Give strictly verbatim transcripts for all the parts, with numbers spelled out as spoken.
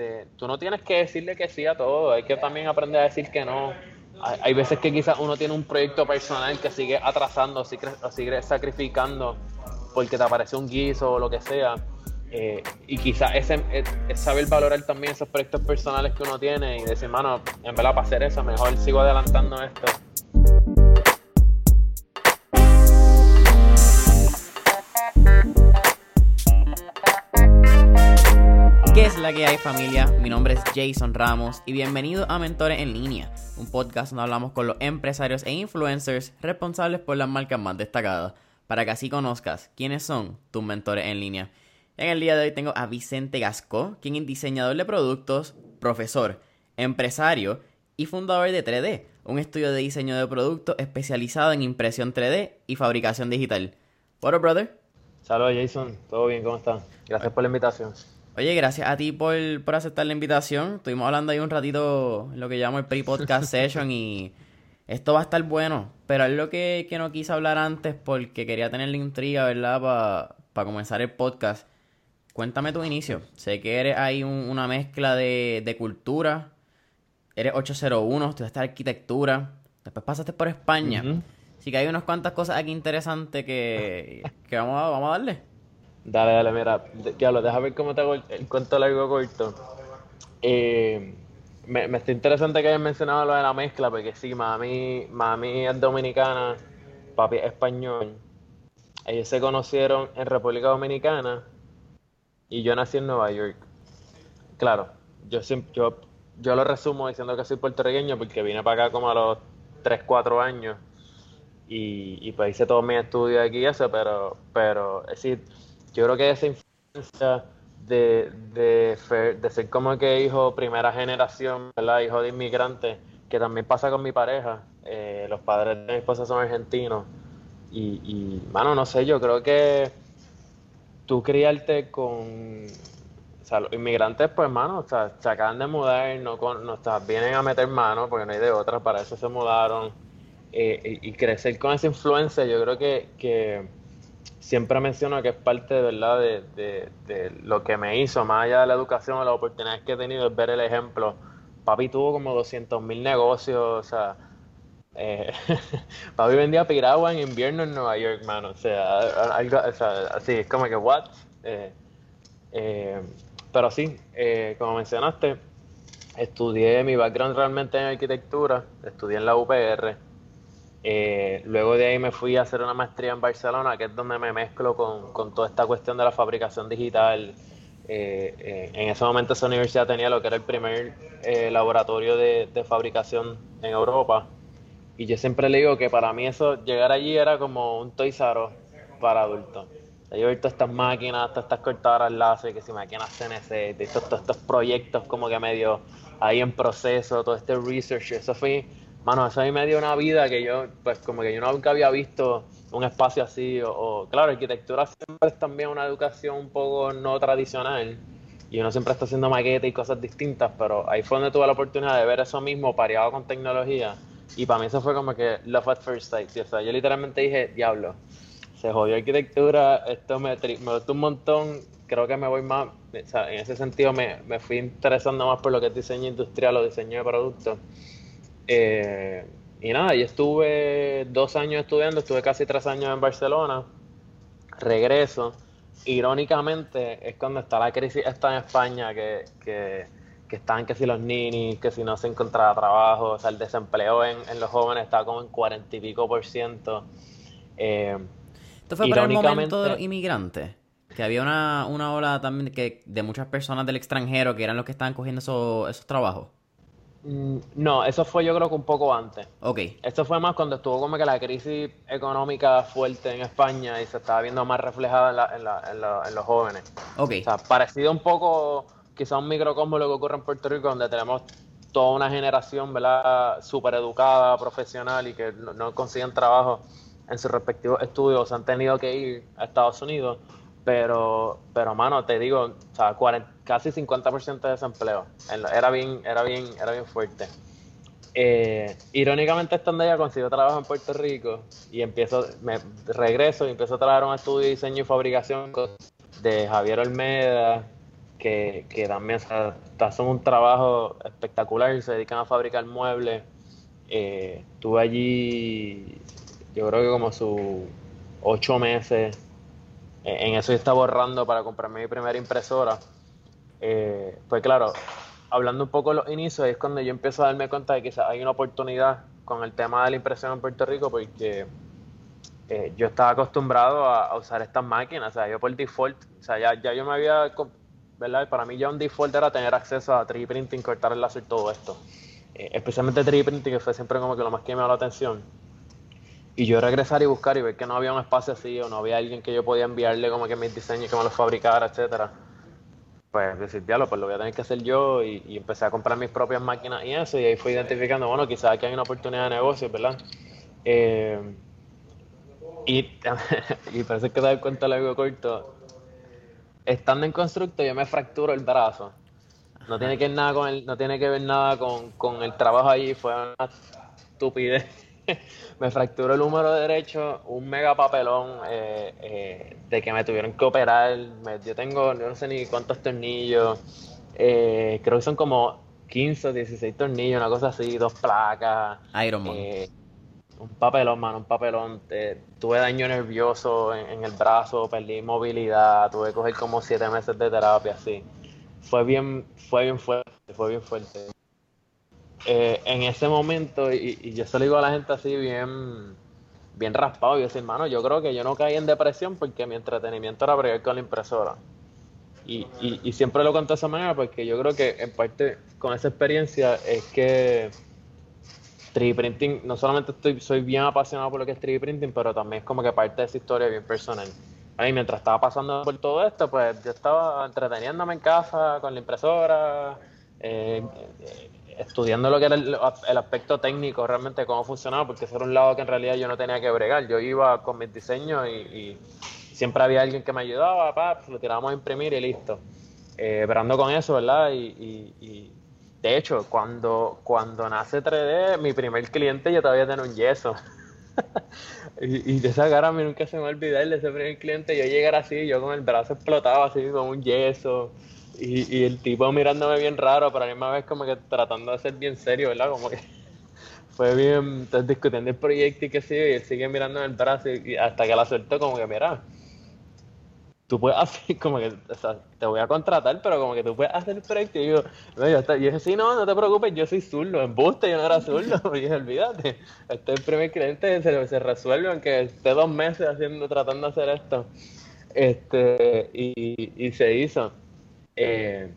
de, tú no tienes que decirle que sí a todo, hay que también aprender a decir que no. Hay, hay veces que quizás uno tiene un proyecto personal que sigue atrasando, sigue, sigue sacrificando porque te aparece un guiso o lo que sea. Eh, y quizás ese es, es saber valorar también esos proyectos personales que uno tiene y decir, mano, en verdad para hacer eso, mejor sigo adelantando esto. ¿Qué es la que hay, familia? Mi nombre es Jason Ramos y bienvenido a Mentores en Línea, un podcast donde hablamos con los empresarios e influencers responsables por las marcas más destacadas, para que así conozcas quiénes son tus mentores en línea. En el día de hoy tengo a Vicente Gascó, quien es diseñador de productos, profesor, empresario y fundador de tres D, un estudio de diseño de productos especializado en impresión tres D y fabricación digital. What up, brother? Saludos, Jason, ¿todo bien? ¿Cómo estás? Gracias por la invitación. Oye, gracias a ti por, por aceptar la invitación. Estuvimos hablando ahí un ratito, lo que llamo el pre-podcast session, y esto va a estar bueno. Pero es lo que, que no quise hablar antes porque quería tener la intriga, ¿verdad? Para pa comenzar el podcast. Cuéntame tu inicio. Sé que eres ahí un, una mezcla de, de cultura. Eres ocho cero uno, estudiaste arquitectura. Después pasaste por España. Uh-huh. Así que hay unas cuantas cosas aquí interesantes que, que vamos, a, vamos a darle. Dale, dale, mira, diablo, déjame ver cómo te hago el, el cuento largo corto. Eh, me, me está interesante que hayas mencionado lo de la mezcla, porque sí, mami, mami es dominicana, papi es español. Ellos se conocieron en República Dominicana y yo nací en Nueva York. Claro, yo, yo, yo lo resumo diciendo que soy puertorriqueño porque vine para acá como a los tres, cuatro años y, y pues hice todos mis estudios aquí y eso, pero, pero es decir, yo creo que esa influencia de, de, de ser como que hijo primera generación, ¿verdad? Hijo de inmigrantes, que también pasa con mi pareja. Eh, los padres de mi esposa son argentinos. Y, y, mano, no sé, yo creo que tú criarte con... O sea, los inmigrantes, pues, mano, o sea, se acaban de mudar, no, con, no o sea, vienen a meter mano, porque no hay de otra, para eso se mudaron. Eh, y, y crecer con esa influencia, yo creo que... que siempre menciono que es parte de verdad de, de, de lo que me hizo, más allá de la educación o las oportunidades que he tenido, es ver el ejemplo. Papi tuvo como doscientos mil negocios, o sea, eh, papi vendía piragua en invierno en Nueva York, mano, o sea, algo, o sea, así, es como que, what? Eh, eh, pero sí, eh, como mencionaste, estudié, mi background realmente en arquitectura, estudié en la U P R. Eh, luego de ahí me fui a hacer una maestría en Barcelona, que es donde me mezclo con, con toda esta cuestión de la fabricación digital. Eh, eh, en ese momento esa universidad tenía lo que era el primer eh, laboratorio de, de fabricación en Europa. Y yo siempre le digo que para mí eso, llegar allí era como un Toys R Us para adultos. Yo he visto estas máquinas, todas estas cortadoras láser, que si máquinas C N C, todos estos, estos proyectos como que medio ahí en proceso, todo este research, eso fue... Mano, eso a mí me dio una vida que yo, pues como que yo nunca había visto un espacio así, o, o claro, arquitectura siempre es también una educación un poco no tradicional, y uno siempre está haciendo maquetas y cosas distintas, pero ahí fue donde tuve la oportunidad de ver eso mismo pareado con tecnología, y para mí eso fue como que love at first sight, ¿sí? O sea, yo literalmente dije, diablo, se jodió arquitectura, esto me, tri- me gustó un montón, creo que me voy más, o sea, en ese sentido me, me fui interesando más por lo que es diseño industrial o diseño de productos. Eh, y nada, yo estuve dos años estudiando, estuve casi tres años en Barcelona, regreso, irónicamente es cuando está la crisis esta en España, que, que, que están que si los ninis, que si no se encontraba trabajo, o sea, el desempleo en, en los jóvenes está como en cuarenta y pico por ciento. Eh, Esto fue para el momento de los inmigrantes, que había una, una ola también que, de muchas personas del extranjero que eran los que estaban cogiendo esos, esos trabajos. No, eso fue yo creo que un poco antes. Ok. Esto fue más cuando estuvo como que la crisis económica fuerte en España y se estaba viendo más reflejada en, la, en, la, en, la, en los jóvenes. Ok. O sea, parecido un poco quizá un microcosmo lo que ocurre en Puerto Rico, donde tenemos toda una generación, ¿verdad?, súper educada, profesional y que no, no consiguen trabajo en sus respectivos estudios, han tenido que ir a Estados Unidos. Pero, pero mano, te digo, o sea, cuarenta, casi cincuenta por ciento de desempleo. Era bien, era bien, era bien fuerte. Eh, irónicamente, estando allá, consiguió trabajo en Puerto Rico y empiezo, me regreso y empiezo a trabajar un estudio de diseño y fabricación de Javier Olmeda, que, que también, o sea, hacen un trabajo espectacular, se dedican a fabricar muebles. Eh, estuve allí, yo creo que como sus ocho meses. Eh, en eso yo estaba ahorrando para comprarme mi primera impresora. Eh, pues claro, hablando un poco de los inicios, es cuando yo empiezo a darme cuenta de que quizás hay una oportunidad con el tema de la impresión en Puerto Rico, porque eh, yo estaba acostumbrado a, a usar estas máquinas, o sea, yo por default, o sea, ya, ya yo me había, com- ¿verdad? Para mí ya un default era tener acceso a tres D printing, cortar el láser, todo esto. Eh, especialmente tres D printing, que fue siempre como que lo más que me llamó la atención. Y yo regresar y buscar y ver que no había un espacio así o no había alguien que yo podía enviarle como que mis diseños, que me los fabricara, etcétera. Pues decir, diablo, pues lo voy a tener que hacer yo y, y empecé a comprar mis propias máquinas y eso, y ahí fui identificando, bueno, quizás aquí hay una oportunidad de negocio, ¿verdad? Eh, y, y parece que te das cuenta de algo corto. Estando en constructo yo me fracturo el brazo. No tiene que ver nada con el, no tiene que ver nada con, con el trabajo allí, fue una estupidez. Me fracturó el húmero derecho, un mega papelón eh, eh, de que me tuvieron que operar. Me- yo tengo, yo no sé ni cuántos tornillos, eh, creo que son como quince o dieciséis tornillos, una cosa así, dos placas, Iron Man. eh, un papelón, mano, un papelón. Eh, tuve daño nervioso en, en el brazo, perdí movilidad, tuve que coger como siete meses de terapia, así. Fue bien, fue bien fuerte, fue bien fuerte. Eh, en ese momento, y, y yo se lo digo a la gente así bien, bien raspado, yo decía, hermano, yo creo que yo no caí en depresión porque mi entretenimiento era bregar con la impresora. Y, y, y siempre lo conté de esa manera porque yo creo que en parte con esa experiencia es que tres D printing, no solamente estoy, soy bien apasionado por lo que es tres D printing, pero también es como que parte de esa historia bien personal. A mí, mientras estaba pasando por todo esto, pues yo estaba entreteniéndome en casa con la impresora, eh, eh, estudiando lo que era el, el aspecto técnico, realmente cómo funcionaba, porque ese era un lado que en realidad yo no tenía que bregar. Yo iba con mis diseños y, y siempre había alguien que me ayudaba, pa, pues, lo tirábamos a imprimir y listo. Eh, esperando con eso, ¿verdad? Y, y, y de hecho, cuando, cuando nace tres D, mi primer cliente yo todavía tenía un yeso. y, y de esa cara a mí nunca se me va a olvidar de ese primer cliente. Yo llegar así, yo con el brazo explotado así, con un yeso. Y, y el tipo mirándome bien raro, pero a la misma vez como que tratando de ser bien serio, ¿verdad? Como que fue bien, entonces discutiendo el proyecto y qué sé yo, y él sigue mirando el brazo y, y hasta que la suelto como que, mira, tú puedes hacer como que, o sea, te voy a contratar, pero como que tú puedes hacer el proyecto. Y yo, no, yo, hasta- yo dije, sí, no, no te preocupes, yo soy zurdo, embuste, yo no era zurdo. Y dije, olvídate, este es el primer cliente, se, se resuelve, aunque esté dos meses haciendo, tratando de hacer esto. Este, y, y se hizo. Eh,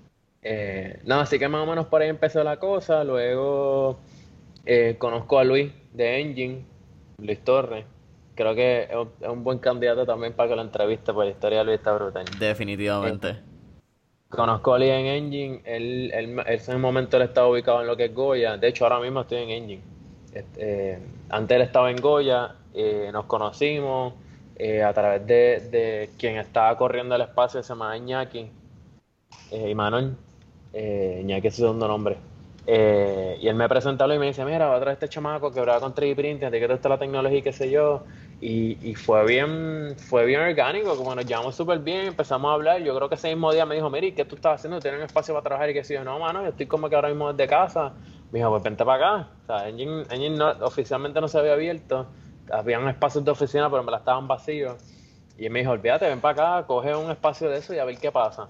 eh, no, así que más o menos por ahí empezó la cosa. Luego eh, conozco a Luis de Engine, Luis Torres. Creo que es un, es un buen candidato también para que lo entreviste, porque la historia de Luis está brutal. Eh, Definitivamente. Conozco a Luis en Engine. Él, él, él en ese momento él estaba ubicado en lo que es Goya. De hecho, ahora mismo estoy en Engine. Este, eh, antes él estaba en Goya. Eh, nos conocimos eh, a través de, de quien estaba corriendo el espacio, se llama Iñaki eh, Imanol, eh, Iñaki es su segundo nombre. Eh, y él me presentó y me dice, mira, va a traer este chamaco que brava con tres D printing, de que está la tecnología y qué sé yo. Y, y fue bien, fue bien orgánico, como nos llevamos súper bien, empezamos a hablar. Yo creo que ese mismo día me dijo, mira, ¿y qué tú estás haciendo? ¿Tienes un espacio para trabajar? Y qué sé yo, no, mano, yo estoy como que ahora mismo desde casa. Me dijo, pues vente para acá. O sea, Engine, Engine no- oficialmente no se había abierto. Habían espacios de oficina, pero me la estaban vacíos. Y él me dijo, olvídate, ven para acá, coge un espacio de eso y a ver qué pasa.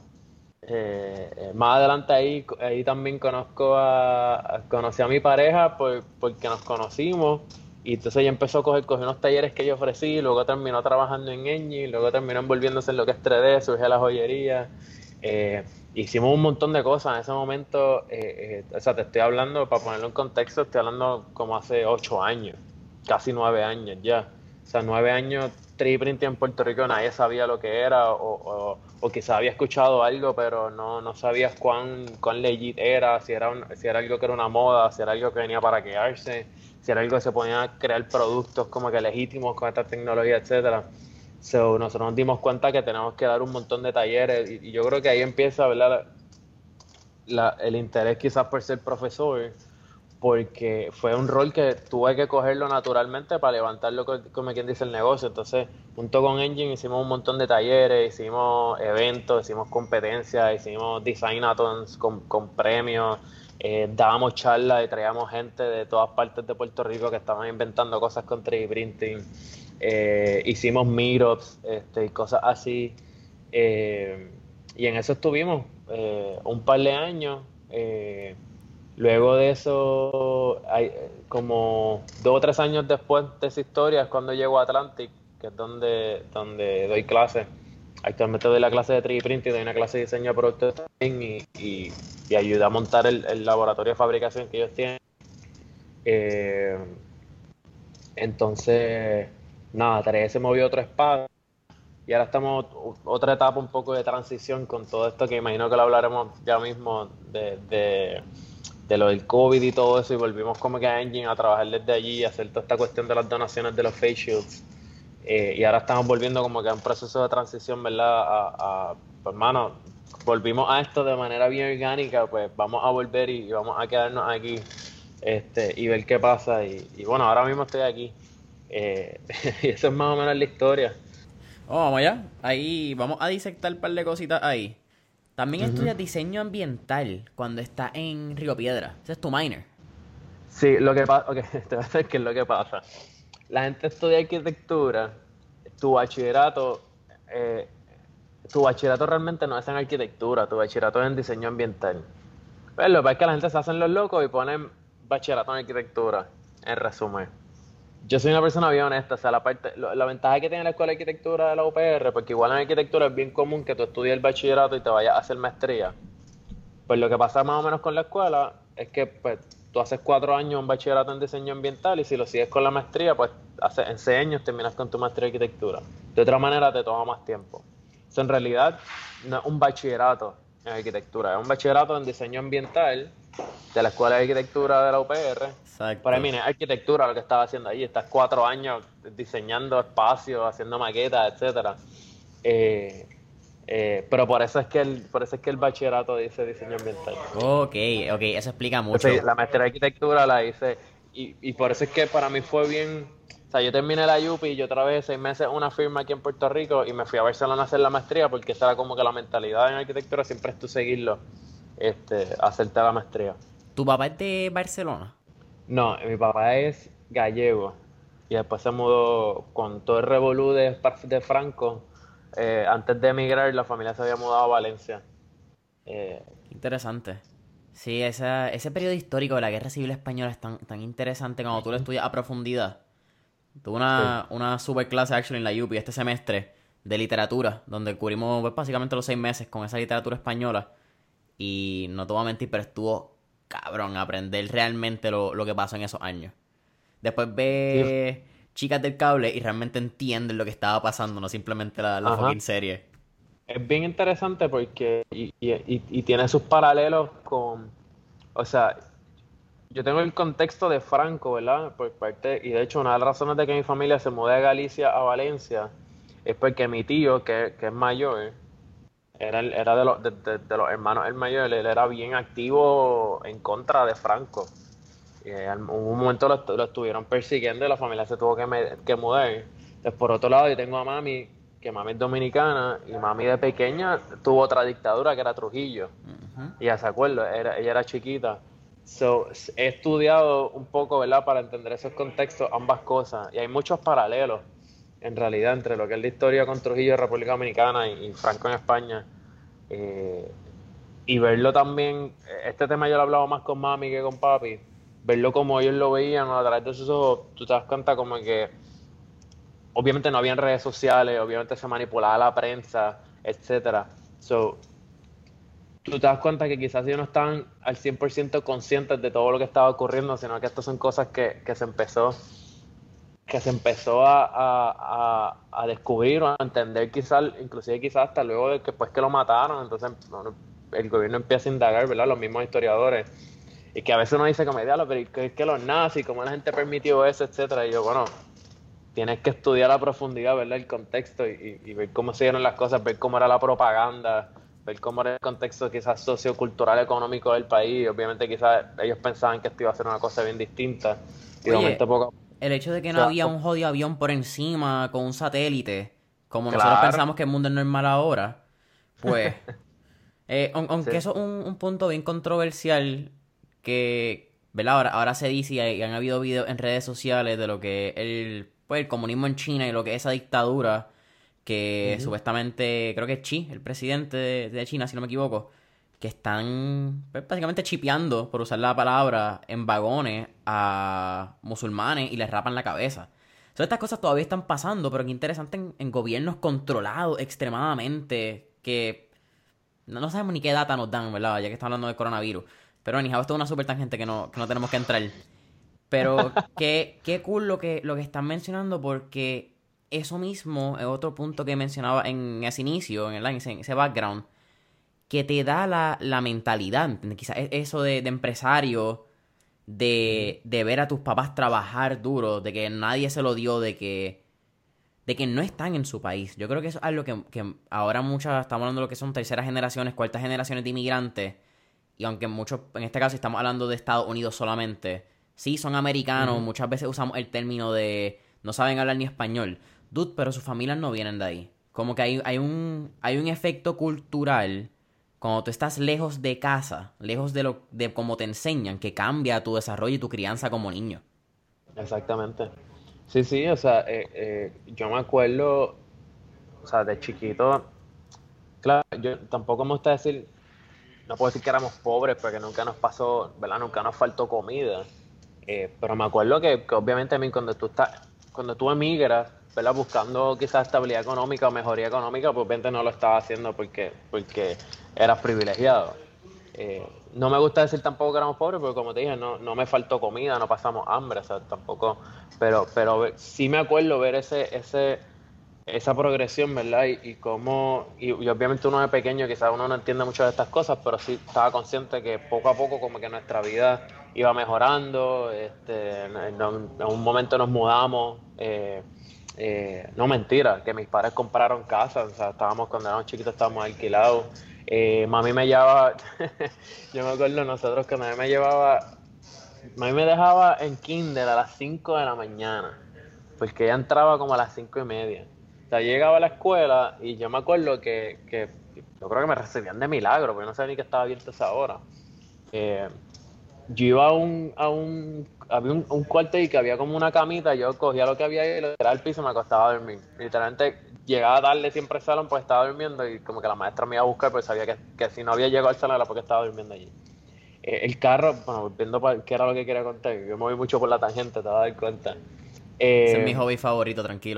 Eh, eh, más adelante ahí, ahí también conozco a, a- conocí a mi pareja por, porque nos conocimos y entonces ella empezó a coger, coger unos talleres que yo ofrecí, luego terminó trabajando en Engie, luego terminó envolviéndose en lo que es tres D, surge la joyería. Eh, hicimos un montón de cosas en ese momento, eh, eh, o sea, te estoy hablando, para ponerlo en contexto, estoy hablando como hace ocho años, casi nueve años ya. O sea, nueve años tres D printing en Puerto Rico nadie sabía lo que era o, o, o quizás había escuchado algo, pero no, no sabías cuán, cuán legit era, si era, un- si era algo que era una moda, si era algo que venía para quedarse, si era algo que se ponía a crear productos como que legítimos con esta tecnología, etcétera. So, nosotros nos dimos cuenta que tenemos que dar un montón de talleres y, y yo creo que ahí empieza, ¿verdad? La- el interés quizás por ser profesor, porque fue un rol que tuve que cogerlo naturalmente para levantarlo, co- como quien dice, el negocio. Entonces, junto con Engine hicimos un montón de talleres, hicimos eventos, hicimos competencias, hicimos designathons con, con premios, eh, dábamos charlas y traíamos gente de todas partes de Puerto Rico que estaban inventando cosas con tres D printing. Eh, hicimos meetups, este, y cosas así. Eh, y en eso estuvimos eh, un par de años. Eh, luego de eso, hay, como dos o tres años después de esa historia, es cuando llego a Atlantic, que es donde, donde doy clases. Actualmente doy la clase de tres D printing, doy una clase de diseño de productos también y, y, y ayuda a montar el, el laboratorio de fabricación que ellos tienen. Eh, entonces, nada, Teresa se movió a otro espacio y ahora estamos o- otra etapa un poco de transición con todo esto que imagino que lo hablaremos ya mismo de, de, de lo del COVID y todo eso y volvimos como que a Engine a trabajar desde allí, a hacer toda esta cuestión de las donaciones de los face shields. Eh, y ahora estamos volviendo como que a un proceso de transición, ¿verdad? A, a pues, hermano, volvimos a esto de manera bien orgánica, pues vamos a volver y, y vamos a quedarnos aquí este, y ver qué pasa. Y, y bueno, ahora mismo estoy aquí. Eh, y eso es más o menos la historia. Oh, vamos allá. Ahí vamos a disectar un par de cositas ahí. También Ujú. estudias diseño ambiental cuando estás en Río Piedra. Ese es tu minor. Sí, lo que pasa, ok, te voy a decir qué es lo que pasa. La gente estudia arquitectura, tu bachillerato, eh, tu bachillerato realmente no es en arquitectura, tu bachillerato es en diseño ambiental. Pues lo que pasa es que la gente se hacen los locos y ponen bachillerato en arquitectura, en resumen. Yo soy una persona bien honesta, o sea, la parte, lo- la ventaja que tiene la escuela de arquitectura de la U P R, porque igual en arquitectura es bien común que tú estudies el bachillerato y te vayas a hacer maestría. Pues lo que pasa más o menos con la escuela es que pues, tú haces cuatro años un bachillerato en diseño ambiental y si lo sigues con la maestría, pues hace, en seis años terminas con tu maestría de arquitectura. De otra manera te toma más tiempo. Eso en realidad no es un bachillerato en arquitectura, es un bachillerato en diseño ambiental de la Escuela de Arquitectura de la U P R. Para Exacto. mí no es arquitectura lo que estaba haciendo allí, estás cuatro años diseñando espacios, haciendo maquetas, etcétera. Eh, eh, pero por eso es que el, por eso es que el bachillerato dice diseño ambiental. Ok, ok, eso explica Entonces, mucho. la maestría de arquitectura la hice y, y por eso es que para mí fue bien, o sea, yo terminé la U P y yo trabajé seis meses en una firma aquí en Puerto Rico y me fui a Barcelona a hacer la maestría porque esa era como que la mentalidad en arquitectura siempre es tú seguirlo, este, hacerte la maestría. ¿Tu papá es de Barcelona? No, mi papá es gallego y después se mudó con todo el revolú de, de Franco. Eh, antes de emigrar, la familia se había mudado a Valencia. Eh, Qué interesante. Sí, esa, ese periodo histórico de la Guerra Civil Española es tan, tan interesante cuando tú lo estudias a profundidad. Tuve sí. una, una super clase actually en la U P I este semestre de literatura, donde cubrimos pues, básicamente los seis meses con esa literatura española. Y no te voy a mentir, pero estuvo cabrón aprender realmente lo, lo que pasó en esos años. Después Sí, ves Chicas del Cable y realmente entiendes lo que estaba pasando, no simplemente la, la ajá. fucking serie. Es bien interesante porque y, y, y- y tiene sus paralelos con, o sea, yo tengo el contexto de Franco, ¿verdad? Por parte, y de hecho una de las razones de que mi familia se mudó de Galicia a Valencia es porque mi tío, que, que es mayor, era, el- era de, los, de, de- de los hermanos el mayor, él era bien activo en contra de Franco. Y en un momento lo, lo estuvieron persiguiendo y la familia se tuvo que, me- que mudar. Entonces, por otro lado, yo tengo a mami, que mami es dominicana, y mami de pequeña tuvo otra dictadura que era Trujillo. Ujú. Y ya se acuerda, era, ella era chiquita. So, he estudiado un poco, ¿verdad? Para entender esos contextos, ambas cosas. Y hay muchos paralelos, en realidad, entre lo que es la historia con Trujillo de República Dominicana y, y Franco en España. Eh, y verlo también, este tema yo lo he hablado más con mami que con papi, verlo como ellos lo veían a través de sus ojos, tú te das cuenta como que obviamente no habían redes sociales, obviamente se manipulaba la prensa, etcétera. So, tú te das cuenta que quizás ellos no estaban al cien por ciento conscientes de todo lo que estaba ocurriendo, sino que estas son cosas que, que se empezó que se empezó a, a, a, a descubrir o a entender quizás, inclusive quizás hasta luego de que pues que lo mataron, entonces bueno, el gobierno empieza a indagar, ¿verdad? Los mismos historiadores. Y que a veces uno dice como, diablo, pero ¿qué es que los nazis? ¿Cómo la gente permitió eso? Etcétera. Y yo, bueno, tienes que estudiar a profundidad, ¿verdad? El contexto y, y, y ver cómo se dieron las cosas, ver cómo era la propaganda, ver cómo era el contexto quizás sociocultural, económico del país. Obviamente quizás ellos pensaban que esto iba a ser una cosa bien distinta y de Oye, momento poco a poco el hecho de que no se va había como- un jodido avión por encima con un satélite, como nosotros Claro, pensamos que el mundo es normal ahora, pues, eh, aun- sí. aunque eso es un, un punto bien controversial, que, ¿verdad? Ahora, ahora se dice y, hay- y han habido videos en redes sociales de lo que el, pues, el comunismo en China y lo que es esa dictadura, que Ujú. supuestamente, creo que es Xi, el presidente de, de China, si no me equivoco, que están pues, básicamente chipeando, por usar la palabra, en vagones a musulmanes y les rapan la cabeza. Entonces estas cosas todavía están pasando, pero qué interesante en, en gobiernos controlados extremadamente, que no, no sabemos ni qué data nos dan, ¿verdad? Ya que estamos hablando de coronavirus. Pero anyhow, esto es una super tangente que no, que no tenemos que entrar. Pero qué, qué cool lo que, lo que están mencionando, porque eso mismo es otro punto que mencionaba en ese inicio, en, el, en ese, en ese background, que te da la, la mentalidad, ¿entiendes? Quizás es eso de, de empresario, Ujú. de, de ver a tus papás trabajar duro, de que nadie se lo dio, de que, de que no están en su país. Yo creo que eso es algo que, que ahora muchas, estamos hablando de lo que son terceras generaciones, cuartas generaciones de inmigrantes, y aunque muchos, en este caso estamos hablando de Estados Unidos solamente, sí son americanos, Ujú. muchas veces usamos el término de no saben hablar ni español. Dude, pero sus familias no vienen de ahí. Como que hay, hay un, hay un efecto cultural cuando tú estás lejos de casa, lejos de lo de cómo te enseñan, que cambia tu desarrollo y tu crianza como niño. Exactamente. Sí, sí, o sea, eh, eh, yo me acuerdo, o sea, de chiquito, claro, yo tampoco me gusta decir, no puedo decir que éramos pobres porque nunca nos pasó, ¿verdad? Nunca nos faltó comida. Eh, pero me acuerdo que, que obviamente a mí cuando tú estás, cuando tú emigras, ¿verdad? Buscando quizás estabilidad económica o mejoría económica, pues obviamente no lo estaba haciendo porque, porque eras privilegiado. Eh, no me gusta decir tampoco que éramos pobres, porque como te dije, no, no me faltó comida, no pasamos hambre, o sea, tampoco, pero, pero sí me acuerdo ver ese, ese, esa progresión, ¿verdad? Y, y cómo, y, y obviamente uno de pequeño quizás uno no entiende mucho de estas cosas, pero sí estaba consciente que poco a poco como que nuestra vida iba mejorando, este, en, en un momento nos mudamos, eh, eh, no mentira, que mis padres compraron casa, o sea, estábamos cuando éramos chiquitos estábamos alquilados, eh, mami me llevaba, yo me acuerdo nosotros que mami me llevaba, mami me dejaba en kinder a las cinco de la mañana, porque ella entraba como a las cinco y media. O sea, yo llegaba a la escuela y yo me acuerdo que, que yo creo que me recibían de milagro, porque no sabía ni que estaba abierto a esa hora. Eh, yo iba a un, a un, había un, un cuarto y que había como una camita, yo cogía lo que había ahí, lo tiraba al piso y me acostaba a dormir. Literalmente llegaba tarde siempre al salón pues estaba durmiendo y como que la maestra me iba a buscar pues sabía que, que si no había llegado al salón era porque estaba durmiendo allí. Eh, el carro, bueno, viendo qué era lo que quería contar, yo me voy mucho por la tangente, te vas a dar cuenta. Ese es mi Eh, hobby favorito, tranquilo.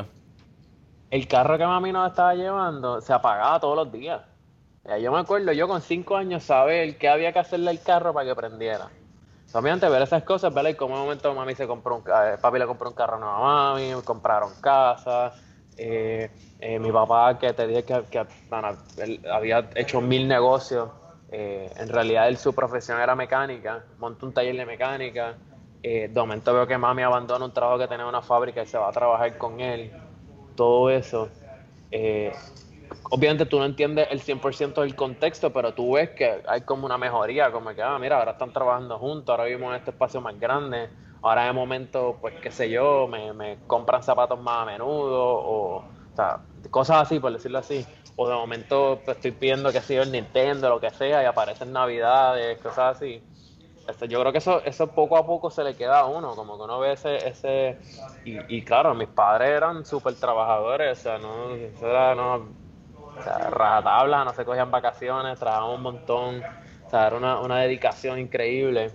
el carro que mami nos estaba llevando se apagaba todos los días. Ya, yo me acuerdo, yo con cinco años saber qué había que hacerle al carro para que prendiera. Obviamente ver esas cosas, ¿verdad? Y como en un momento mami se compró un, ca- eh, papi le compró un carro nuevo a mami, compraron casa, eh, eh, mi papá que te dije que, que, bueno, él había hecho mil negocios, eh, en realidad él, su profesión era mecánica, montó un taller de mecánica, eh, de momento veo que mami abandona un trabajo que tenía en una fábrica y se va a trabajar con él, todo eso. Eh, Obviamente tú no entiendes el cien por ciento del contexto, pero tú ves que hay como una mejoría, como que, ah, mira, ahora están trabajando juntos, ahora vivimos en este espacio más grande, ahora de momento, pues qué sé yo, me, me compran zapatos más a menudo, o, o sea, cosas así, por decirlo así. O de momento pues, estoy pidiendo que sea el Nintendo, lo que sea, y aparecen navidades, cosas así. Este, yo creo que eso, eso poco a poco se le queda a uno, como que uno ve ese, ese y, y claro, mis padres eran súper trabajadores, o sea, no, eso era, no, o sea, rajatabla, no se cogían vacaciones, trabajaban un montón, o sea, era una, una dedicación increíble.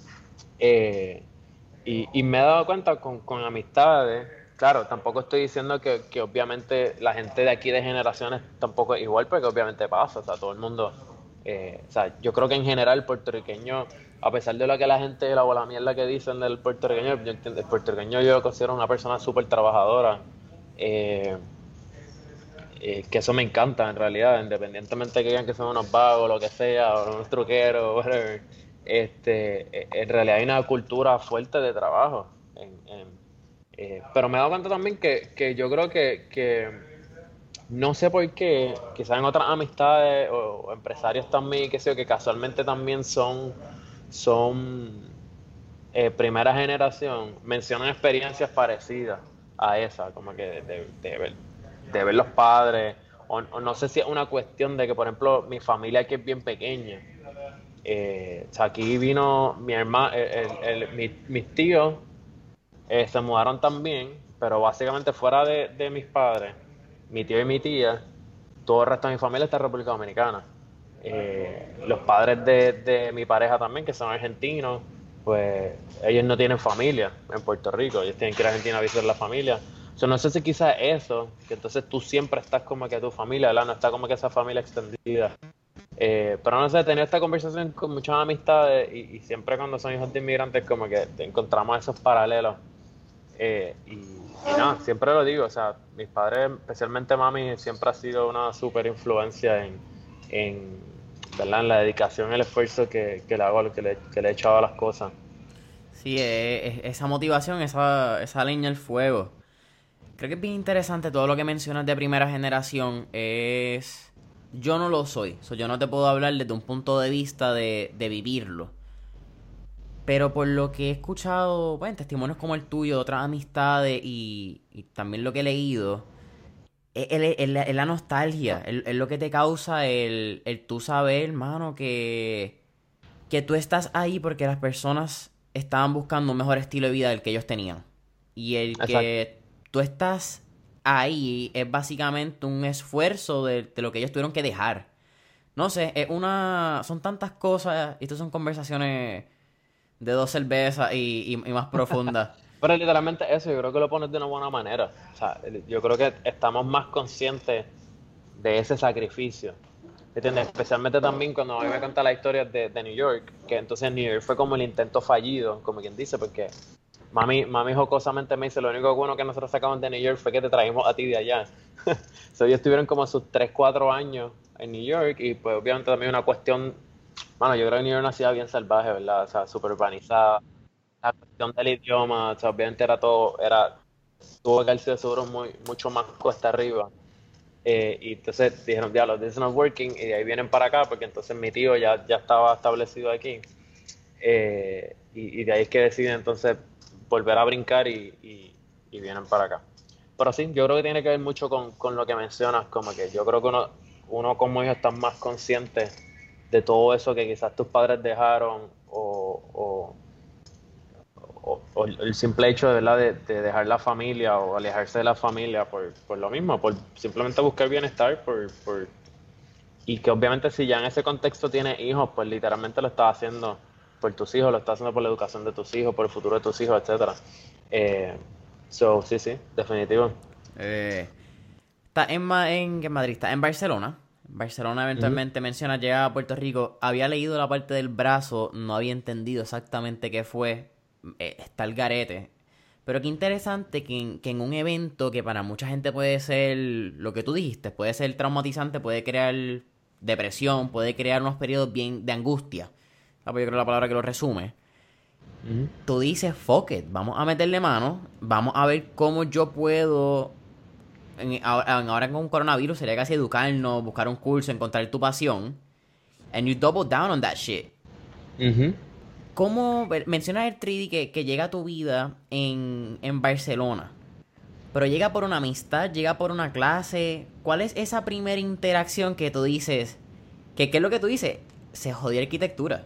Eh, y, y me he dado cuenta con, con amistades, claro, tampoco estoy diciendo que, que obviamente la gente de aquí de generaciones tampoco es igual, porque obviamente pasa, o sea, todo el mundo, eh, o sea, yo creo que en general el puertorriqueño, a pesar de lo que la gente, la, o la mierda que dicen del puertorriqueño, yo entiendo, el puertorriqueño yo lo considero una persona súper trabajadora, eh, eh, que eso me encanta en realidad, independientemente de que digan que son unos vagos, lo que sea, o unos truqueros, whatever, este, eh, en realidad hay una cultura fuerte de trabajo. En, en, eh, pero me he dado cuenta también que, que yo creo que, que no sé por qué, quizás en otras amistades o, o empresarios también, que sé yo, que casualmente también son, son eh, primera generación, mencionan experiencias parecidas a esa, como que de, de- de ver, de ver los padres, o, o no sé si es una cuestión de que, por ejemplo, mi familia aquí es bien pequeña. Eh, o sea, aquí vino mi hermano, mis, mis tíos eh, se mudaron también, pero básicamente fuera de, de mis padres, mi tío y mi tía, todo el resto de mi familia está en República Dominicana. Eh, los padres de, de mi pareja también, que son argentinos, pues ellos no tienen familia en Puerto Rico, ellos tienen que ir a Argentina a visitar la familia. O sea, no sé si quizás eso, que entonces tú siempre estás como que tu familia, ¿verdad? No está como que esa familia extendida. Eh, pero no sé, he tenido esta conversación con muchas amistades y, y siempre cuando son hijos de inmigrantes como que encontramos esos paralelos. Eh, y, y nada, siempre lo digo, o sea, mis padres, especialmente mami, siempre ha sido una súper influencia en, en, ¿verdad? En la dedicación y el esfuerzo que, que le hago, que le, que le he echado a las cosas. Sí, eh, eh, esa motivación, esa, esa leña al fuego. Creo que es bien interesante todo lo que mencionas de primera generación. Es. Yo no lo soy. So, yo no te puedo hablar desde un punto de vista de, de vivirlo. Pero por lo que he escuchado, bueno, testimonios como el tuyo, de otras amistades y, y también lo que he leído, es, es- es la, es la nostalgia. Es, es lo que te causa el, el tú saber, hermano, que, que tú estás ahí porque las personas estaban buscando un mejor estilo de vida del que ellos tenían. Y el Exacto. que tú estás ahí es básicamente un esfuerzo de, de lo que ellos tuvieron que dejar. No sé, es una. Son tantas cosas. Y estas son conversaciones de dos cervezas y, y, y más profundas. Pero literalmente eso, yo creo que lo pones de una buena manera. O sea, yo creo que estamos más conscientes de ese sacrificio. ¿Entiendes? Especialmente también cuando a mí me cuenta la historia de, de New York, que entonces New York fue como el intento fallido, como quien dice, porque mami, mami jocosamente me dice, lo único bueno que nosotros sacamos de New York fue que te trajimos a ti de allá. So, ellos estuvieron como sus tres cuatro años en New York y pues obviamente también una cuestión, bueno, yo creo que New York es una ciudad bien salvaje, ¿verdad? O sea, súper urbanizada. La cuestión del idioma, o sea, obviamente era todo, era, tuvo que haber sido seguro muy, mucho más cuesta arriba. Eh, y entonces dijeron, diablo, this is not working, y de ahí vienen para acá, porque entonces mi tío ya, ya estaba establecido aquí. Eh, y, y de ahí es que deciden entonces volver a brincar y, y, y vienen para acá. Pero sí, yo creo que tiene que ver mucho con, con lo que mencionas, como que yo creo que uno, uno como hijo está más consciente de todo eso que quizás tus padres dejaron o, o, o- o el simple hecho de, ¿verdad? de, de dejar la familia o alejarse de la familia por, por lo mismo, por simplemente buscar bienestar, por, por y que obviamente si ya en ese contexto tienes hijos, pues literalmente lo estás haciendo por tus hijos, lo estás haciendo por la educación de tus hijos, por el futuro de tus hijos, etcétera. Eh, so, sí, sí, definitivo. Eh, está en, Ma- en, en Madrid, está en Barcelona. Barcelona Ujú. eventualmente menciona llega a Puerto Rico. Había leído la parte del brazo, no había entendido exactamente qué fue. Eh, está el garete. Pero qué interesante que en, que en un evento que para mucha gente puede ser lo que tú dijiste, puede ser traumatizante, puede crear depresión, puede crear unos periodos bien de angustia. Ah, pues yo creo la palabra que lo resume. Ujú. Tú dices, fuck it, vamos a meterle mano, vamos a ver cómo yo puedo en, ahora, ahora con un coronavirus sería casi educarnos, buscar un curso, encontrar tu pasión. And you double down on that shit. Ujú. ¿Cómo mencionas el tres D que, que llega a tu vida en, en Barcelona? Pero llega por una amistad, llega por una clase. ¿Cuál es esa primera interacción que tú dices? ¿Qué, qué es lo que tú dices? Se jodió arquitectura.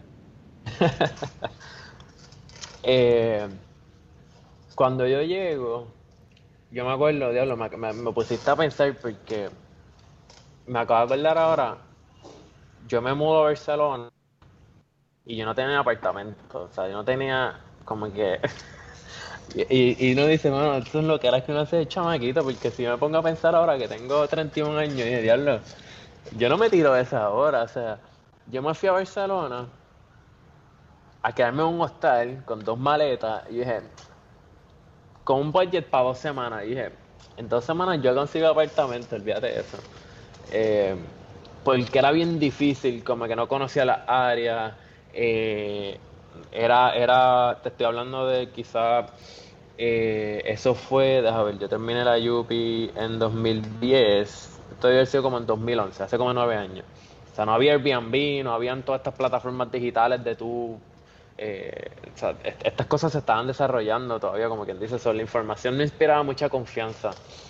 Eh, cuando yo llego, yo me acuerdo, diablo, me, me, me pusiste a pensar porque me acabo de acordar ahora, yo me mudo a Barcelona y yo no tenía apartamento, o sea, yo no tenía como que. Y, y, y uno dice, bueno, esto es lo que era que uno hace de chamaquito, porque si me pongo a pensar ahora que tengo treinta y un años y de diablo, yo no me tiro de esa hora, o sea, yo me fui a Barcelona a quedarme en un hostal con dos maletas y dije, con un budget para dos semanas, y dije, en dos semanas yo consigo apartamento, olvídate de eso. Eh, porque era bien difícil, como que no conocía las áreas. eh, era, era, te estoy hablando de quizá, eh, eso fue, déjame ver, yo terminé la U P en dos mil diez, Esto debe haber sido como en dos mil once, hace como nueve años. O sea, no había Airbnb, no habían todas estas plataformas digitales de tú. Eh, o sea, est- estas cosas se estaban desarrollando todavía, como quien dice eso. La información no inspiraba mucha confianza.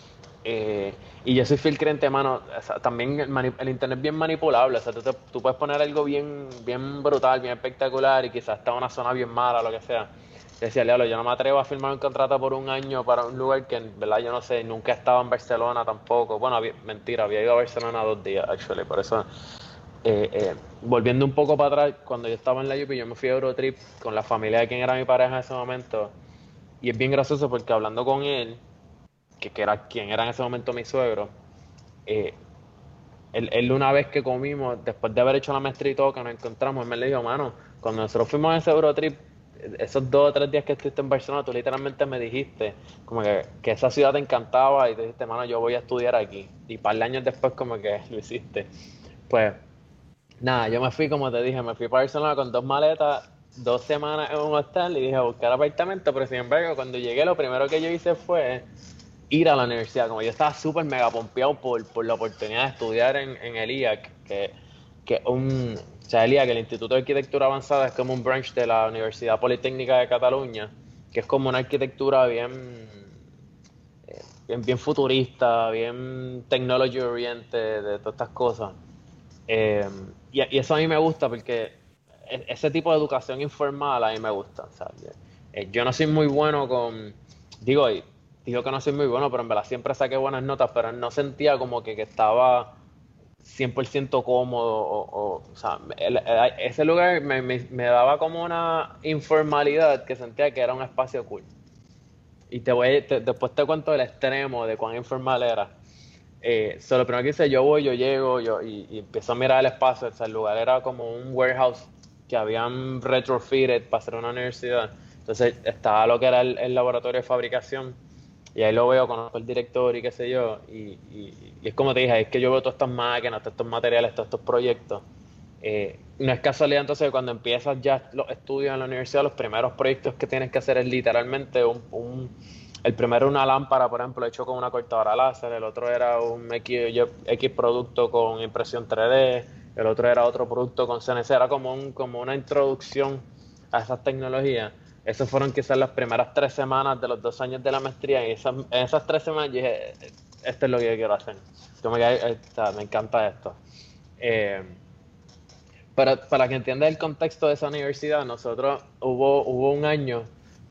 Eh, y yo soy fiel creyente, mano. O sea, también el, mani- el internet es bien manipulable. O sea, tú, te- tú puedes poner algo bien, bien brutal, bien espectacular y quizás está en una zona bien mala, lo que sea. Yo decía, Lealo, yo no me atrevo a firmar un contrato por un año para un lugar que, en verdad, yo no sé, nunca he estado en Barcelona tampoco. Bueno, había- mentira, había ido a Barcelona dos días, actually, por eso. Eh, eh, volviendo un poco para atrás, cuando yo estaba en la U P, yo me fui a Eurotrip con la familia de quien era mi pareja en ese momento. Y es bien gracioso porque hablando con él, que, que era quien era en ese momento mi suegro, eh, él, él una vez que comimos, después de haber hecho la maestría y todo, que nos encontramos, él me le dijo, mano, cuando nosotros fuimos a ese Eurotrip, esos dos o tres días que estuviste en Barcelona, tú literalmente me dijiste como que, que esa ciudad te encantaba y te dijiste, mano, yo voy a estudiar aquí. Y un par de años después como que lo hiciste. Pues nada, yo me fui, como te dije, me fui para Barcelona con dos maletas, dos semanas en un hostal y dije a buscar apartamento, pero sin embargo, cuando llegué, lo primero que yo hice fue ir a la universidad. Como yo estaba súper mega pompeado por, por la oportunidad de estudiar en, en el I A C, que, que un, o sea, el I A C, el Instituto de Arquitectura Avanzada, es como un branch de la Universidad Politécnica de Cataluña, que es como una arquitectura bien, eh, bien, bien futurista, bien technology oriented, de todas estas cosas. Eh, y, y eso a mí me gusta porque e- ese tipo de educación informal a mí me gusta. O sea, yo, eh, yo no soy muy bueno con, digo, y- digo que no soy muy bueno, pero en verdad siempre saqué buenas notas, pero no sentía como que, que estaba cien por ciento cómodo. O, o, o sea, el- el- ese lugar me, me, me daba como una informalidad que sentía que era un espacio cool. Y te voy, te- después te cuento el extremo de cuán informal era. Eh, so, lo primero que hice, yo voy, yo llego yo, y, y empiezo a mirar el espacio. O sea, el lugar era como un warehouse que habían retrofitted para hacer una universidad. Entonces estaba lo que era el, el laboratorio de fabricación. Y ahí lo veo, conozco el director y qué sé yo. Y, y- y es como te dije, es que yo veo todas estas máquinas, todos estos materiales, todos estos proyectos. Eh, no es casualidad entonces que cuando empiezas ya los estudios en la universidad, los primeros proyectos que tienes que hacer es literalmente un, un el primero una lámpara, por ejemplo, hecho con una cortadora láser, el otro era un X, X producto con impresión tres D, el otro era otro producto con C N C, era como, un, como una introducción a esas tecnologías. Esas fueron quizás las primeras tres semanas de los dos años de la maestría, y esas, en esas tres semanas yo dije, esto es lo que yo quiero hacer. Yo me, quedé, me encanta esto. Eh, para, para que entiendas el contexto de esa universidad, nosotros hubo, hubo un año,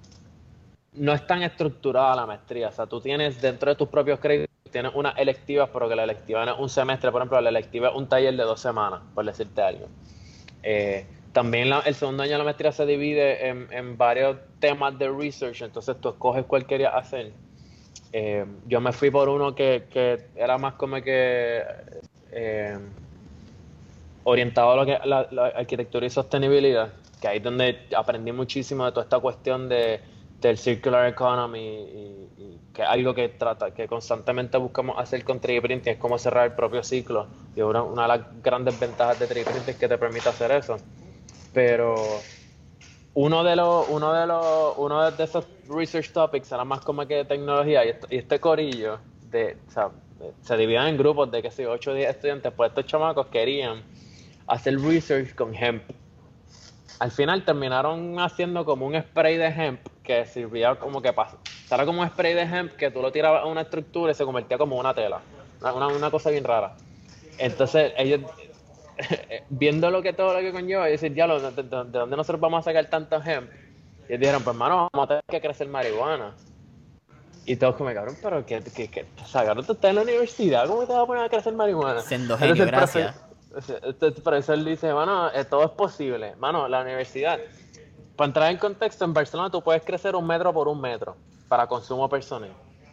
no es tan estructurada la maestría, o sea, tú tienes dentro de tus propios créditos, tienes unas electivas, pero que la electiva no es un semestre, por ejemplo, la electiva es un taller de dos semanas, por decirte algo. Eh, también la, el segundo año de la maestría se divide en, en varios temas de research, entonces tú escoges cuál querías hacer. Eh, yo me fui por uno que, que era más como que eh, orientado a lo que la, la arquitectura y sostenibilidad, que ahí es donde aprendí muchísimo de toda esta cuestión de, del circular economy y, y que es algo que trata, que constantemente buscamos hacer con tres D printing, es como cerrar el propio ciclo. Y una, una de las grandes ventajas de tres D printing es que te permite hacer eso. Pero uno de los, uno de los, uno de esos research topics era más como que de tecnología, y, esto, y este corillo de, o sea, se dividían en grupos de que si ocho o diez estudiantes, pues estos chamacos querían hacer research con hemp. Al final terminaron haciendo como un spray de hemp que servía como que para... Era como un spray de hemp que tú lo tirabas a una estructura y se convertía como una tela. Una, una, una cosa bien rara. Entonces ellos, viendo lo que todo lo que conlleva, y decir, ya, ¿de, de, de dónde nosotros vamos a sacar tanto hemp? Y ellos dijeron, pues hermano, vamos a tener que crecer marihuana. Y todos como, cabrón, pero que, que, que o sea, cabrón, tú estás en la universidad, ¿cómo te vas a poner a crecer marihuana? Sendo Entonces genio, el profe, gracias. el profesor dice, mano, eh, todo es posible. Mano, la universidad, para entrar en contexto, en Barcelona tú puedes crecer un metro por un metro para consumo personal.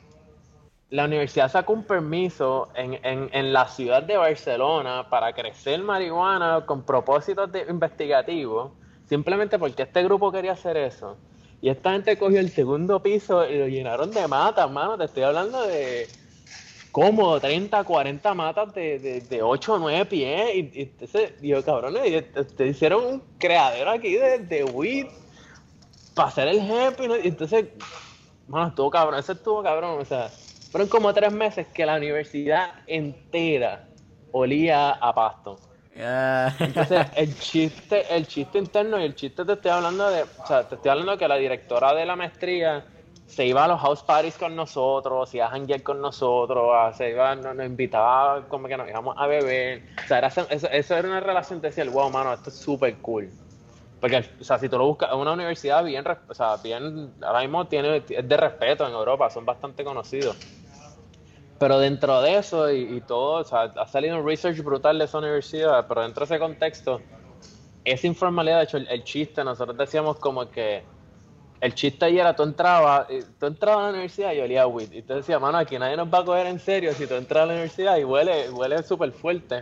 La universidad sacó un permiso en, en, en la ciudad de Barcelona para crecer marihuana con propósitos de, investigativos, simplemente porque este grupo quería hacer eso. Y esta gente cogió el segundo piso y lo llenaron de matas, mano. Te estoy hablando de cómodo, treinta, cuarenta matas de, de, de ocho o nueve pies. Y, y entonces, digo, cabrones, y te hicieron un creadero aquí de, de weed para hacer el hemp. Y, no, y entonces, mano, estuvo cabrón, eso estuvo cabrón, o sea. Fueron como tres meses que la universidad entera olía a pasto. Ah. Entonces, el chiste, el chiste interno y el chiste te estoy hablando de, o sea, te estoy hablando de que la directora de la maestría se iba a los house parties con nosotros, se iba a janguear con nosotros, a- se iba, nos, nos invitaba como que nos íbamos a beber. O sea, era, eso, eso era una relación, te decía, wow, mano, esto es súper cool. Porque, o sea, si tú lo buscas, es una universidad bien, res- o sea, bien, ahora mismo tiene, es de respeto en Europa, son bastante conocidos. Pero dentro de eso y, y todo, o sea, ha salido un research brutal de esa universidad, pero dentro de ese contexto, esa informalidad, de hecho, el, el chiste, nosotros decíamos como que el chiste ahí era, tú entrabas, eh, tú entrabas a la universidad y olía a weed. Y tú decías, mano, aquí nadie nos va a coger en serio si tú entras a la universidad y huele, huele súper fuerte.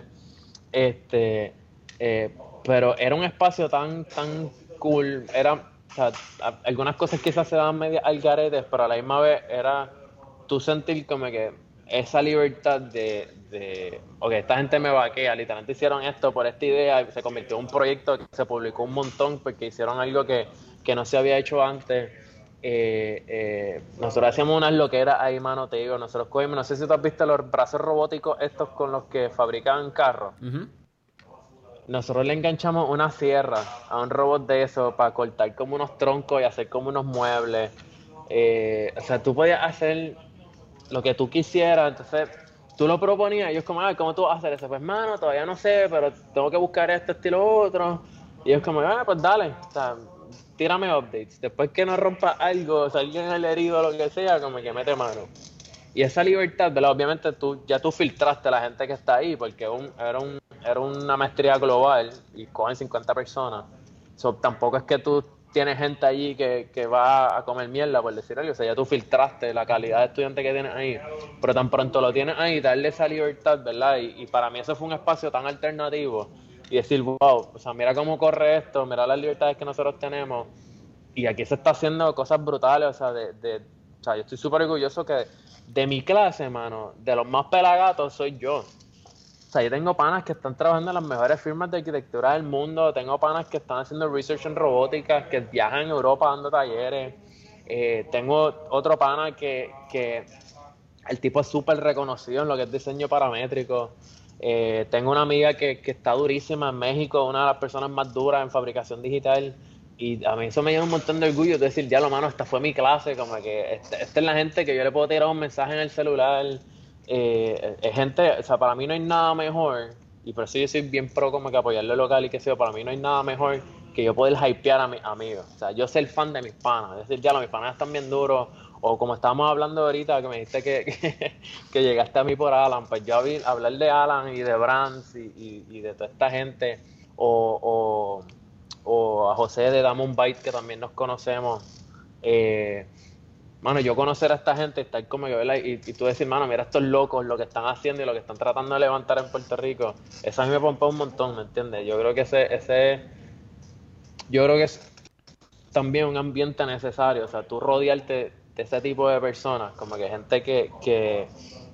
Este, eh, pero era un espacio tan, tan cool, era, o sea, a- algunas cosas quizás se daban media al garete, pero a la misma vez era tú sentir como que esa libertad de, de ok, esta gente me vaquea, literalmente hicieron esto por esta idea y se convirtió en un proyecto que se publicó un montón porque hicieron algo que, que no se había hecho antes. Eh, eh, nosotros hacíamos unas loqueras ahí, mano, te digo, nosotros cogimos, no sé si tú has visto los brazos robóticos estos con los que fabrican carros. Ujú. Nosotros le enganchamos una sierra a un robot de eso para cortar como unos troncos y hacer como unos muebles. Eh, o sea, tú podías hacer lo que tú quisieras, entonces tú lo proponías y ellos como, ah, ¿cómo tú vas a hacer eso? Pues, mano, todavía no sé, pero tengo que buscar esto, esto y lo otro. Y ellos como, ah, pues dale, o sea, tírame updates. Después que no rompa algo, o sea, alguien el herido o lo que sea, como que mete mano. Y esa libertad, ¿verdad? Obviamente tú, ya tú filtraste a la gente que está ahí, porque un, era, un, era una maestría global y cogen cincuenta personas. So, tampoco es que tú tienes gente allí que, que va a comer mierda, por decir algo. O sea, ya tú filtraste la calidad de estudiante que tienes ahí. Pero tan pronto lo tienes ahí, darle esa libertad, ¿verdad? Y, y para mí eso fue un espacio tan alternativo. Y decir, wow, o sea, mira cómo corre esto, mira las libertades que nosotros tenemos. Y aquí se está haciendo cosas brutales, o sea, de, de o sea, yo estoy súper orgulloso que de mi clase, mano, de los más pelagatos soy yo. O sea, yo tengo panas que están trabajando en las mejores firmas de arquitectura del mundo, tengo panas que están haciendo research en robótica, que viajan en Europa dando talleres. Eh, tengo otro pana que, que el tipo es súper reconocido en lo que es diseño paramétrico. Eh, tengo una amiga que, que está durísima en México, una de las personas más duras en fabricación digital. Y a mí eso me llena un montón de orgullo de decir, ya lo mano, esta fue mi clase, como que esta, esta es la gente que yo le puedo tirar un mensaje en el celular. Eh, es gente, o sea, para mí no hay nada mejor, y por eso yo soy bien pro como que apoyarlo local y que sea, para mí no hay nada mejor que yo poder hypear a mis amigos. O sea, yo ser fan de mis panas, es decir, ya lo, mis panas están bien duros, o como estábamos hablando ahorita, que me dijiste que, que, que llegaste a mí por Alan, pues yo vi, hablar de Alan y de Brands y, y, y de toda esta gente, o, o, o a José de Dame un Bite, que también nos conocemos. Eh, Mano, yo conocer a esta gente, estar como yo, ¿verdad? Y, y tú decir, mano, mira estos locos, lo que están haciendo y lo que están tratando de levantar en Puerto Rico, eso a mí me pompea un montón, ¿me entiendes? Yo creo que ese, ese, yo creo que es también un ambiente necesario, o sea, tú rodearte de ese tipo de personas, como que gente que, que,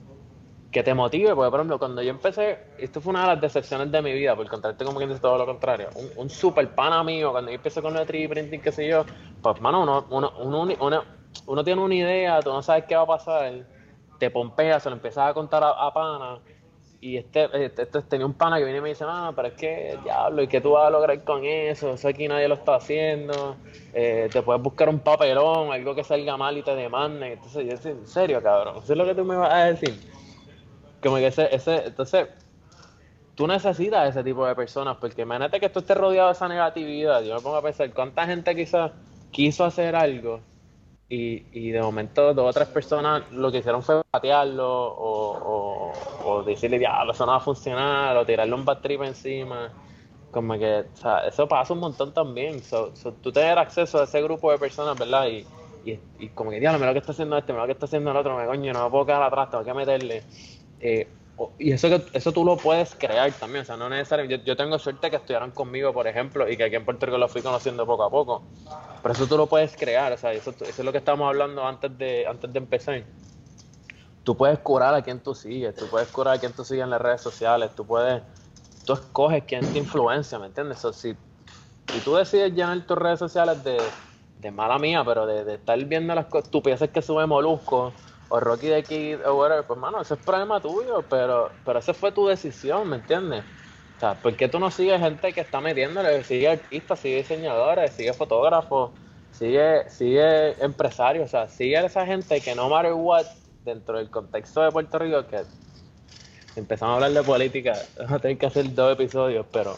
que te motive, porque por ejemplo, cuando yo empecé, esto fue una de las decepciones de mi vida, por contarte como quien dice todo lo contrario, un, un super pana mío, cuando yo empecé con lo de tres D printing, qué sé yo, pues mano, uno, uno, uno, uno, uno tiene una idea, tú no sabes qué va a pasar, te pompeas, se lo empiezas a contar a, a pana, y este, este, este tenía un pana que viene y me dice, ah, pero es que, diablo, ¿y qué tú vas a lograr con eso? Eso aquí nadie lo está haciendo, eh, te puedes buscar un papelón, algo que salga mal y te demanden, entonces yo decía, en serio, cabrón, ¿eso es lo que tú me vas a decir? Como que ese, ese, entonces, tú necesitas ese tipo de personas, porque imagínate que tú estés rodeado de esa negatividad. Yo me pongo a pensar, ¿cuánta gente quizás quiso hacer algo y, y de momento dos o tres personas lo que hicieron fue patearlo o, o, o decirle, diablo, eso no va a funcionar, o tirarle un bad trip encima? Como que, o sea, eso pasa un montón también. So, so, tú tener acceso a ese grupo de personas, ¿verdad? Y, y, y como que, diablo, mira lo que está haciendo este, mira lo que está haciendo el otro, me coño, no me puedo quedar atrás, tengo que meterle. Eh, y eso que eso tú lo puedes crear también, o sea, no necesariamente. Yo, yo tengo suerte que estudiaron conmigo, por ejemplo, y que aquí en Puerto Rico lo fui conociendo poco a poco. Pero eso tú lo puedes crear, o sea, eso, eso es lo que estábamos hablando antes de, antes de empezar. Tú puedes curar a quien tú sigues, tú puedes curar a quien tú sigues en las redes sociales, tú puedes, tú escoges quién te influencia, ¿me entiendes? O sea, si, si tú decides llenar tus redes sociales de, de mala mía, pero de, de estar viendo las estupideces que sube Molusco, o Rocky the Kid o whatever, pues mano, ese es problema tuyo, pero, pero esa fue tu decisión, ¿me entiendes? O sea, ¿por qué tú no sigues gente que está metiéndole? Sigue artistas, sigue diseñadores, sigue fotógrafos, sigue, sigue empresarios, o sea, sigue a esa gente que no matter what, dentro del contexto de Puerto Rico, que empezamos a hablar de política, vamos a tener que hacer dos episodios, pero,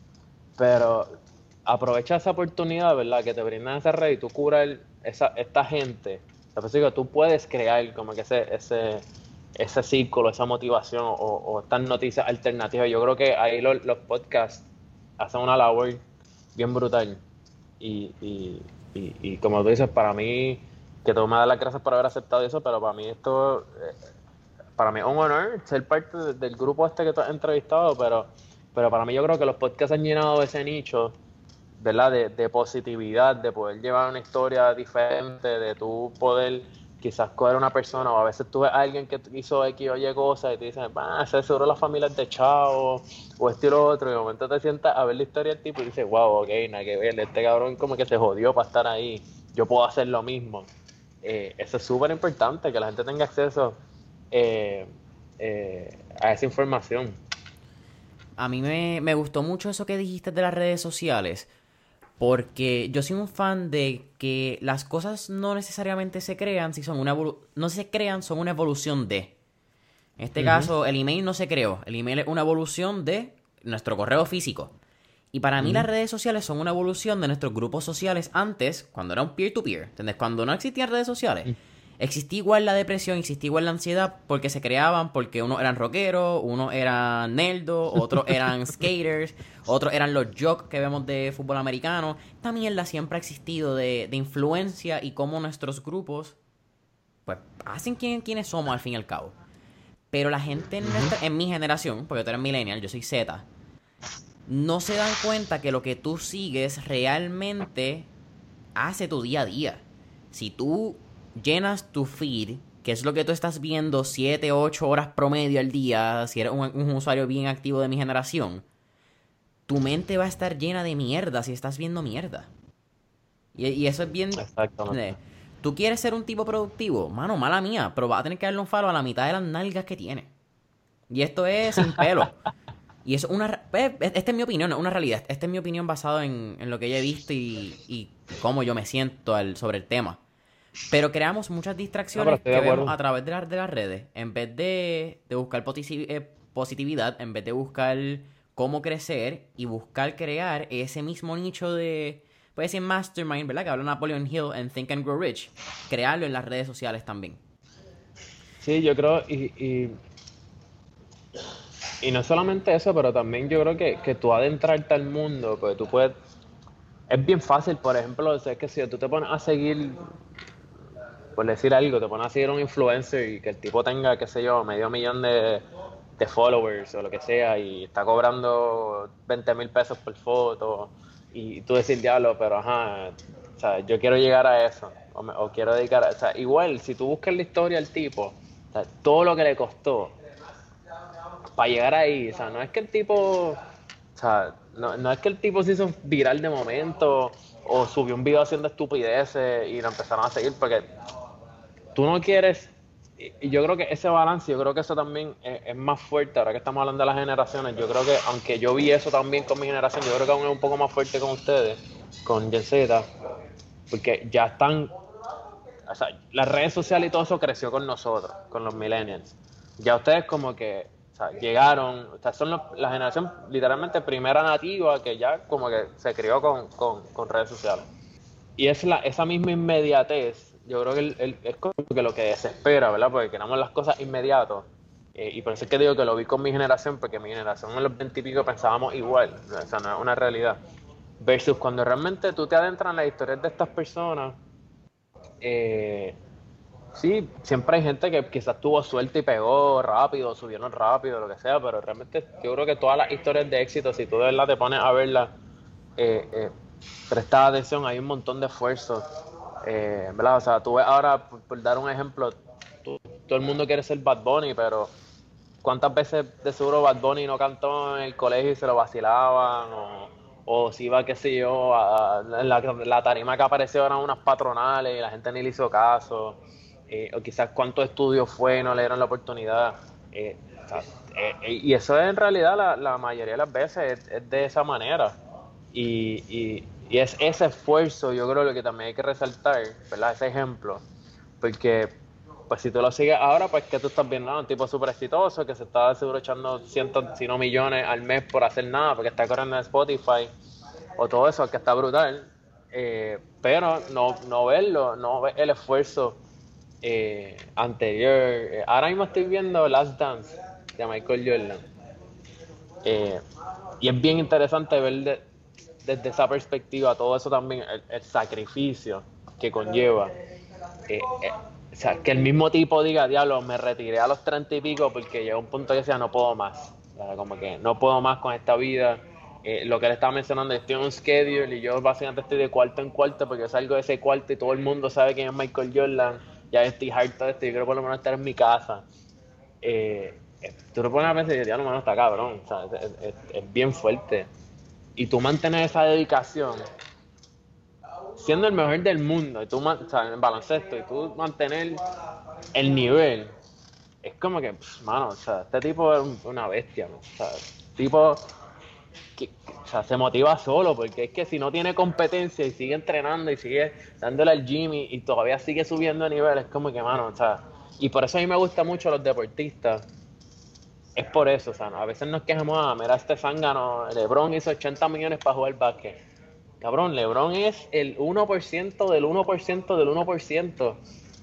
pero aprovecha esa oportunidad, ¿verdad? Que te brindan esa red y tú curas esa, esta gente. O sea, pues, tú puedes crear como que ese, ese, ese círculo, esa motivación o, o estas noticias alternativas. Yo creo que ahí los, los podcasts hacen una labor bien brutal. Y, y, y, y como tú dices, para mí, que tú me das las gracias por haber aceptado eso, pero para mí esto, eh, para mí es un honor ser parte de, del grupo este que tú has entrevistado, pero, pero para mí yo creo que los podcasts han llenado ese nicho, ¿verdad? De, de positividad, de poder llevar una historia diferente, de tú poder quizás coger a una persona, o a veces tú ves a alguien que hizo X o Y cosas y te dicen, ah, ese seguro la familia es de chavo, o esto y lo otro, y de momento te sientas a ver la historia del tipo y dices, wow, ok, nada que ver, este cabrón como que se jodió para estar ahí, yo puedo hacer lo mismo. Eh, eso es súper importante, que la gente tenga acceso eh, eh, a esa información. A mí me, me gustó mucho eso que dijiste de las redes sociales, porque yo soy un fan de que las cosas no necesariamente se crean, si son una evolu- no se crean, son una evolución de. En este Uh-huh. caso, el email no se creó, el email es una evolución de nuestro correo físico. Y para mí Uh-huh. las redes sociales son una evolución de nuestros grupos sociales antes, cuando era un peer-to-peer, ¿entendés? Cuando no existían redes sociales. Uh-huh. Existía igual la depresión, existía igual la ansiedad, porque se creaban, porque unos eran rockeros, unos eran nerdos, otros eran skaters, otros eran los jocks que vemos de fútbol americano. Esta mierda siempre ha existido de, de influencia y cómo nuestros grupos, pues, hacen quién, quiénes somos al fin y al cabo. Pero la gente en, nuestra, en mi generación, porque tú eres millennial, yo soy Z, no se dan cuenta que lo que tú sigues realmente hace tu día a día. Si tú llenas tu feed, que es lo que tú estás viendo siete, ocho horas promedio al día, si eres un, un usuario bien activo de mi generación, tu mente va a estar llena de mierda si estás viendo mierda. Y, y eso es bien... Exactamente. Eh, ¿Tú quieres ser un tipo productivo? Mano, mala mía, pero vas a tener que darle un falo a la mitad de las nalgas que tiene. Y esto es sin pelo. Y eso es una... Esta es mi opinión, no es una realidad. Esta es mi opinión basada en, en lo que yo he visto y, y cómo yo me siento al, sobre el tema. Pero creamos muchas distracciones no, que vemos a través de, la, de las redes. En vez de, de buscar posi- eh, positividad, en vez de buscar cómo crecer y buscar crear ese mismo nicho de... Puede ser Mastermind, ¿verdad? Que habla Napoleon Hill en Think and Grow Rich. Crearlo en las redes sociales también. Sí, yo creo, y, y, y no solamente eso, pero también yo creo que, que tú adentrarte al mundo, pues tú puedes... Es bien fácil, por ejemplo, es que si tú te pones a seguir, por decir algo, te pones a seguir a un influencer y que el tipo tenga, qué sé yo, medio millón de, de followers o lo que sea y está cobrando veinte mil pesos por foto y tú decir, diablo, pero ajá, o sea, yo quiero llegar a eso o, me, o quiero dedicar a... O sea, igual, si tú buscas la historia del tipo, o sea, todo lo que le costó para llegar ahí, o sea, no es que el tipo... O sea, no, no es que el tipo se hizo viral de momento o subió un video haciendo estupideces y lo empezaron a seguir porque tú no quieres, y yo creo que ese balance, yo creo que eso también es, es más fuerte ahora que estamos hablando de las generaciones. Yo creo que, aunque yo vi eso también con mi generación, yo creo que aún es un poco más fuerte con ustedes, con Gen Z, porque ya están, o sea, las redes sociales y todo eso creció con nosotros, con los millennials. Ya ustedes como que, o sea, llegaron, o sea, son los, la generación literalmente primera nativa que ya como que se crió con, con, con redes sociales. Y es la, esa misma inmediatez, yo creo que el, el, es como que lo que desespera, ¿verdad? Porque queremos las cosas inmediatas. Eh, y por eso es que digo que lo vi con mi generación, porque mi generación en los veinte y pico pensábamos igual, o sea, no es una realidad. Versus cuando realmente tú te adentras en las historias de estas personas, eh, sí, siempre hay gente que quizás tuvo suerte y pegó rápido, subieron rápido, lo que sea, pero realmente yo creo que todas las historias de éxito, si tú de verdad te pones a verlas, eh, eh, prestas atención, hay un montón de esfuerzo, eh, ¿verdad? O sea, tú ves ahora, por, por dar un ejemplo, tú, todo el mundo quiere ser Bad Bunny, pero ¿cuántas veces de seguro Bad Bunny no cantó en el colegio y se lo vacilaban? O, o si iba, qué sé yo, a, a la, la tarima que apareció eran unas patronales y la gente ni le hizo caso. eh, o quizás cuántos estudios fue y no le dieron la oportunidad. Eh, o sea, eh, eh, y eso en realidad la, la mayoría de las veces es, es de esa manera. Y, y, y es ese esfuerzo, yo creo, lo que también hay que resaltar, ¿verdad? Ese ejemplo. Porque, pues si tú lo sigues ahora, pues que tú estás viendo, ¿no? Un tipo súper exitoso que se está seguro echando cientos, si no millones al mes por hacer nada, porque está corriendo en Spotify, o todo eso, que está brutal. Eh, pero no, no verlo, no ver el esfuerzo eh, anterior. Eh, ahora mismo estoy viendo Last Dance de Michael Jordan. Eh, y es bien interesante ver de, desde esa perspectiva todo eso también, el, el sacrificio que conlleva. Eh, eh, o sea, que el mismo tipo diga, diablo, me retiré a los treinta y pico porque llegó un punto que decía, no puedo más. O sea, como que no puedo más con esta vida. Eh, lo que él estaba mencionando, estoy en un schedule y yo básicamente estoy de cuarto en cuarto porque yo salgo de ese cuarto y todo el mundo sabe quién es Michael Jordan. Ya estoy harto de esto y quiero por lo menos estar en mi casa. Eh, tú lo pones a pensar y dices, no, mano, está cabrón. O sea, es, es, es bien fuerte. Y tú mantener esa dedicación siendo el mejor del mundo, y tú, o sea, en baloncesto, y tú mantener el nivel, es como que, pff, mano, o sea, este tipo es un, una bestia, ¿no? O sea, tipo que, que, o sea, se motiva solo, porque es que si no tiene competencia y sigue entrenando y sigue dándole al gym y, y todavía sigue subiendo de nivel, es como que, mano, o sea, y por eso a mí me gustan mucho los deportistas. Es por eso, o sea, a veces nos quejamos, ah, mira este zángano, LeBron hizo ochenta millones para jugar básquet. Cabrón, LeBron es el uno por ciento del uno por ciento del uno por ciento.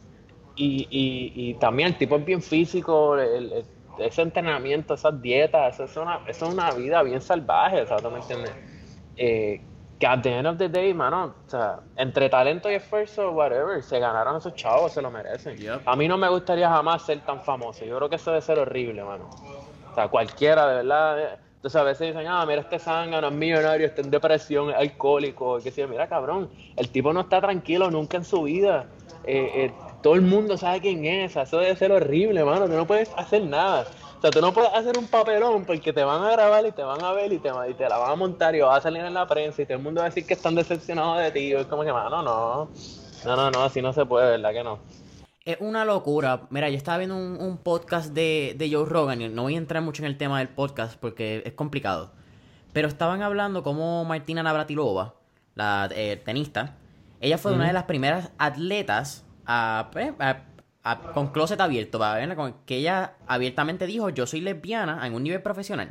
Y, y, y también el tipo es bien físico, el, el, ese entrenamiento, esas dietas, eso es, una, eso es una vida bien salvaje, o sea, ¿tú me entiendes? Eh, que at the end of the day, mano, o sea, entre talento y esfuerzo, whatever, se ganaron esos chavos, se lo merecen. Yep. A mí no me gustaría jamás ser tan famoso, yo creo que eso debe ser horrible, mano. O sea, cualquiera, de verdad. Entonces a veces dicen, ah, mira este zángano, es millonario, está en depresión, es alcohólico, qué sé yo. Mira, cabrón, el tipo no está tranquilo nunca en su vida. Eh, eh, todo el mundo sabe quién es, eso debe ser horrible, mano, tú no puedes hacer nada. O sea, tú no puedes hacer un papelón porque te van a grabar y te van a ver y te, y te la van a montar y vas a salir en la prensa y todo el mundo va a decir que están decepcionados de ti. Es como que, mano, no, no, no, no, así no se puede, ¿verdad que no? Es una locura. Mira, yo estaba viendo un, un podcast de, de Joe Rogan y no voy a entrar mucho en el tema del podcast porque es complicado. Pero estaban hablando como Martina Navratilova, la eh, tenista, ella fue Uh una de -huh. las primeras atletas a, pues, a, a, con closet abierto, ¿vale? Que ella abiertamente dijo, yo soy lesbiana en un nivel profesional.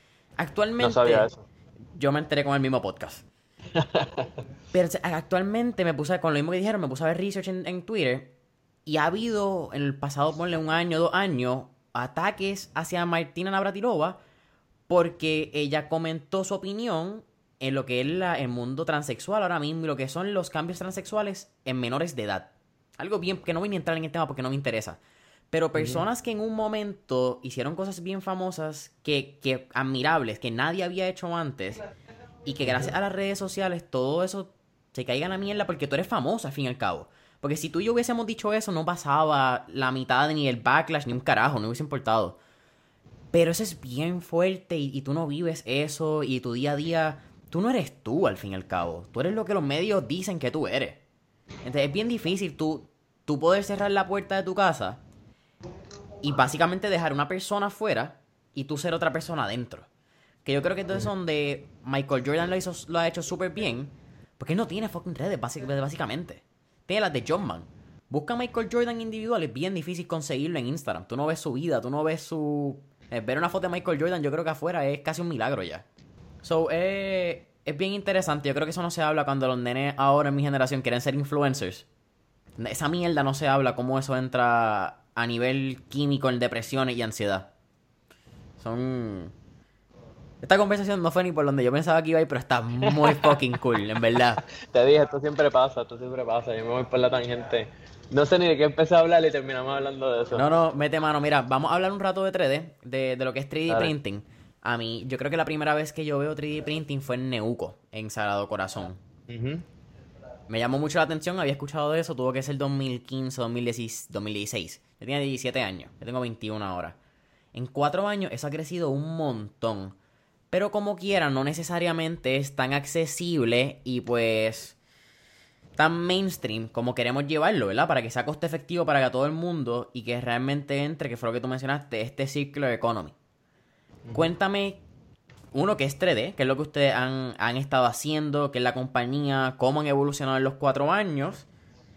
No sabía Actualmente, eso. yo me enteré con el mismo podcast. Pero actualmente me puse, con lo mismo que dijeron, me puse a ver research en, en Twitter. Y ha habido, en el pasado, ponle un año, dos años, ataques hacia Martina Navratilova porque ella comentó su opinión en lo que es la, el mundo transexual ahora mismo y lo que son los cambios transexuales en menores de edad. Algo bien que no voy ni a entrar en el tema porque no me interesa. Pero personas uh-huh. que en un momento hicieron cosas bien famosas, que, que admirables, que nadie había hecho antes, y que gracias a las redes sociales todo eso se caiga en la mierda porque tú eres famosa al fin y al cabo. Porque si tú y yo hubiésemos dicho eso, no pasaba la mitad ni el backlash ni un carajo, no hubiese importado. Pero eso es bien fuerte y, y tú no vives eso y tu día a día, tú no eres tú al fin y al cabo. Tú eres lo que los medios dicen que tú eres. Entonces es bien difícil tú, tú poder cerrar la puerta de tu casa y básicamente dejar una persona afuera y tú ser otra persona adentro. Que yo creo que entonces es donde Michael Jordan lo, hizo, lo ha hecho súper bien. Porque él no tiene fucking redes, básicamente. Tiene las de Jumpman. Busca a Michael Jordan individual, es bien difícil conseguirlo en Instagram. Tú no ves su vida, tú no ves su... Eh, ver una foto de Michael Jordan, yo creo que afuera es casi un milagro ya. So, eh, es bien interesante. Yo creo que eso no se habla cuando los nenes ahora en mi generación quieren ser influencers. Esa mierda no se habla, cómo eso entra a nivel químico en depresiones y ansiedad. Son... Esta conversación no fue ni por donde yo pensaba que iba a ir, pero está muy fucking cool, en verdad. Te dije, esto siempre pasa, esto siempre pasa. Yo me voy por la tangente. No sé ni de qué empecé a hablar y terminamos hablando de eso. No, no, mete mano. Mira, vamos a hablar un rato de tres D, de, de lo que es tres D Dale. Printing. A mí, yo creo que la primera vez que yo veo tres D Printing fue en Neuco, en Sagrado Corazón. Uh-huh. Me llamó mucho la atención, había escuchado de eso, tuvo que ser dos mil quince, dos mil dieciséis. Yo tenía diecisiete años, yo tengo veintiuno ahora. En cuatro años eso ha crecido un montón. Pero como quiera, no necesariamente es tan accesible y pues... tan mainstream como queremos llevarlo, ¿verdad? Para que sea coste efectivo para todo el mundo y que realmente entre, que fue lo que tú mencionaste, este circular economy. Uh-huh. Cuéntame, uno, qué es tres D, qué es lo que ustedes han, han estado haciendo, qué es la compañía, cómo han evolucionado en los cuatro años.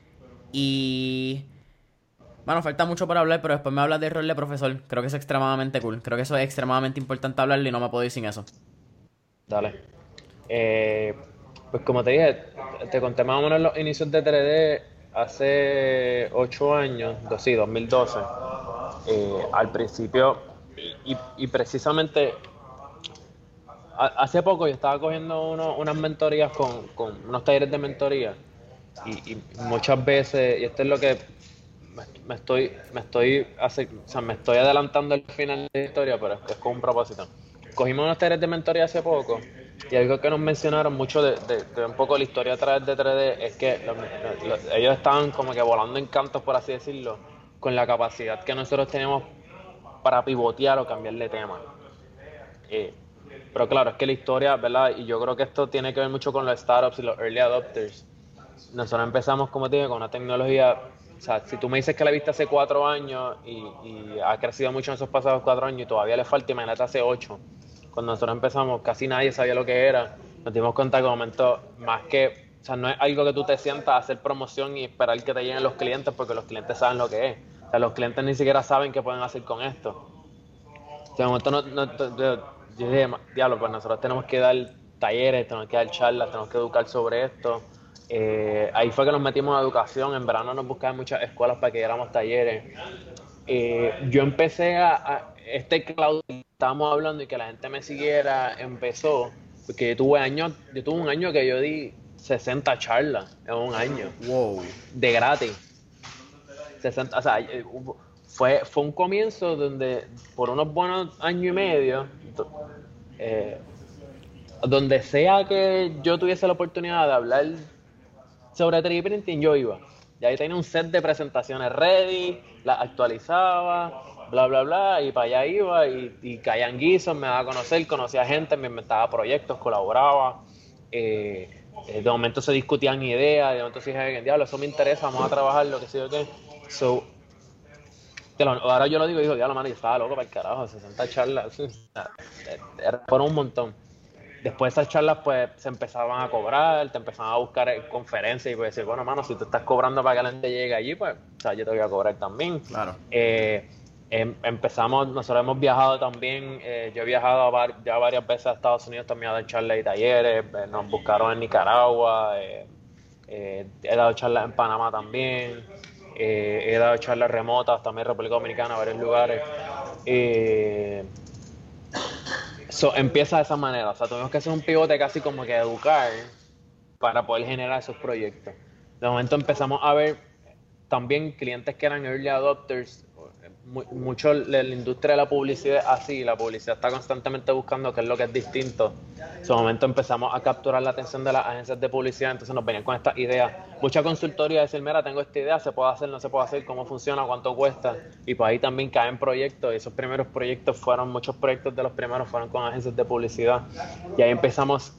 Y... bueno, falta mucho por hablar, pero después me hablas del rol de profesor. Creo que eso es extremadamente cool. Creo que eso es extremadamente importante hablarlo y no me puedo ir sin eso. Dale. Eh, pues como te dije, te conté más o menos los inicios de tres D hace ocho años, sí, dos mil doce. Eh, al principio, y, y precisamente a, hace poco yo estaba cogiendo uno, unas mentorías con, con unos talleres de mentoría y, y muchas veces, y esto es lo que me, me estoy me estoy hace, o sea, me estoy adelantando al final de la historia, pero es, es con un propósito. Cogimos unos talleres de mentoría hace poco y algo que nos mencionaron mucho de, de, de un poco la historia a través de tres D es que lo, lo, ellos estaban como que volando en cantos, por así decirlo, con la capacidad que nosotros tenemos para pivotear o cambiar de tema. Eh, pero claro, es que la historia, ¿verdad? Y yo creo que esto tiene que ver mucho con los startups y los early adopters. Nosotros empezamos, como te dije, con una tecnología. O sea, si tú me dices que la viste hace cuatro años y, y ha crecido mucho en esos pasados cuatro años y todavía le falta, imagínate, hace ocho. Cuando nosotros empezamos, casi nadie sabía lo que era. Nos dimos cuenta que en momento, más que, o sea, no es algo que tú te sientas a hacer promoción y esperar que te lleguen los clientes porque los clientes saben lo que es. O sea, los clientes ni siquiera saben qué pueden hacer con esto. O sea, en momento no, no, yo, yo dije, diablo, pues nosotros tenemos que dar talleres, tenemos que dar charlas, tenemos que educar sobre esto. Eh, ahí fue que nos metimos en educación. En verano nos buscaban muchas escuelas para que diéramos talleres. Eh, yo empecé a, a este cloud que estábamos hablando y que la gente me siguiera, empezó porque yo tuve años, yo tuve un año que yo di sesenta charlas en un año. Wow. De gratis. sesenta, o sea, fue, fue un comienzo donde por unos buenos años y medio, eh, donde sea que yo tuviese la oportunidad de hablar sobre tres D printing, yo iba. Y ahí tenía un set de presentaciones ready, las actualizaba, bla, bla, bla, y para allá iba, y, y caían guisos, me daba a conocer, conocía gente, me inventaba proyectos, colaboraba. Eh, eh, de momento se discutían ideas, de momento se dije, diablo, eso me interesa, vamos a trabajar, lo que sé yo qué. So, ahora yo lo digo, digo, diablo, mano, yo estaba loco para el carajo, sesenta charlas, fueron un montón. Después de esas charlas, pues, se empezaban a cobrar, te empezaban a buscar conferencias y pues decir, bueno, mano, si tú estás cobrando para que la gente llegue allí, pues, o sea, yo te voy a cobrar también. Claro. Eh, em, empezamos, nosotros hemos viajado también, eh, yo he viajado a var, ya varias veces a Estados Unidos también a dar charlas y talleres, eh, nos buscaron en Nicaragua, eh, eh, he dado charlas en Panamá también, eh, he dado charlas remotas también en República Dominicana, a varios lugares. Eh, So, empieza de esa manera, o sea, tuvimos que hacer un pivote casi como que educar para poder generar esos proyectos. De momento empezamos a ver también clientes que eran early adopters, mucho de la industria de la publicidad así, la publicidad está constantemente buscando qué es lo que es distinto. En su momento empezamos a capturar la atención de las agencias de publicidad, entonces nos venían con estas ideas. Mucha consultoría, decir, mira, tengo esta idea, se puede hacer, no se puede hacer, cómo funciona, cuánto cuesta, y pues ahí también caen proyectos, y esos primeros proyectos fueron, muchos proyectos de los primeros fueron con agencias de publicidad, y ahí empezamos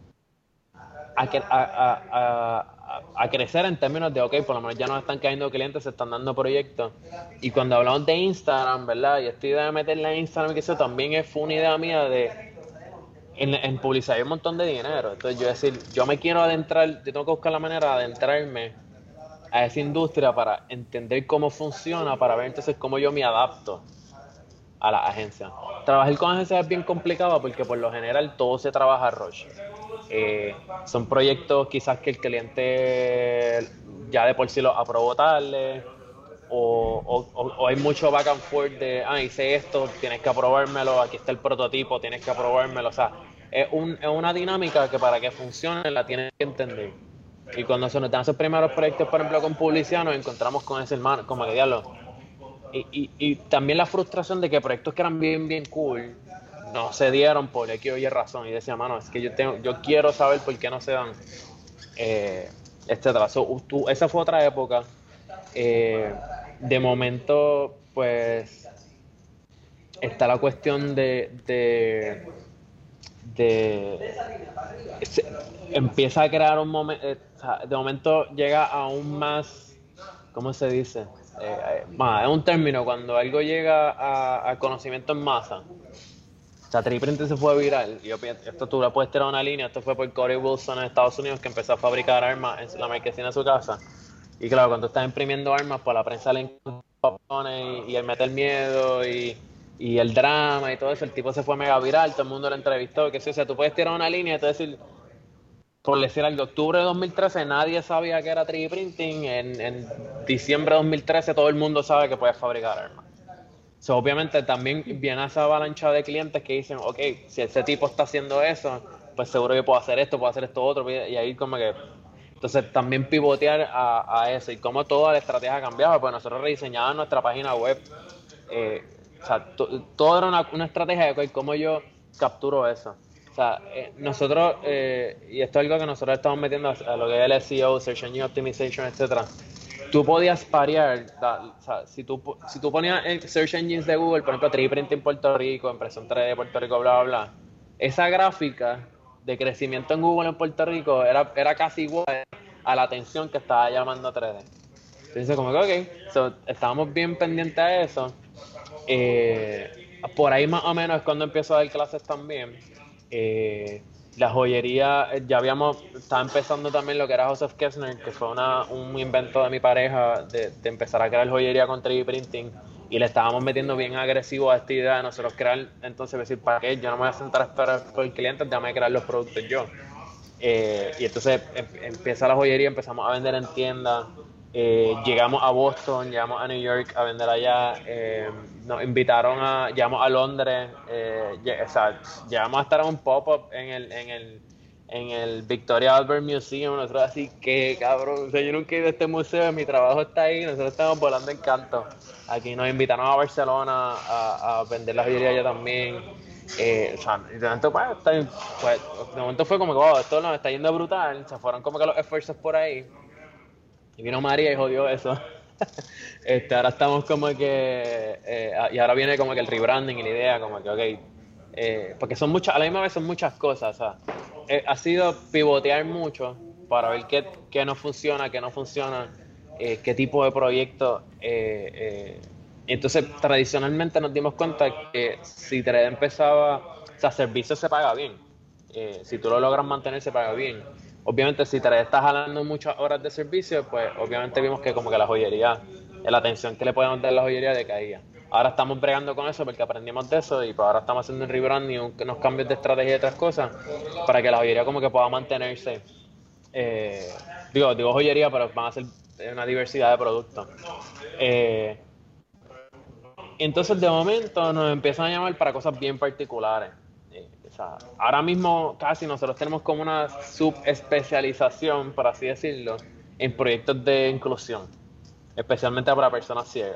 a, a, a, a crecer en términos de, ok, por lo menos ya nos están cayendo clientes, se están dando proyectos. Y cuando hablamos de Instagram, ¿verdad? Y esta idea de meterla en Instagram, que eso también es, fue una idea mía de, en, en publicidad hay un montón de dinero. Entonces yo decir, yo me quiero adentrar, yo tengo que buscar la manera de adentrarme a esa industria para entender cómo funciona, para ver entonces cómo yo me adapto a la agencia. Trabajar con agencias es bien complicado porque por lo general todo se trabaja a rush. Eh, son proyectos quizás que el cliente ya de por sí lo aprobó tarde o, o, o hay mucho back and forth de, ah, hice esto, tienes que aprobármelo, aquí está el prototipo, tienes que aprobármelo, o sea, es, un, es una dinámica que para que funcione la tienes que entender. Y cuando se nos dan esos primeros proyectos, por ejemplo, con publicidad, nos encontramos con ese hermano, como que diablo. Y, y, y también la frustración de que proyectos que eran bien, bien cool no se dieron por X o Y razón. Y decía, mano, es que yo tengo, yo quiero saber por qué no se dan, eh, etcétera. So, tú, esa fue otra época. Eh, de momento, pues, está la cuestión de, de de se- empieza a crear un momento, de momento llega aún más, ¿cómo se dice? Eh, eh, ma, es un término cuando algo llega a, a conocimiento en masa. O sea, tres Printing se fue viral. Y yo pienso, esto tú le puedes tirar una línea. Esto fue por Corey Wilson en Estados Unidos, que empezó a fabricar armas en la marquesina de su casa. Y claro, cuando estás imprimiendo armas, pues la prensa le encanta y, y el meter miedo y, y el drama y todo eso. El tipo se fue mega viral, todo el mundo lo entrevistó. Que sí, o sea, tú puedes tirar una línea y te decir, por decir algo, octubre de dos mil trece nadie sabía que era tres D Printing. En, en diciembre de dos mil trece todo el mundo sabe que puedes fabricar armas. So, obviamente también viene esa avalancha de clientes que dicen, ok, si ese tipo está haciendo eso, pues seguro yo puedo hacer esto, puedo hacer esto otro, y ahí como que... Entonces también pivotear a, a eso y cómo toda la estrategia cambiaba, pues nosotros rediseñábamos nuestra página web, eh, o sea, to, todo era una, una estrategia de cómo yo capturo eso. O sea, eh, nosotros, eh, y esto es algo que nosotros estamos metiendo a, a lo que es el S E O, Search Engine Optimization, etcétera. Tú podías parear, da, o sea, si tú, si tú ponías en Search Engines de Google, por ejemplo, tres D Printing Puerto Rico, impresión tres D de Puerto Rico, bla, bla, bla, esa gráfica de crecimiento en Google en Puerto Rico era, era casi igual a la atención que estaba llamando tres D. Entonces, como que, ok, so, estábamos bien pendientes a eso. Eh, por ahí más o menos es cuando empiezo a dar clases también. Eh, la joyería, eh, ya habíamos, estaba empezando también lo que era House of Kessner, que fue una, un invento de mi pareja de, de empezar a crear joyería con tres D Printing. Y le estábamos metiendo bien agresivo a esta idea de nosotros crear, entonces decir, ¿para qué? Yo no me voy a sentar a esperar por el cliente, déjame crear los productos yo. Eh, y entonces em, empieza la joyería, empezamos a vender en tiendas, eh, llegamos a Boston, llegamos a New York a vender allá, eh, nos invitaron a, llegamos a Londres, eh, lle- o sea, llegamos a estar en un pop-up en el, en el, en el Victoria Albert Museum, nosotros así, que cabrón, o sea, yo nunca he ido a este museo, mi trabajo está ahí, nosotros estamos volando en canto. Aquí nos invitaron a Barcelona a, a vender la joyería allá también. Eh, o sea, de momento, pues, está, pues, de momento fue como que, wow, esto nos está yendo brutal. Se fueron como que los esfuerzos por ahí. Y vino María y jodió eso. este, ahora estamos como que, eh, y ahora viene como que el rebranding y la idea, como que, ok, eh, porque son muchas, a la misma vez son muchas cosas. O sea, eh, ha sido pivotear mucho para ver qué, qué no funciona, qué no funciona, eh, qué tipo de proyecto. Eh, eh, entonces, tradicionalmente nos dimos cuenta que si tres D empezaba, o sea, servicio se paga bien. Eh, si tú lo logras mantener, se paga bien. Obviamente, si te estás jalando muchas horas de servicio, pues obviamente vimos que como que la joyería, la atención que le podemos dar a la joyería decaía. Ahora estamos bregando con eso porque aprendimos de eso y pues ahora estamos haciendo un rebranding, un- unos cambios de estrategia y otras cosas para que la joyería como que pueda mantenerse. Eh, digo, digo joyería, pero van a ser una diversidad de productos. Eh, entonces, de momento, nos empiezan a llamar para cosas bien particulares. Eh, o sea, ahora mismo casi nosotros tenemos como una subespecialización, por así decirlo, en proyectos de inclusión, especialmente para personas ciegas.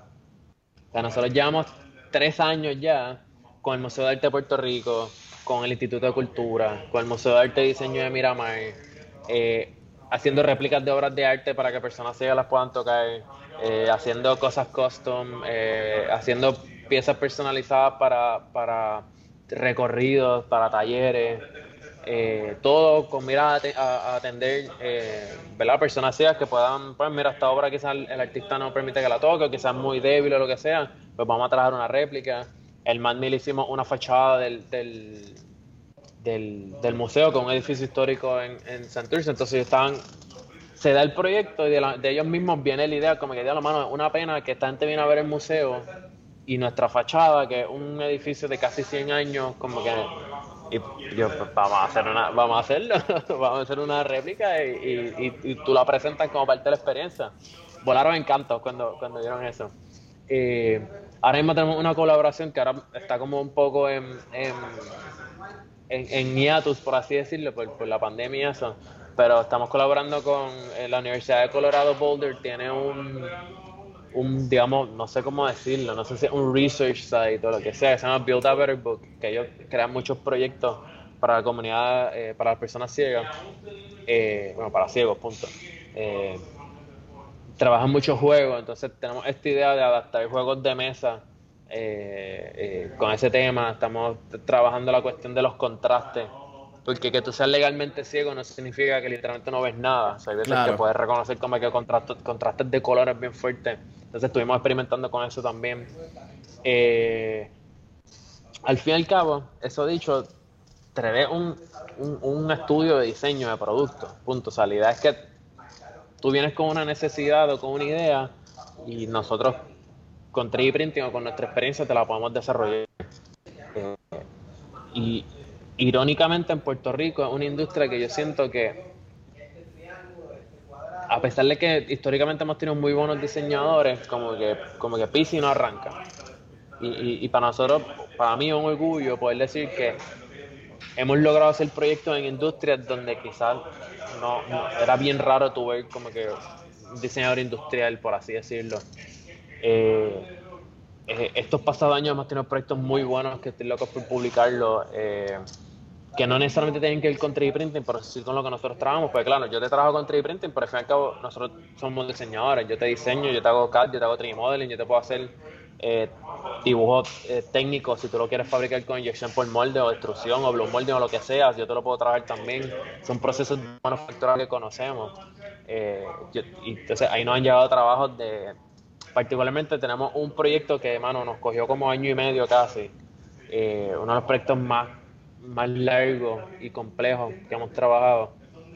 O sea, nosotros llevamos tres años ya con el Museo de Arte de Puerto Rico, con el Instituto de Cultura, con el Museo de Arte y Diseño de Miramar, eh, haciendo réplicas de obras de arte para que personas ciegas las puedan tocar, eh, haciendo cosas custom, eh, haciendo piezas personalizadas para, para recorridos, para talleres, eh, todo con miras a, a, a atender eh, ¿verdad? Personas ciegas que puedan, pues mira, esta obra quizás el, el artista no permite que la toque, o quizás es muy débil o lo que sea, pues vamos a trabajar una réplica. El Mad Mill hicimos una fachada del, del, del, del museo con un edificio histórico en, en Santurce, entonces ellos estaban, se da el proyecto y de, la, de ellos mismos viene la idea, como que de la mano, es una pena que esta gente viene a ver el museo y nuestra fachada, que es un edificio de casi cien años, como que y yo, pues, vamos a hacer una, vamos a hacerlo, vamos a hacer una réplica y, y, y, y tú la presentas como parte de la experiencia. Volaron encantos cuando, cuando vieron eso. Eh, ahora mismo tenemos una colaboración que ahora está como un poco en, en, en, en hiatus, por así decirlo, por, por la pandemia y eso. Pero estamos colaborando con eh, la Universidad de Colorado Boulder, tiene un, un, digamos, no sé cómo decirlo, no sé si es un research site o lo que sea, que se llama Build a Better Book, que ellos crean muchos proyectos para la comunidad, eh, para las personas ciegas, eh, bueno, para ciegos, punto. Eh, Trabajan muchos juegos, entonces tenemos esta idea de adaptar juegos de mesa eh, eh, con ese tema, estamos trabajando la cuestión de los contrastes, porque que tú seas legalmente ciego no significa que literalmente no ves nada, o sea, hay veces que Claro. puedes reconocer como que contrastes, contrastes de colores bien fuertes, entonces estuvimos experimentando con eso también. Eh, al fin y al cabo, eso dicho, tres D es un, un, un estudio de diseño de productos, punto, o sea, la idea es que tú vienes con una necesidad o con una idea y nosotros con tres D Printing o con nuestra experiencia te la podemos desarrollar. Eh, y irónicamente en Puerto Rico es una industria que yo siento que, a pesar de que históricamente hemos tenido muy buenos diseñadores, como que, como que P C no arranca. Y, y, y para nosotros, para mí es un orgullo poder decir que hemos logrado hacer proyectos en industrias donde quizás no, no era bien raro tu ver como que un diseñador industrial, por así decirlo. Eh, eh, estos pasados años hemos tenido proyectos muy buenos que estoy loco por publicarlos, eh, que no necesariamente tienen que ir con tres D Printing, pero sí con lo que nosotros trabajamos. Pues claro, yo te trabajo con tres D Printing, pero al fin y al cabo nosotros somos diseñadores. Yo te diseño, yo te hago C A D, yo te hago tres D Modeling, yo te puedo hacer eh, dibujos eh, técnicos si tú lo quieres fabricar con inyección por molde o extrusión o blow molding o lo que sea, yo te lo puedo trabajar también. Son procesos de manufactura que conocemos. Eh, yo, y entonces ahí nos han llegado trabajos de... Particularmente tenemos un proyecto que, mano, nos cogió como año y medio casi. Eh, uno de los proyectos más, más largos y complejos que hemos trabajado.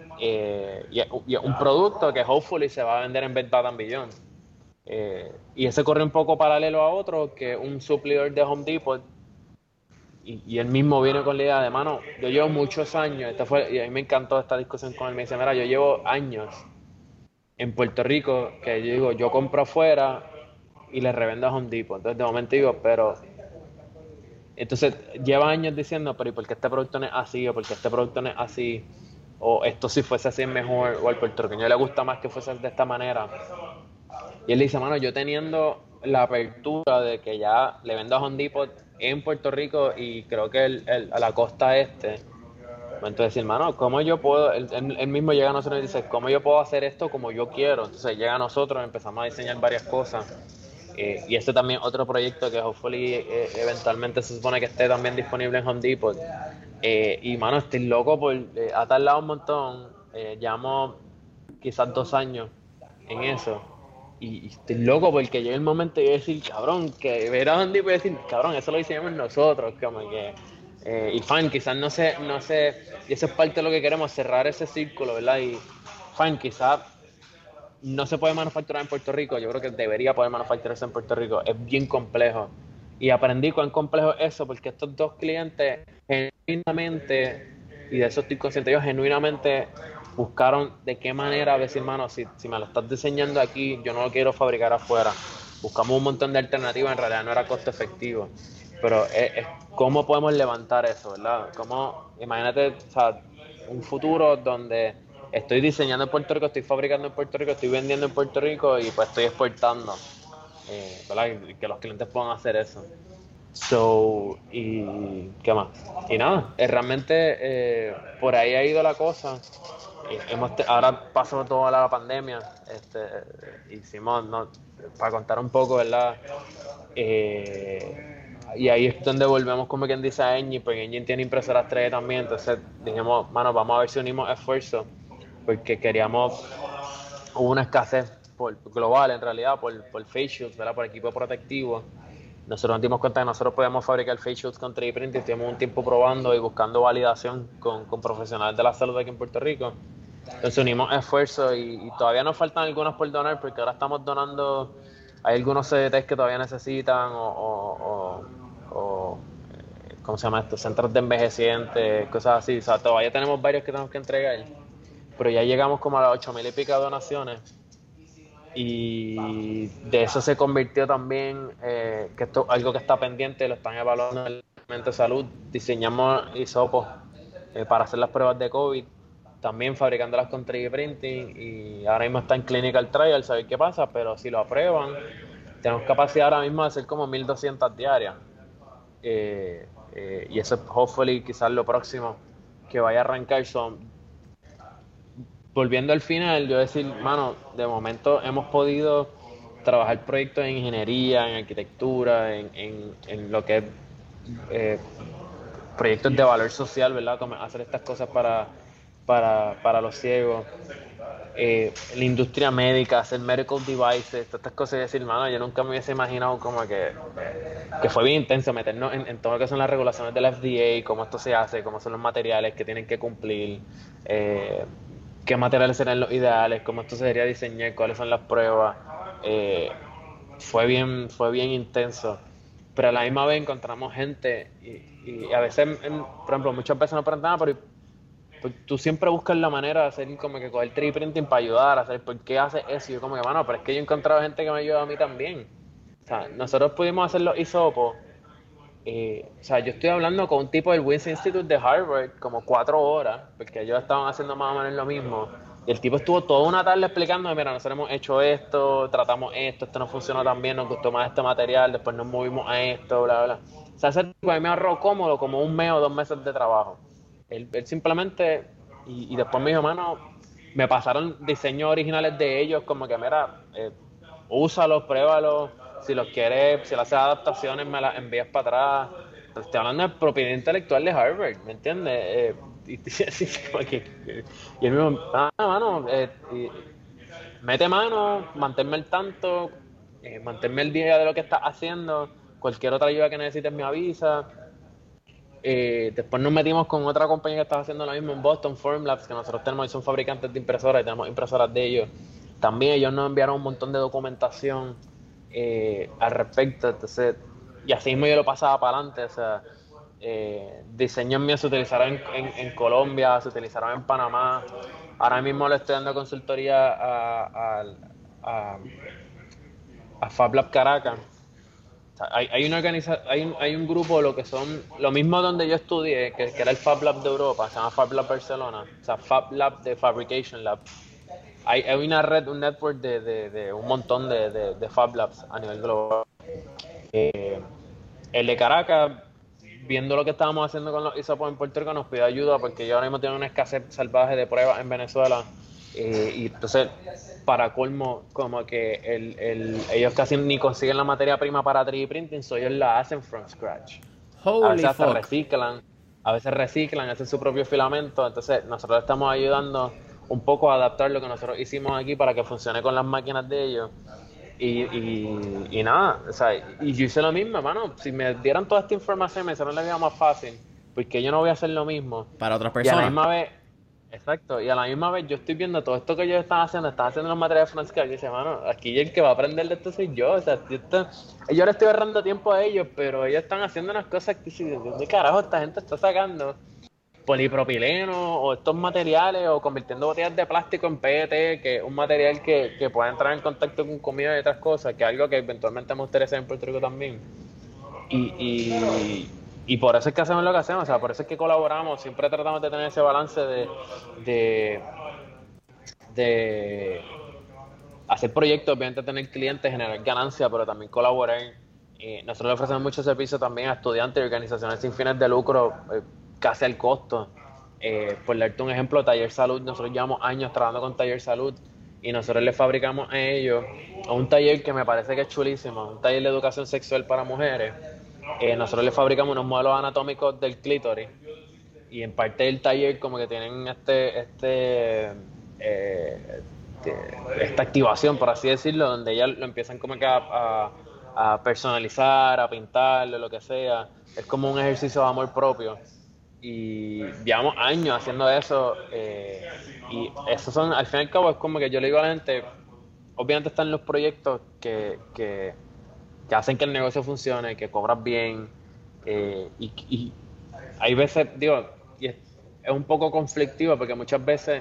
Eh, y, y un producto que hopefully se va a vender en Bed Bath and Beyond. Eh, y ese corre un poco paralelo a otro, que es un suplidor de Home Depot. Y, y él mismo viene con la idea de, mano, yo llevo muchos años, esta fue, y a mí me encantó esta discusión con él, me dice, mira, yo llevo años en Puerto Rico, que yo digo, yo compro afuera y le revendo a Home Depot. Entonces de momento digo, pero... Entonces lleva años diciendo, pero ¿y por qué este producto no es así? ¿O por qué este producto no es así? O esto si fuese así es mejor, o al puertorriqueño le gusta más que fuese de esta manera. Y él dice, mano, yo teniendo la apertura de que ya le vendo a Home Depot en Puerto Rico y creo que el, el, a la costa este, entonces decir, mano, ¿cómo yo puedo? Él, él, él mismo llega a nosotros y dice, ¿cómo yo puedo hacer esto como yo quiero? Entonces llega a nosotros, empezamos a diseñar varias cosas. Eh, y este también otro proyecto que hopefully eh, eventualmente se supone que esté también disponible en Home Depot. Eh, y mano, estoy loco por eh, ha tardado un montón. Eh, llevamos quizás dos años en eso. Y, y estoy loco porque llega el momento de decir, cabrón, que ver a Home Depot y decir, cabrón, eso lo diseñamos nosotros, como que eh, y fan, quizás no sé, no sé, y eso es parte de lo que queremos, cerrar ese círculo, ¿verdad? Y fan, quizás no se puede manufacturar en Puerto Rico, yo creo que debería poder manufacturarse en Puerto Rico, es bien complejo. Y aprendí cuán complejo es eso, porque estos dos clientes genuinamente, y de eso estoy consciente, ellos genuinamente buscaron de qué manera decir, mano, si, si me lo estás diseñando aquí, yo no lo quiero fabricar afuera. Buscamos un montón de alternativas, en realidad no era costo efectivo. Pero es, es cómo podemos levantar eso, ¿verdad? Cómo, imagínate, o sea, un futuro donde estoy diseñando en Puerto Rico, estoy fabricando en Puerto Rico, estoy vendiendo en Puerto Rico y pues estoy exportando, eh, ¿verdad? Y que los clientes puedan hacer eso. So, y ¿qué más? Y nada, eh, realmente eh, por ahí ha ido la cosa. Y hemos te- ahora pasó toda la pandemia, este, hicimos, no, para contar un poco, ¿verdad? Eh, y ahí es donde volvemos como quien dice a Engine, porque Engine tiene impresoras tres D también, entonces dijimos, mano, vamos a ver si unimos esfuerzos, porque queríamos, hubo una escasez por, global en realidad, por, por face shields, ¿verdad? Por equipo protectivo. Nosotros nos dimos cuenta que nosotros podíamos fabricar face shields con tres D printing, estuvimos un tiempo probando y buscando validación con, con profesionales de la salud aquí en Puerto Rico. Entonces unimos esfuerzos y, y todavía nos faltan algunos por donar, porque ahora estamos donando, hay algunos C D Ts que todavía necesitan o, o, o, o ¿cómo se llama esto? Centros de envejecientes, cosas así. O sea, todavía tenemos varios que tenemos que entregar, pero ya llegamos como a las ocho mil y pico donaciones. Y de eso se convirtió también, eh, que esto algo que está pendiente, lo están evaluando en el Departamento de Salud. Diseñamos hisopos eh, para hacer las pruebas de COVID, también fabricándolas con tres D printing, y ahora mismo está en clinical trial, saber qué pasa, pero si lo aprueban, tenemos capacidad ahora mismo de hacer como mil doscientas diarias. Eh, eh, y eso es hopefully quizás lo próximo que vaya a arrancar. Son, volviendo al final, yo decir, mano, de momento hemos podido trabajar proyectos en ingeniería, en arquitectura, en, en, en lo que es eh, proyectos de valor social, ¿verdad? Como hacer estas cosas para, para, para los ciegos. Eh, la industria médica, hacer medical devices, todas estas cosas y decir, mano, yo nunca me hubiese imaginado como que, que fue bien intenso meternos en, en todo lo que son las regulaciones de la F D A, cómo esto se hace, cómo son los materiales que tienen que cumplir, eh, qué materiales serán los ideales, cómo esto se debería diseñar, cuáles son las pruebas. Eh, fue bien, fue bien intenso. Pero a la misma vez encontramos gente y, y a veces, en, por ejemplo, muchas veces nos preguntaban, pero pues, tú siempre buscas la manera de hacer como que coger tres D printing para ayudar, a hacer por qué haces eso. Y yo como que, mano, pero es que yo he encontrado gente que me ayuda a mí también. O sea, nosotros pudimos hacer los hisopos. Eh, o sea, yo estoy hablando con un tipo del Wyss Institute de Harvard como cuatro horas, porque ellos estaban haciendo más o menos lo mismo. Y el tipo estuvo toda una tarde explicándome, mira, nosotros hemos hecho esto, tratamos esto, esto no funcionó tan bien, nos gustó más este material, después nos movimos a esto, bla, bla. O sea, ese tipo a mí me ahorró cómodo como un mes o dos meses de trabajo. Él, él simplemente, y, y después me dijo, mano, me pasaron diseños originales de ellos, como que, mira, eh, úsalos, pruébalos, si los quieres, si le haces adaptaciones, me las envías para atrás. Entonces, estoy hablando de propiedad intelectual de Harvard, ¿me entiendes? Eh, y, y, y él mismo, ah, mano, eh, y, mete mano, manténme al tanto, eh, manténme al día de lo que estás haciendo, cualquier otra ayuda que necesites me avisa. Eh, después nos metimos con otra compañía que estaba haciendo lo mismo en Boston, Formlabs, que nosotros tenemos y son fabricantes de impresoras y tenemos impresoras de ellos. También ellos nos enviaron un montón de documentación eh, al respecto. Entonces, y así mismo yo lo pasaba para adelante. O sea, eh, diseños míos se utilizaron en, en, en Colombia, se utilizaron en Panamá. Ahora mismo le estoy dando consultoría a, a, a, a FabLab Caracas. O sea, hay, hay, una organiza hay, un, hay un grupo, lo que son, lo mismo donde yo estudié, que, que era el Fab Lab de Europa, se llama Fab Lab Barcelona, o sea, Fab Lab de Fabrication Lab. Hay, hay una red, un network de, de, de un montón de, de, de Fab Labs a nivel global. Eh, el de Caracas, viendo lo que estábamos haciendo con los hisopos en Puerto Rico, nos pidió ayuda porque yo ahora mismo tengo una escasez salvaje de pruebas en Venezuela. Eh, y entonces, para colmo, como que el, el, ellos casi ni consiguen la materia prima para tres D printing, so ellos la hacen from scratch. Holy a veces hasta fuck. reciclan, a veces reciclan, hacen su propio filamento. Entonces, nosotros estamos ayudando un poco a adaptar lo que nosotros hicimos aquí para que funcione con las máquinas de ellos. Y, y, y nada, o sea, y yo hice lo mismo, hermano. Si me dieran toda esta información, me hicieron la vida más fácil, porque yo no voy a hacer lo mismo. Para otras Y a la personas. misma vez, exacto, y a la misma vez yo estoy viendo todo esto que ellos están haciendo, están haciendo los materiales from scratch, y dice, mano, aquí el que va a aprender de esto soy yo. O sea, yo, estoy, yo le estoy ahorrando tiempo a ellos, pero ellos están haciendo unas cosas que si, ¿de carajo esta gente está sacando? Polipropileno o estos materiales, o convirtiendo botellas de plástico en P E T, que es un material que, que puede entrar en contacto con comida y otras cosas, que es algo que eventualmente me gustaría hacer en Puerto Rico también. Y, y, y por eso es que hacemos lo que hacemos, o sea, por eso es que colaboramos, siempre tratamos de tener ese balance de, de, de hacer proyectos, obviamente tener clientes, generar ganancia, pero también colaborar. Eh, nosotros le ofrecemos mucho servicio también a estudiantes y organizaciones sin fines de lucro, eh, casi al costo. Eh, por darte un ejemplo, Taller Salud, nosotros llevamos años trabajando con Taller Salud y nosotros le fabricamos a ellos a un taller que me parece que es chulísimo, un taller de educación sexual para mujeres. Eh, nosotros le fabricamos unos modelos anatómicos del clítoris y en parte del taller como que tienen este, este, eh, este esta activación, por así decirlo, donde ya lo empiezan como que a, a, a personalizar, a pintarlo, lo que sea. Es como un ejercicio de amor propio. Y llevamos años haciendo eso, eh, y esos son, al fin y al cabo, es como que yo le digo a la gente, obviamente están los proyectos que, que, que hacen que el negocio funcione, que cobras bien, eh, y, y hay veces, digo, y es, es un poco conflictivo porque muchas veces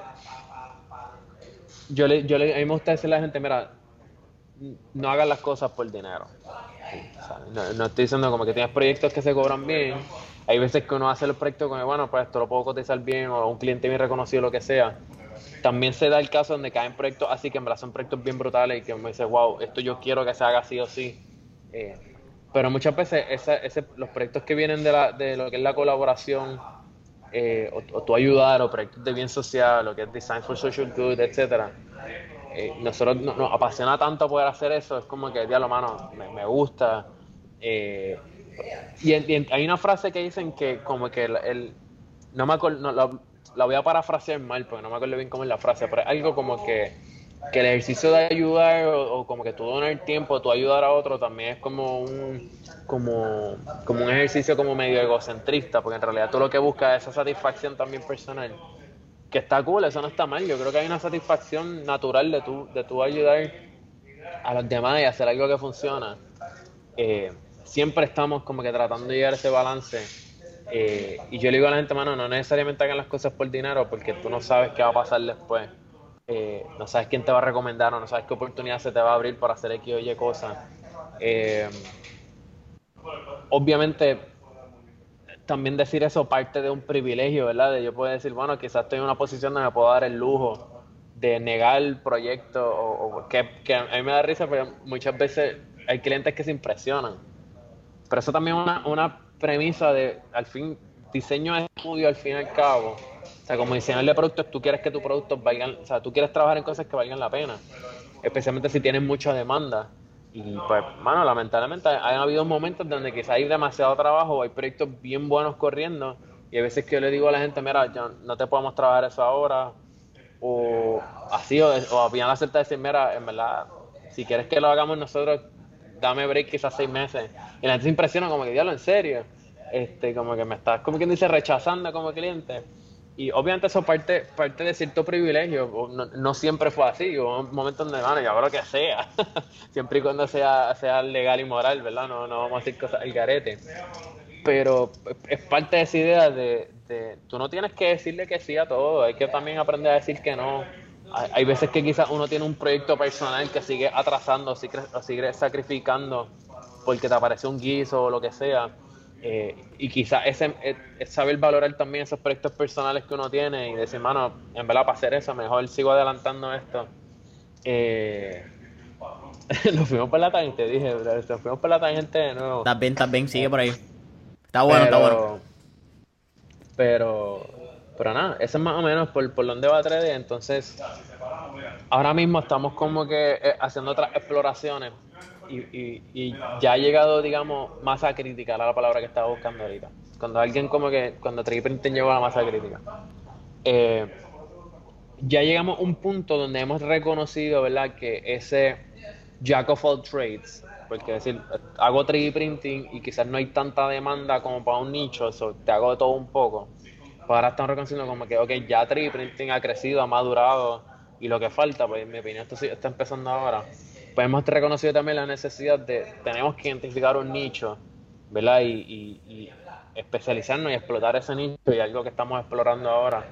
yo le, yo le, a mí me gusta decirle a la gente, mira, no hagas las cosas por dinero. O sea, no, no estoy diciendo como que tienes proyectos que se cobran bien. Hay veces que uno hace los proyectos como, bueno, pues esto lo puedo cotizar bien, o un cliente bien reconocido, lo que sea. También se da el caso donde caen proyectos así, que en verdad son proyectos bien brutales y que me dice, wow, esto yo quiero que se haga así o sí. Eh, pero muchas veces esa, ese, los proyectos que vienen de, la, de lo que es la colaboración, eh, o, o tu ayudar, o proyectos de bien social, lo que es Design for Social Good, etcétera, eh, nosotros no- nos apasiona tanto poder hacer eso, es como que, diablo, mano, me, me gusta. Eh, y, en- y en- hay una frase que dicen que como que el, el- no me acuerdo, no, la, la voy a parafrasear mal porque no me acuerdo bien cómo es la frase, pero es algo como que, que el ejercicio de ayudar o, o como que tú donar tiempo, tú ayudar a otro también es como un como, como un ejercicio como medio egocentrista, porque en realidad tú lo que buscas es esa satisfacción también personal, que está cool, eso no está mal, yo creo que hay una satisfacción natural de tú, de tú ayudar a los demás y hacer algo que funciona. eh, Siempre estamos como que tratando de llegar a ese balance. Eh, y yo le digo a la gente, mano, no necesariamente hagan las cosas por dinero porque tú no sabes qué va a pasar después. Eh, no sabes quién te va a recomendar o no sabes qué oportunidad se te va a abrir para hacer X o Y cosas. Eh, Obviamente, también decir eso parte de un privilegio, ¿verdad? De yo poder decir, bueno, quizás estoy en una posición donde me puedo dar el lujo de negar el proyecto o, o que, que a mí me da risa porque muchas veces hay clientes que se impresionan. Pero eso también es una, una premisa de, al fin, diseño de estudio al fin y al cabo. O sea, como diseñador de productos, tú quieres que tus productos valgan, o sea, tú quieres trabajar en cosas que valgan la pena, especialmente si tienes mucha demanda. Y pues, mano, lamentablemente han habido momentos donde quizás hay demasiado trabajo, hay proyectos bien buenos corriendo, y hay veces que yo le digo a la gente, mira, yo, no te podemos trabajar eso ahora, o así, o, o bien acertar de decir, mira, en verdad, si quieres que lo hagamos nosotros, dame break quizás seis meses. Y la gente se impresiona como que, diablo, en serio, este, como que me estás, como quien dice, rechazando como cliente. Y obviamente eso parte, parte de cierto privilegio, no, no siempre fue así, hubo un momento donde, mano, yo hago lo que sea, siempre y cuando sea, sea legal y moral, ¿verdad? No, no vamos a decir cosas al garete. Pero es parte de esa idea de, de, tú no tienes que decirle que sí a todo, hay que también aprender a decir que no. Hay, hay veces que quizás uno tiene un proyecto personal que sigue atrasando o sigue, o sigue sacrificando porque te aparece un guiso o lo que sea. Eh, y quizás ese es, es saber valorar también esos proyectos personales que uno tiene y decir, mano, en verdad para hacer eso, mejor sigo adelantando esto. Eh, nos fuimos por la tangente, dije, nos fuimos por la tangente de nuevo. Estás bien, estás bien, sigue por ahí. Está bueno, está bueno. Pero Pero, pero nada, eso es más o menos por, por donde va tres D. Entonces, ahora mismo estamos como que eh, haciendo otras exploraciones y, y, y ya ha llegado, digamos, masa crítica, era la palabra que estaba buscando ahorita. Cuando alguien como que, cuando tres D Printing llegó a la masa crítica. Eh, ya llegamos a un punto donde hemos reconocido, ¿verdad? Que ese jack of all trades, porque es decir, hago tres D printing y quizás no hay tanta demanda como para un nicho, so, te hago de todo un poco. Pues ahora están reconociendo como que, ok, ya tres D printing ha crecido, ha madurado y lo que falta, pues en mi opinión esto sí está empezando ahora. Pues hemos reconocido también la necesidad de, tenemos que identificar un nicho, ¿verdad? Y, y, y especializarnos y explotar ese nicho y algo que estamos explorando ahora.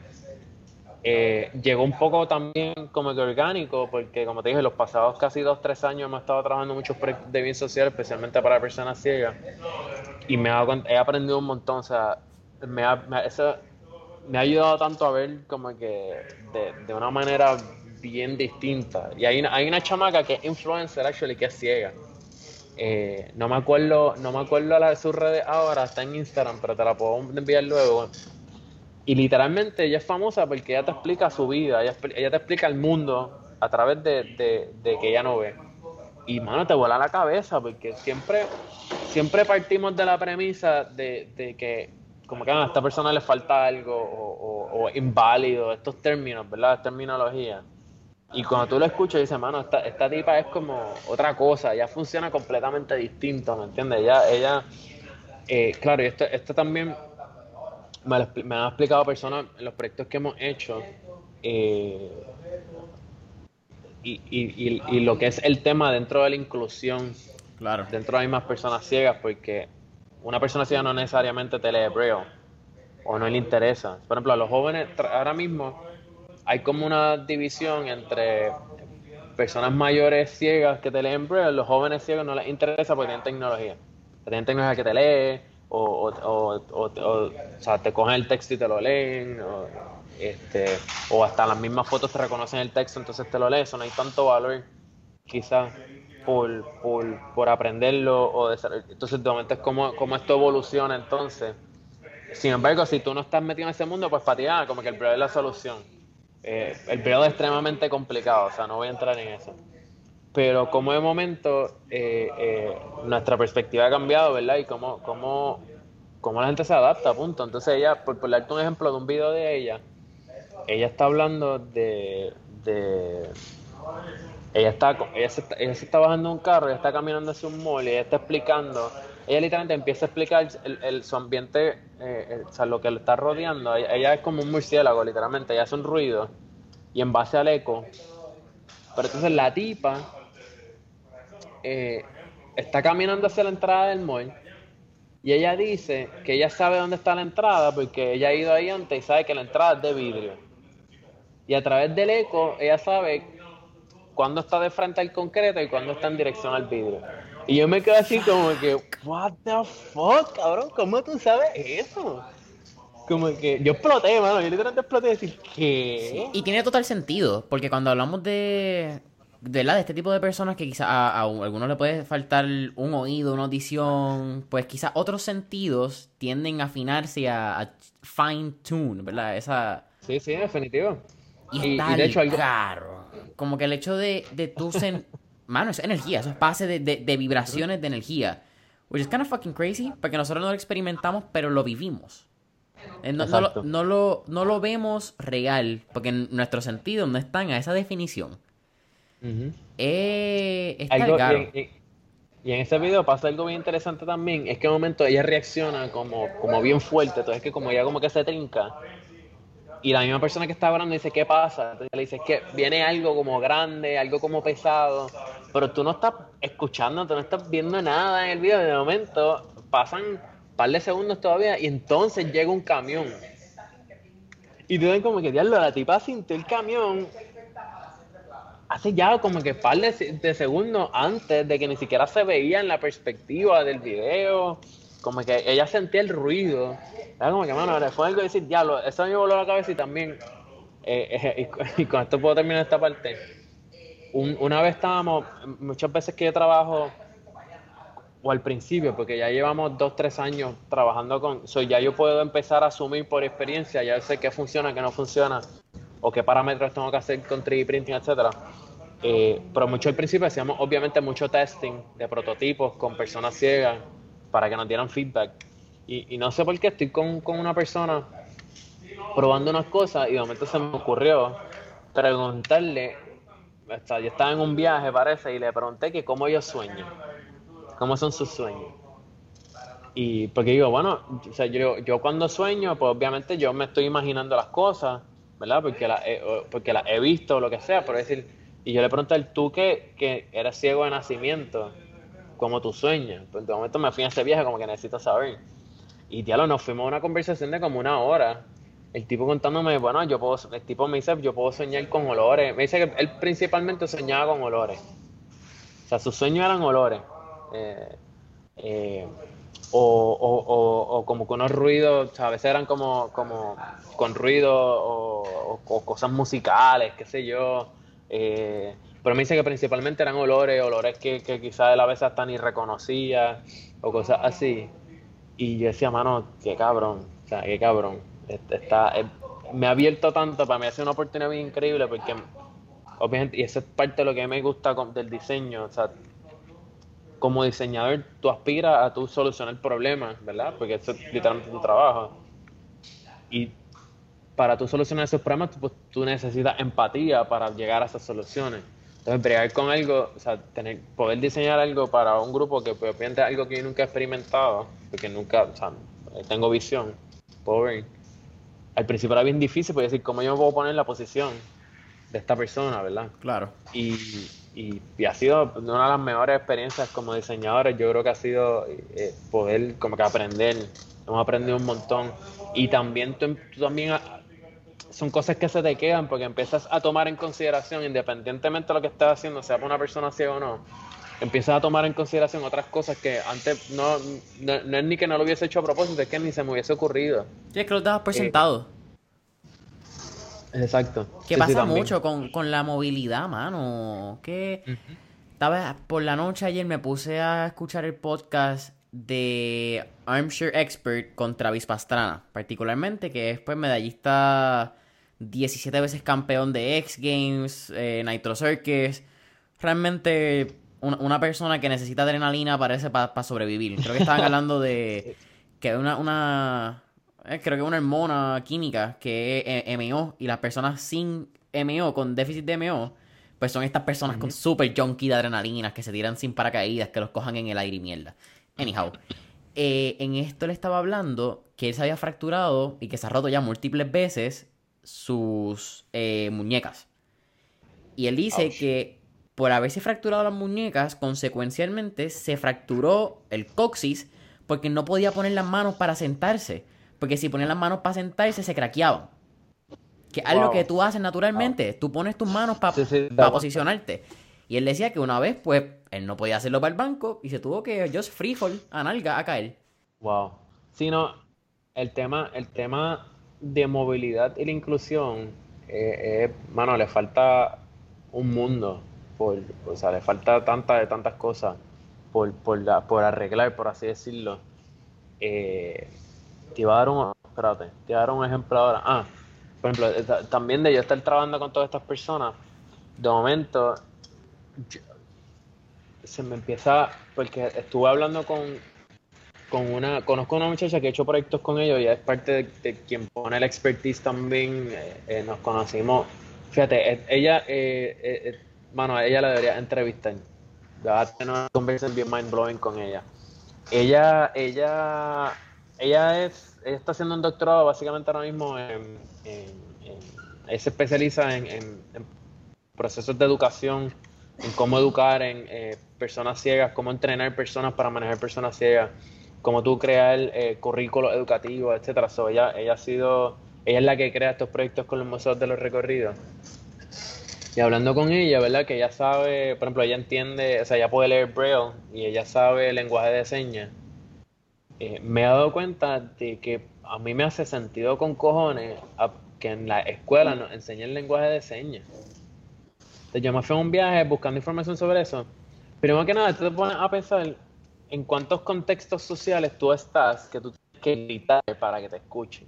Eh, llegó un poco también como que orgánico, porque como te dije, los pasados casi dos, tres años hemos estado trabajando muchos proyectos de bien social, especialmente para personas ciegas, y me ha, he aprendido un montón, o sea, me ha, me, eso, me ha ayudado tanto a ver como que de, de una manera bien distinta. Y hay, hay una chamaca que es influencer, actually, que es ciega. Eh, no me acuerdo, no me acuerdo la de sus redes ahora, está en Instagram, pero te la puedo enviar luego. Y literalmente ella es famosa porque ella te explica su vida, ella, ella te explica el mundo a través de, de, de que ella no ve. Y mano, te vuela la cabeza porque siempre, siempre partimos de la premisa de, de que como que a esta persona le falta algo o, o, o inválido, estos términos, ¿verdad? Terminología. Y cuando tú lo escuchas dices, mano, esta, esta tipa es como otra cosa, ella funciona completamente distinto, ¿me entiendes? Ella, ella eh, claro, y esto, esto también me, lo, me han explicado personas en los proyectos que hemos hecho eh, y, y, y, y lo que es el tema dentro de la inclusión Claro. dentro de las mismas personas ciegas, porque una persona ciega no necesariamente te lee braille o no le interesa. Por ejemplo, a los jóvenes, ahora mismo hay como una división entre personas mayores ciegas que te leen braille, los jóvenes ciegos no les interesa porque tienen tecnología. Tienen tecnología que te lee, o, o, o, o, o, o sea, te cogen el texto y te lo leen, o, este, o hasta las mismas fotos te reconocen el texto, entonces te lo lees. Eso no hay tanto valor, quizás, por, por, por aprenderlo. O de, entonces, de momento es como, como esto evoluciona, entonces. Sin embargo, si tú no estás metido en ese mundo, pues para ti, ah, como que el braille es la solución. Eh, el video es extremadamente complicado, o sea, no voy a entrar en eso. Pero como de momento eh, eh, nuestra perspectiva ha cambiado, ¿verdad? Y cómo, cómo, cómo la gente se adapta, punto. Entonces ella, por, por darte un ejemplo de un video de ella, ella está hablando de... de ella está, ella se, está- ella se está bajando de un carro, ella está caminando hacia un mall y ella está explicando, ella literalmente empieza a explicar el, el- su ambiente, eh, eh, o sea, lo que le está rodeando. Ella, ella es como un murciélago, literalmente, ella hace un ruido y en base al eco. Pero entonces la tipa eh, está caminando hacia la entrada del mall y ella dice que ella sabe dónde está la entrada porque ella ha ido ahí antes y sabe que la entrada es de vidrio. Y a través del eco ella sabe cuándo está de frente al concreto y cuándo está en dirección al vidrio. Y yo me quedo así como que, what the fuck, cabrón, ¿cómo tú sabes eso? Como que yo exploté, mano, yo literalmente exploté y decir, Sí, ¿qué? y tiene total sentido, porque cuando hablamos de, de, la, de este tipo de personas que quizá a, a algunos le puede faltar un oído, una audición, pues quizá otros sentidos tienden a afinarse y a, a fine tune, ¿verdad? Esa... Sí, sí, definitivo. Y es Y, y de hecho tal algo... caro. Como que el hecho de, de tú sen... Mano, es energía, eso es base de, de, de vibraciones de energía. Which is kind of fucking crazy, porque nosotros no lo experimentamos, pero lo vivimos. Eh, No, no, lo, Exacto. no, lo, no lo vemos real, porque nuestros sentidos no están a esa definición. Ujú. Eh, es tal Algo, y caro. en, y- y en ese video pasa algo bien interesante también, es que en un momento ella reacciona como, como bien fuerte, entonces es que como ella como que se trinca, y la misma persona que está hablando dice, ¿qué pasa? Entonces le dice, es que viene algo como grande, algo como pesado, pero tú no estás escuchando, tú no estás viendo nada en el video, de momento pasan un par de segundos todavía, y entonces llega un camión, y tú ves como que, diablo, la tipa sintió el camión, hace ya como que par de, de segundos antes de que ni siquiera se veía en la perspectiva del video, como que ella sentía el ruido, era como que, mano, le fue algo de decir, diablo, eso me voló la cabeza y también, eh, eh, y, y, con esto puedo terminar esta parte, Un, una vez estábamos, muchas veces que yo trabajo, o al principio, porque ya llevamos dos, tres años trabajando con, so ya yo puedo empezar a asumir por experiencia, ya sé qué funciona, qué no funciona, o qué parámetros tengo que hacer con tres D printing, etcétera. Eh, pero mucho al principio hacíamos obviamente mucho testing de prototipos con personas ciegas para que nos dieran feedback. Y, y no sé por qué estoy con, con una persona probando unas cosas y de momento se me ocurrió preguntarle, o sea, yo estaba en un viaje parece y le pregunté que cómo ellos sueñan, cómo son sus sueños. Y porque digo, bueno, o sea, yo, yo cuando sueño, pues obviamente yo me estoy imaginando las cosas, ¿verdad? Porque las he, porque las he visto o lo que sea, por decir, y yo le pregunto al tú que, que eres ciego de nacimiento, ¿cómo tú sueñas? Pues de momento me fui a ese viaje como que necesito saber. Y diablo, nos fuimos a una conversación de como una hora. El tipo contándome, bueno, yo puedo, el tipo me dice, yo puedo soñar con olores. Me dice que él principalmente soñaba con olores. O sea, sus sueños eran olores. Eh, eh, o, o, o, o, como con unos ruidos, o sea, a veces eran como, como con ruido o, o, cosas musicales, qué sé yo. Eh, pero me dice que principalmente eran olores, olores que, que quizás él a veces hasta ni reconocía o cosas así. Y yo decía, mano, qué cabrón, o sea, qué cabrón. Este, está, eh, me ha abierto tanto, para mí ha sido una oportunidad bien increíble porque, obviamente, y eso es parte de lo que me gusta con, del diseño, o sea, como diseñador tú aspiras a tú solucionar problemas, ¿verdad? Porque eso es literalmente tu trabajo. Y para tú solucionar esos problemas, pues, tú necesitas empatía para llegar a esas soluciones. Entonces, bregar con algo, o sea, tener, poder diseñar algo para un grupo que pues, obviamente es algo que yo nunca he experimentado, porque nunca, o sea, tengo visión, puedo ver. Al principio era bien difícil, porque decir, ¿cómo yo me puedo poner en la posición de esta persona, ¿verdad? Claro. Y, y, y ha sido una de las mejores experiencias como diseñadores. Yo creo que ha sido eh, poder como que aprender. Hemos aprendido un montón. Y también tú, tú también ah, son cosas que se te quedan porque empiezas a tomar en consideración, independientemente de lo que estés haciendo, sea para una persona ciega o no, empiezas a tomar en consideración otras cosas que antes no, no, no es ni que no lo hubiese hecho a propósito, es que ni se me hubiese ocurrido. Sí, es que lo dabas por Eh, sentado. exacto. Que Sí, sí, pasa también. mucho con, con la movilidad, mano. Que Ujú. estaba por la noche ayer me puse a escuchar el podcast de Armchair Expert con Travis Pastrana, particularmente, que es pues medallista diecisiete veces campeón de X Games, eh, Nitro Circus. Realmente una, una persona que necesita adrenalina parece para pa sobrevivir. Creo que estaban hablando de que una, una eh, creo que una hormona química que es eh, M O, y las personas sin M O, con déficit de M O, pues son estas personas uh-huh. con super junkie de adrenalina, que se tiran sin paracaídas, que los cojan en el aire y mierda. Anyhow, eh, en esto le estaba hablando que él se había fracturado y que se ha roto ya múltiples veces sus eh, muñecas. Y él dice Ouch. que por haberse fracturado las muñecas, consecuencialmente se fracturó el coxis porque no podía poner las manos para sentarse. Porque si ponía las manos para sentarse, se craqueaban. Que es wow. algo que tú haces naturalmente. Wow. Tú pones tus manos para sí, sí, pa posicionarte. Y él decía que una vez, pues, él no podía hacerlo para el banco y se tuvo que just free fall a nalga a caer. Wow. Sí, no, el tema, el tema de movilidad y la inclusión, eh, eh, mano, le falta un mundo. Por, o sea, le falta tantas de tantas cosas por, por, la, por arreglar, por así decirlo. Eh, te iba a dar un, espérate, te iba a dar un ejemplo ahora. Ah, por ejemplo, también de yo estar trabajando con todas estas personas, de momento yo, se me empieza, porque estuve hablando con, con una, conozco a una muchacha que he hecho proyectos con ellos y es parte de, de quien pone el expertise también, eh, eh, nos conocimos, fíjate, ella, eh, eh, mano, a ella la debería entrevistar, va a tener una conversación bien mind blowing con ella. Ella, ella, ella es, ella está haciendo un doctorado básicamente ahora mismo en, en, en ella se especializa en, en, en procesos de educación, en cómo educar en eh, personas ciegas, cómo entrenar personas para manejar personas ciegas, cómo tú crear eh, currículos educativos, etcétera. So, ella, ella ha sido, ella es la que crea estos proyectos con los museos de los recorridos. Y hablando con ella, ¿verdad? Que ella sabe, por ejemplo, ella entiende, o sea, ella puede leer Braille y ella sabe el lenguaje de señas. Eh, me he dado cuenta de que a mí me hace sentido con cojones a, que en la escuela nos enseñen el lenguaje de señas. Entonces yo me fui a un viaje buscando información sobre eso. Primero que nada, tú te pones a pensar en cuántos contextos sociales tú estás que tú tienes que gritar para que te escuchen.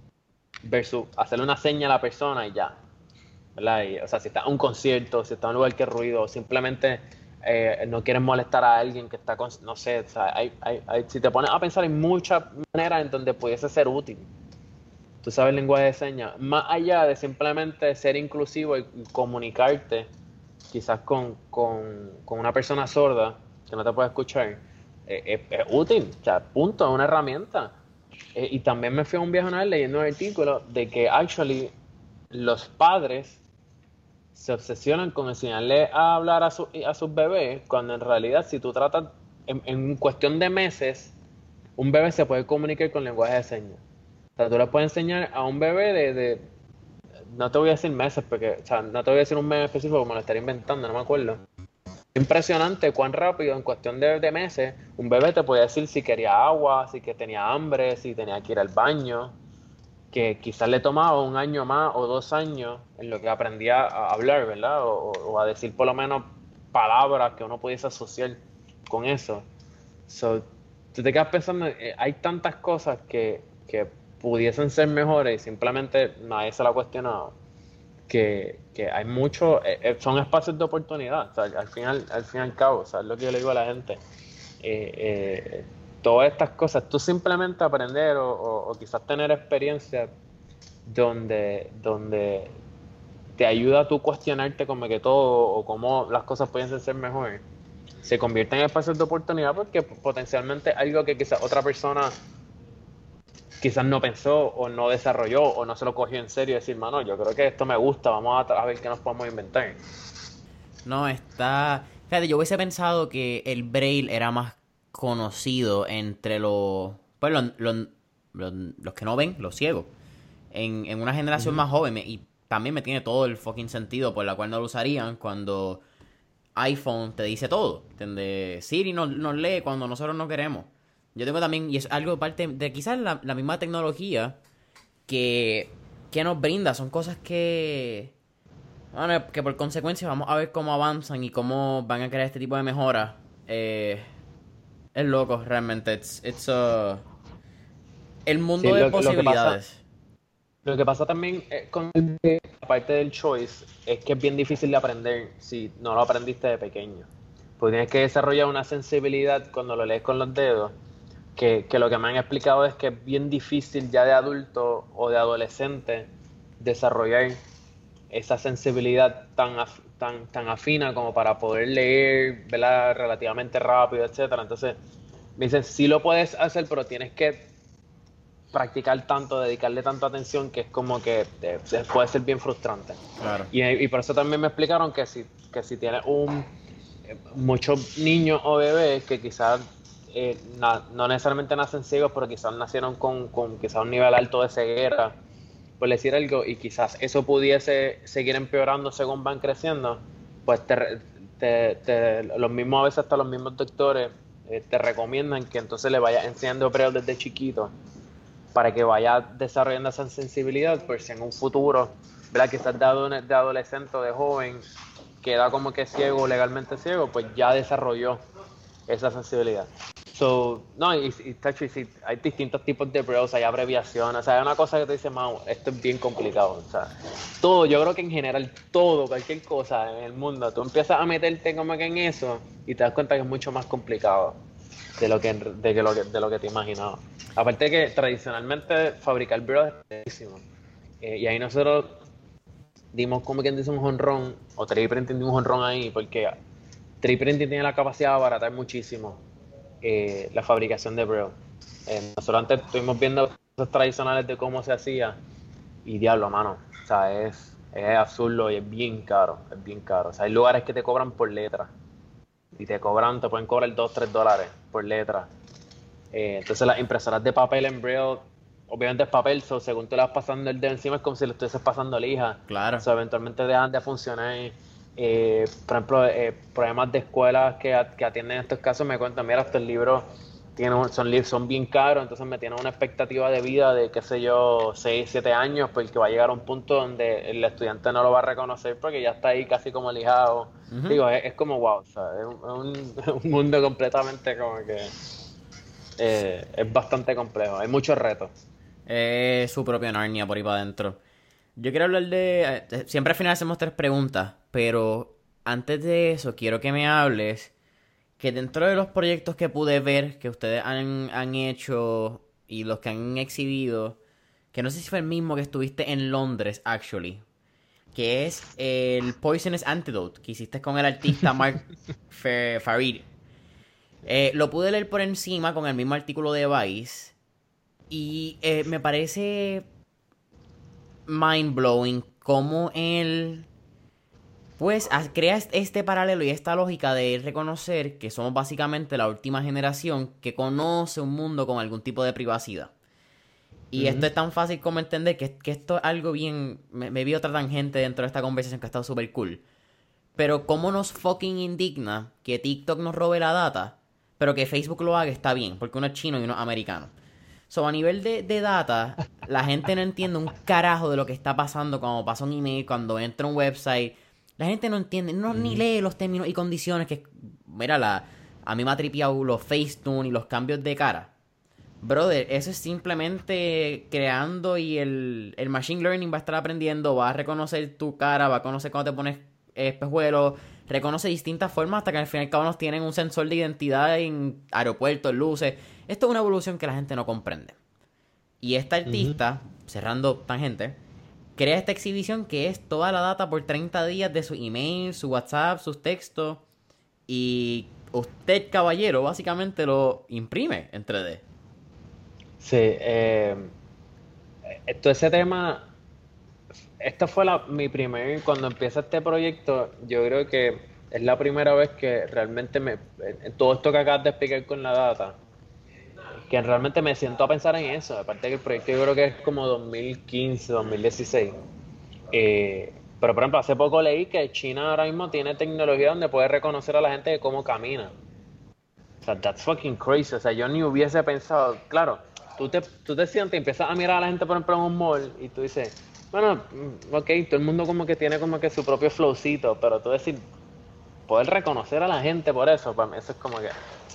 Versus hacerle una seña a la persona y ya. ¿Verdad? Y, o sea, si estás en un concierto, si estás en un lugar que es ruido, o simplemente eh, no quieres molestar a alguien que está con, no sé, o sea, hay, hay, hay, si te pones a pensar en muchas maneras en donde pudiese ser útil. Tú sabes el lenguaje de señas, más allá de simplemente ser inclusivo y comunicarte quizás con, con, con una persona sorda que no te puede escuchar, eh, es, es útil, o sea, punto, es una herramienta. Eh, y también me fui a un viaje una vez leyendo un artículo de que actually los padres se obsesionan con enseñarle a hablar a, su, a sus bebés, cuando en realidad si tú tratas, en, en cuestión de meses, un bebé se puede comunicar con lenguaje de señas. O sea, tú le puedes enseñar a un bebé de, de no te voy a decir meses, porque, o sea, no te voy a decir un mes específico porque me lo estaría inventando, no me acuerdo. Impresionante cuán rápido, en cuestión de, de meses, un bebé te podía decir si quería agua, si que tenía hambre, si tenía que ir al baño, que quizás le tomaba un año más o dos años en lo que aprendía a hablar, ¿verdad? O, o a decir por lo menos palabras que uno pudiese asociar con eso. So, tú te quedas pensando, eh, hay tantas cosas que, que pudiesen ser mejores y simplemente nadie se la ha cuestionado. Que, que hay mucho, eh, son espacios de oportunidad, o sea, al final, al fin y al cabo, o sea, es lo que yo le digo a la gente. Eh, eh, todas estas cosas, tú simplemente aprender o, o, o quizás tener experiencias donde, donde te ayuda a tú cuestionarte como que todo o cómo las cosas pueden ser mejor, se convierte en espacios de oportunidad porque potencialmente algo que quizás otra persona quizás no pensó o no desarrolló o no se lo cogió en serio y decir, mano, yo creo que esto me gusta, vamos a, a ver qué nos podemos inventar. No, está... Fíjate, yo hubiese pensado que el Braille era más conocido entre los... Pues los, los, los, los que no ven, los ciegos. En, en una generación uh-huh. más joven. Y también me tiene todo el fucking sentido por la cual no lo usarían cuando iPhone te dice todo. ¿Entiendes? Siri nos, nos lee cuando nosotros no queremos. Yo tengo también, y es algo parte de quizás la, la misma tecnología que, que nos brinda. Son cosas que, bueno, que por consecuencia vamos a ver cómo avanzan y cómo van a crear este tipo de mejoras. Eh, es loco, realmente. It's, it's, uh, el mundo sí, de lo, posibilidades. Lo que pasa también eh, con el- la parte del choice es que es bien difícil de aprender si no lo aprendiste de pequeño. Porque tienes que desarrollar una sensibilidad cuando lo lees con los dedos, que, que lo que me han explicado es que es bien difícil ya de adulto o de adolescente desarrollar esa sensibilidad tan, af- tan, tan afina como para poder leer, ¿verdad? Relativamente rápido, etcétera. Entonces, me dicen, sí lo puedes hacer, pero tienes que practicar tanto, dedicarle tanta atención que es como que te- te puede ser bien frustrante. Claro. Y, y por eso también me explicaron que si, que si tienes un, eh, muchos niños o bebés que quizás eh, na- no necesariamente nacen ciegos, pero quizás nacieron con, con quizás un nivel alto de ceguera, por decir algo, y quizás eso pudiese seguir empeorando según van creciendo, pues te, re- te- te- los mismos, a veces hasta los mismos doctores eh, te recomiendan que entonces le vayas enseñando hebreo desde chiquito para que vaya desarrollando esa sensibilidad, por si en un futuro, ¿verdad? Quizás de, ado- de adolescente o de joven queda como que ciego, legalmente ciego, pues ya desarrolló esa sensibilidad. So, no, y, y, tacho, y si hay distintos tipos de bros, hay abreviaciones, o sea, hay una cosa que te dice, Mau, esto es bien complicado, o sea, todo, yo creo que en general todo, cualquier cosa en el mundo, tú empiezas a meterte como que en eso y te das cuenta que es mucho más complicado de lo que, de que lo que, de lo que te imaginabas. Aparte de que tradicionalmente fabricar bros es difícil, eh, y ahí nosotros dimos como quien dice un jonrón, o tres D Printing dio un jonrón ahí, porque tres D Printing tiene la capacidad de abaratar muchísimo eh, la fabricación de Braille. Eh, nosotros antes estuvimos viendo cosas tradicionales de cómo se hacía, y diablo, mano, o sea, es, es absurdo y es bien caro, es bien caro. O sea, hay lugares que te cobran por letra, y te cobran, te pueden cobrar dos tres dólares por letra. Eh, entonces las impresoras de papel en Braille, obviamente es papel, so, según tú le vas pasando el dedo encima es como si le estuvieses pasando lija. Claro. So, eventualmente dejan de funcionar. Eh, por ejemplo, eh, problemas de escuelas que, que atienden estos casos me cuentan, mira, estos libros tienen, son, son bien caros, entonces me tienen una expectativa de vida de, qué sé yo, seis siete años, porque va a llegar a un punto donde el estudiante no lo va a reconocer porque ya está ahí casi como lijado. Ujú. Digo, es, es como wow, o sea, es un, es un, un mundo completamente como que eh, es bastante complejo, hay muchos retos. Es su propia Narnia por ahí para adentro. Yo quiero hablar de... eh, Siempre al final hacemos tres preguntas, pero antes de eso quiero que me hables que dentro de los proyectos que pude ver que ustedes han, han hecho y los que han exhibido, que no sé si fue el mismo que estuviste en Londres, actually, que es el Poisonous Antidote que hiciste con el artista Mark Fer- Farid. Eh, lo pude leer por encima con el mismo artículo de Vice y eh, me parece mind blowing cómo él pues ha- crea est- este paralelo y esta lógica de reconocer que somos básicamente la última generación que conoce un mundo con algún tipo de privacidad. Y esto Ujú. es tan fácil como entender que, que esto es algo bien... Me, me vi otra tangente dentro de esta conversación que ha estado súper cool. Pero cómo nos fucking indigna que TikTok nos robe la data, pero que Facebook lo haga está bien, porque uno es chino y uno es americano. So, a nivel de, de data, la gente no entiende un carajo de lo que está pasando cuando pasa un email, cuando entra a un website. La gente no entiende, no ni Ujú. lee los términos y condiciones que... Mira, la, a mí me ha tripeado los Facetune y los cambios de cara. Brother, eso es simplemente creando y el, el machine learning va a estar aprendiendo, va a reconocer tu cara, va a conocer cuando te pones espejuelos, reconoce distintas formas hasta que al fin y al cabo nos tienen un sensor de identidad en aeropuertos, luces. Esto es una evolución que la gente no comprende. Y esta Ujú. artista, cerrando tangente, crea esta exhibición que es toda la data por treinta días de su email, su WhatsApp, sus textos. Y usted, caballero, básicamente lo imprime en tres D. Sí, eh, todo ese tema, esta fue la, mi primer, cuando empieza este proyecto, yo creo que es la primera vez que realmente me, en todo esto que acabas de explicar con la data, que realmente me siento a pensar en eso, aparte que el proyecto yo creo que es como dos mil quince, dos mil dieciséis. Eh, pero por ejemplo, hace poco leí que China ahora mismo tiene tecnología donde puede reconocer a la gente de cómo camina. O sea, that's fucking crazy. O sea, yo ni hubiese pensado, claro, tú te, tú te sientes y empiezas a mirar a la gente, por ejemplo, en un mall y tú dices, bueno, mm, ok, todo el mundo como que tiene como que su propio flowcito, pero tú decir, poder reconocer a la gente por eso, para mí eso es como que...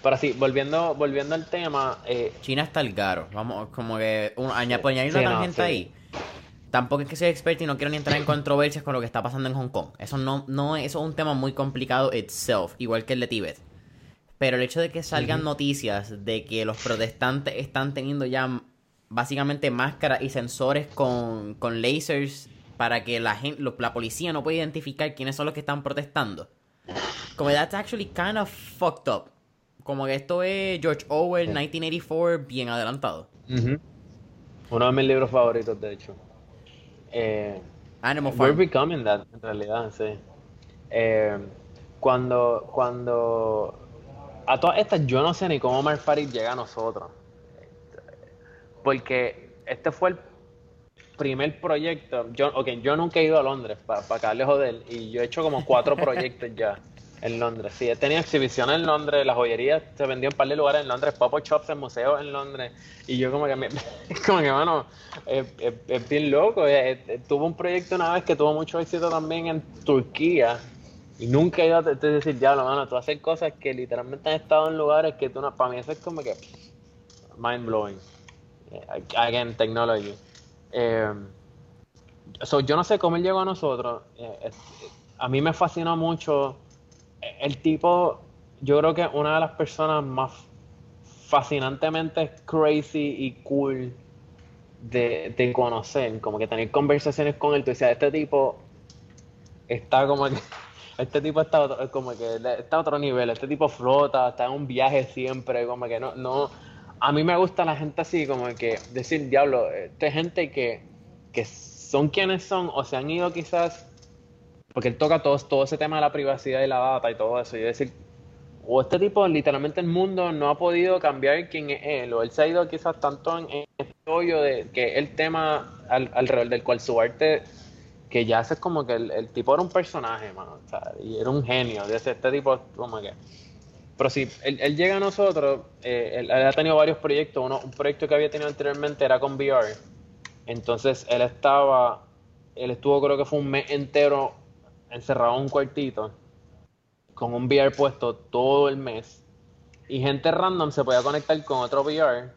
Pero sí, volviendo, volviendo al tema, eh, China está el garo. Vamos, como que un, aña- por añadir sí, una no, tangente sí. ahí. Tampoco es que soy experto y no quiero ni entrar en controversias con lo que está pasando en Hong Kong. Eso no, no, eso es un tema muy complicado itself, igual que el de Tíbet. Pero el hecho de que salgan Ujú. noticias de que los protestantes están teniendo ya básicamente máscaras y sensores con, con lasers para que la gente, la policía no pueda identificar quiénes son los que están protestando. Como that's actually kind of fucked up. Como que esto es George Orwell Sí. mil novecientos ochenta y cuatro bien adelantado. Ujú. Uno de mis libros favoritos, de hecho. Eh, Animal we're Farm. becoming that, en realidad, sí. Eh, cuando, cuando... A todas estas, yo no sé ni cómo Omar Farid llega a nosotros. Porque este fue el primer proyecto. Yo, okay, yo nunca he ido a Londres para pa acabarle joder. Y yo he hecho como cuatro proyectos ya en Londres. Sí, he tenido exhibiciones en Londres, las joyerías se vendían en un par de lugares en Londres, pop-up shops en museos en Londres. Y yo como que, me, como que bueno, es, es, es bien loco. Eh, eh, tuve un proyecto una vez que tuvo mucho éxito también en Turquía. Y nunca he ido a te- te decir, diablo, mano, tú haces cosas que literalmente han estado en lugares que tú no, para mí eso es como que mind blowing. Again, technology. Eh, so, yo no sé cómo él llegó a nosotros. Eh, eh, a mí me fascinó mucho. Eh, El tipo, yo creo que es una de las personas más fascinantemente crazy y cool de, de conocer. Como que tener conversaciones con él. Tú decías, este tipo está como que. Este tipo está otro- como que está a otro nivel. Este tipo flota, está en un viaje siempre. Como que no, no. A mí me gusta la gente así, como que decir, diablo, esta gente que, que son quienes son o se han ido quizás, porque él toca todo, todo ese tema de la privacidad y la data y todo eso. Y decir, o este tipo literalmente el mundo no ha podido cambiar quién es él, o él se ha ido quizás tanto en, en este hoyo de que el tema al, alrededor del cual su arte, que ya ese es como que el, el tipo era un personaje, mano, o sea, y era un genio, de ese, este tipo como que... Pero sí, él, él llega a nosotros, eh, él, él ha tenido varios proyectos, uno, un proyecto que había tenido anteriormente era con V R, entonces él estaba, él estuvo creo que fue un mes entero encerrado en un cuartito, con un V R puesto todo el mes, y gente random se podía conectar con otro V R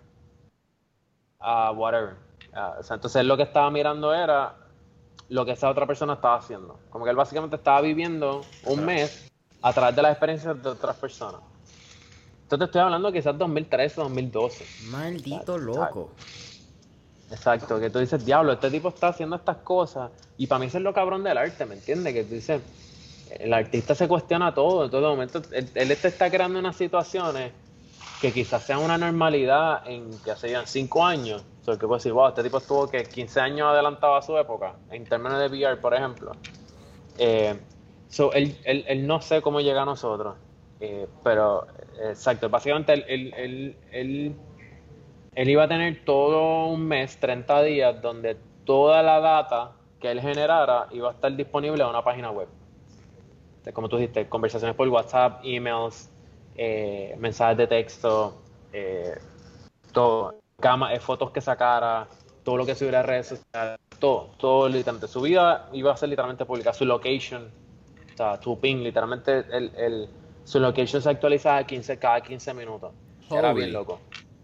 a whatever. Uh, o sea, entonces él lo que estaba mirando era lo que esa otra persona estaba haciendo. Como que él básicamente estaba viviendo un mes a través de las experiencias de otras personas. Entonces estoy hablando quizás dos mil trece, dos mil doce. Maldito loco. Exacto, que tú dices, diablo, este tipo está haciendo estas cosas. Y para mí eso es lo cabrón del arte, ¿me entiendes? Que tú dices, el artista se cuestiona todo. En todo momento, él, él te está creando unas situaciones que quizás sean una normalidad en que hace ya cinco años. O sea, que puedo decir, wow, este tipo estuvo que quince años adelantado a su época, en términos de V R, por ejemplo. Eh, so, él, él, él no sé cómo llega a nosotros, eh, pero exacto, básicamente él, él, él, él, él iba a tener todo un mes, treinta días, donde toda la data que él generara iba a estar disponible en una página web. Como tú dijiste, conversaciones por WhatsApp, emails, eh, mensajes de texto, eh, todo, cama, eh, fotos que sacara, todo lo que subiera a redes sociales, todo, todo literalmente. Su vida iba a ser literalmente pública, su location, o sea, tu ping, literalmente el, el, su location se actualizaba quince, cada quince minutos. Era bien Holy. loco.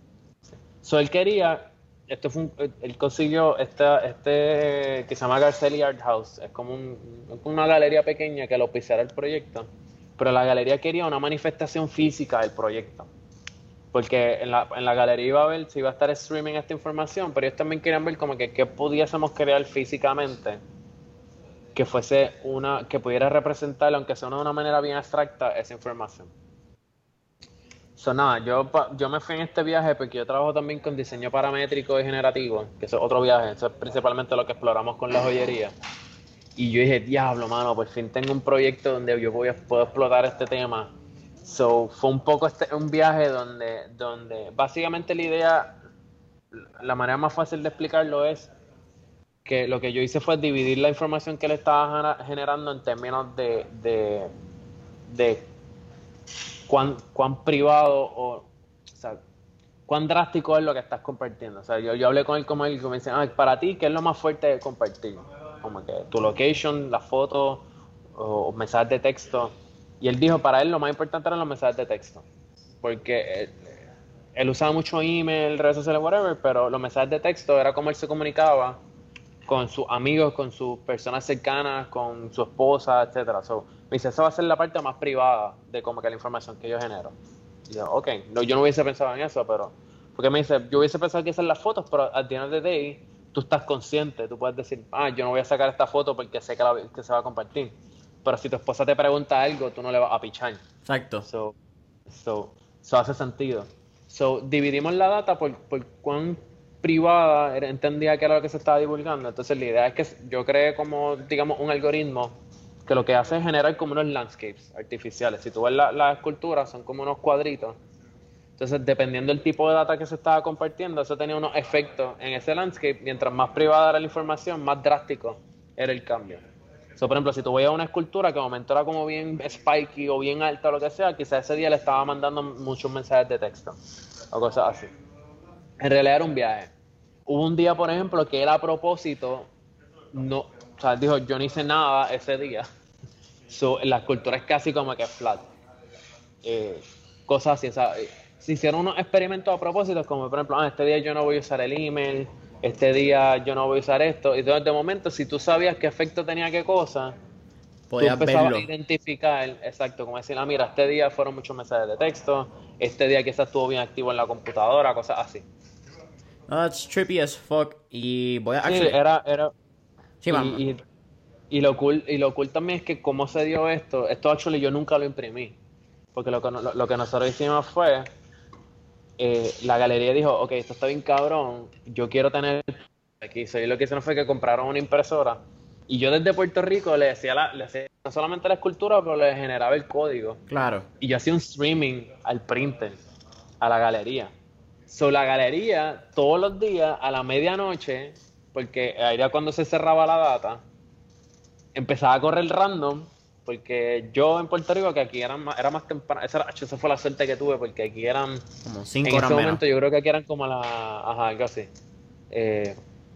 So él quería, esto fue un, él consiguió esta, este que se llama Garcelli Art House, es como un, una galería pequeña que lo pisara el proyecto, pero la galería quería una manifestación física del proyecto. Porque en la, en la galería iba a ver si iba a estar streaming esta información, pero ellos también querían ver como que qué pudiésemos crear físicamente que fuese una, que pudiera representar, aunque sea de una manera bien abstracta, esa información. So, nada, yo, yo me fui en este viaje porque yo trabajo también con diseño paramétrico y generativo, que eso es otro viaje, eso es principalmente lo que exploramos con la joyería. Y yo dije, diablo, mano, por fin tengo un proyecto donde yo voy a, puedo explotar este tema. So, fue un poco este, un viaje donde, donde básicamente la idea, la manera más fácil de explicarlo es que lo que yo hice fue dividir la información que le estaba generando en términos de, de, de cuán, cuán privado o, o sea, cuán drástico es lo que estás compartiendo. O sea, yo, yo hablé con él como él y me dice, ah, para ti, ¿qué es lo más fuerte de compartir? Como que tu location, las fotos o, o mensajes de texto. Y él dijo, para él lo más importante eran los mensajes de texto. porque él, él usaba mucho email, redes sociales, whatever, pero los mensajes de texto era como él se comunicaba con sus amigos, con sus personas cercanas, con su esposa, etcétera. So, me dice, esa va a ser la parte más privada de como que la información que yo genero. Y yo, ok, no, yo no hubiese pensado en eso, pero... Porque me dice, yo hubiese pensado que esas las fotos, pero al final de day, tú estás consciente, tú puedes decir, ah, yo no voy a sacar esta foto porque sé que, la, que se va a compartir. Pero si tu esposa te pregunta algo, tú no le vas a pichar. Exacto. So, so, so hace sentido. So, dividimos la data por, por cuán privada era- entendía que era lo que se estaba divulgando. Entonces, la idea es que yo creé como, digamos, un algoritmo que lo que hace es generar como unos landscapes artificiales. Si tú ves las la esculturas, son como unos cuadritos. Entonces, dependiendo del tipo de data que se estaba compartiendo, eso tenía unos efectos en ese landscape. Mientras más privada era la información, más drástico era el cambio. So, por ejemplo, si tú veías una escultura que de momento era como bien spiky o bien alta o lo que sea, quizás ese día le estaba mandando muchos mensajes de texto o cosas así. En realidad era un viaje. Hubo un día, por ejemplo, que él a propósito, no, o sea, dijo, yo no hice nada ese día. So, la escultura es casi como que flat. Eh, cosas así, o sea, se hicieron unos experimentos a propósito, como por ejemplo, ah, este día yo no voy a usar el email, este día yo no voy a usar esto, y entonces de momento, si tú sabías qué efecto tenía qué cosa, tú Podías empezabas a verlo. identificar, exacto, como decir, ah, mira, este día fueron muchos mensajes de texto, este día quizás estuvo bien activo en la computadora, cosas así. No, that's trippy as fuck. Y voy a, Sí, actually, era, era, sí, man. y, y, y lo cool, y lo cool también es que cómo se dio esto, esto actually yo nunca lo imprimí, porque lo que, no- lo, lo que nosotros hicimos fue, eh, la galería dijo, ok, esto está bien cabrón, yo quiero tener aquí. So, y lo que hicieron fue que compraron una impresora y yo desde Puerto Rico le decía, la, le hacía no solamente la escultura, pero le generaba el código. Claro. Y yo hacía un streaming al printer, a la galería. So, la galería, todos los días, a la medianoche, porque ahí era cuando se cerraba la data, empezaba a correr random, porque yo en Puerto Rico, que aquí eran más, era más temprano, esa, era- esa fue la suerte que tuve, porque aquí eran, Como en cinco horas ese menos. momento yo creo que aquí eran como a la, ajá, algo así. Eh,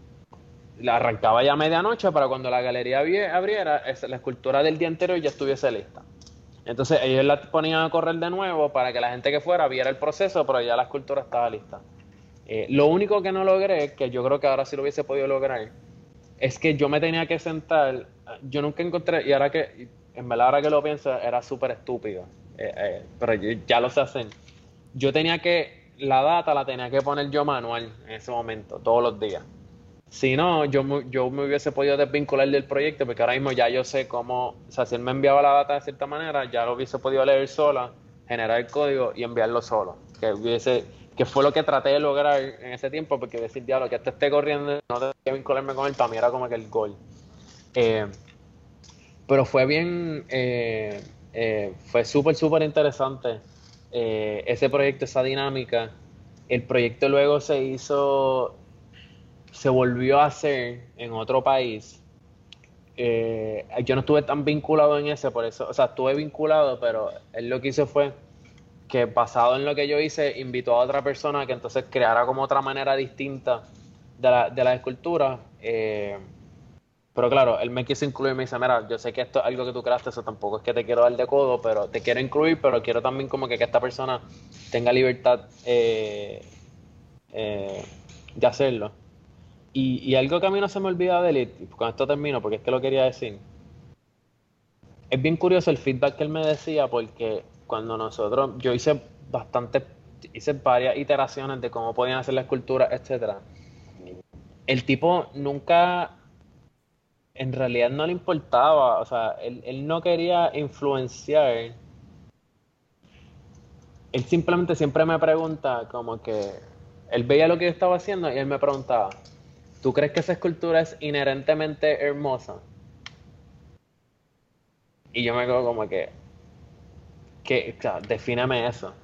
la arrancaba ya a medianoche para cuando la galería abriera, es- la escultura del día anterior ya estuviese lista. Entonces ellos la ponían a correr de nuevo para que la gente que fuera viera el proceso, pero ya la escultura estaba lista. Eh, lo único que no logré, que yo creo que ahora sí lo hubiese podido lograr, es que yo me tenía que sentar. Yo nunca encontré, y ahora que, en verdad ahora que lo pienso, era súper estúpido, eh, eh, pero yo, ya lo sé hacer. Yo tenía que, la data la tenía que poner yo manual en ese momento, todos los días. Si no, yo, mu- yo me hubiese podido desvincular del proyecto, porque ahora mismo ya yo sé cómo, o sea, si él me enviaba la data de cierta manera, ya lo hubiese podido leer sola, generar el código y enviarlo solo. Que hubiese, que fue lo que traté de lograr en ese tiempo, porque decir, diablo, que esto esté corriendo, no tengo que vincularme con él, para mí era como que el gol. Eh, pero fue bien, eh, eh, fue súper, súper interesante eh, ese proyecto, esa dinámica. El proyecto luego se hizo, se volvió a hacer en otro país. Eh, yo no estuve tan vinculado en ese, por eso, o sea, estuve vinculado, pero él lo que hizo fue que basado en lo que yo hice, invitó a otra persona que entonces creara como otra manera distinta de la, de la escultura. Eh, pero claro, él me quiso incluir, me dice, mira, yo sé que esto es algo que tú creaste, eso tampoco es que te quiero dar de codo, pero te quiero incluir, pero quiero también como que, que esta persona tenga libertad eh, eh, de hacerlo. Y, y algo que a mí no se me olvida de él, y con esto termino, porque es que lo quería decir, es bien curioso el feedback que él me decía, porque cuando nosotros, yo hice bastante, hice varias iteraciones de cómo podían hacer la escultura, etcétera. El tipo nunca, en realidad no le importaba, o sea, él, él no quería influenciar, él simplemente siempre me pregunta como que, él veía lo que yo estaba haciendo y él me preguntaba, ¿tú crees que esa escultura es inherentemente hermosa? Y yo me quedo como que, que, o sea, defíneme eso.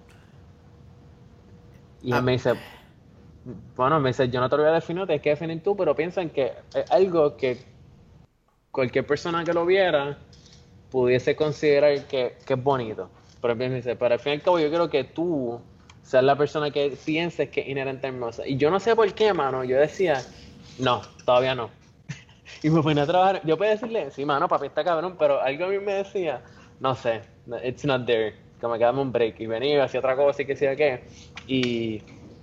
Y él Ah, me dice, bueno, me dice, yo no te lo voy a definir, tienes que definir tú, pero piensa en que es algo que cualquier persona que lo viera pudiese considerar que, que es bonito. Pero él me dice, pero al fin y al cabo yo quiero que tú seas la persona que pienses que es inherente hermosa. Y yo no sé por qué, mano, yo decía, no, todavía no. Y me ponía a trabajar, yo podía decirle, sí, mano, papi está cabrón, pero algo a mí me decía, no sé, it's not there. como que dame un break. Y venía, hacía otra cosa y que sea qué. Y,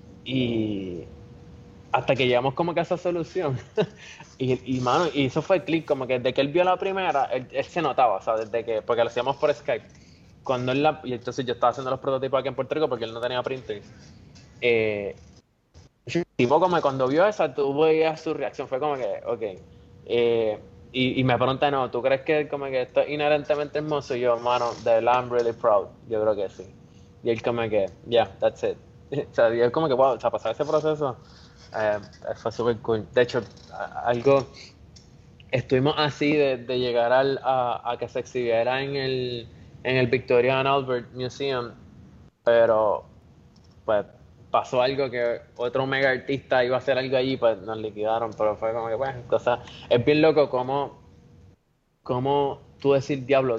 y hasta que llegamos como que a esa solución. y, y, mano, y eso fue el click, como que desde que él vio la primera, él, él se notaba, o sea, desde que, porque lo hacíamos por Skype. Cuando él la, y entonces yo estaba haciendo los prototipos aquí en Puerto Rico porque él no tenía printers. Eh, tipo como que cuando vio esa, tú veías su reacción, fue como que, ok. Eh, y, y me pregunta, no, ¿tú crees que como que esto es inherentemente hermoso? Y yo, mano, de verdad, I'm really proud. Yo creo que sí. Y él como que, yeah, that's it. O sea, y él como que, wow, o sea, pasar ese proceso eh, fue súper cool. De hecho, a- algo, estuvimos así de, de llegar al, a, a que se exhibiera en el, en el Victoria and Albert Museum, pero pues pasó algo que otro mega artista iba a hacer algo allí, pues nos liquidaron, pero fue como que, bueno, cosa, es bien loco como, como tú decir, diablo,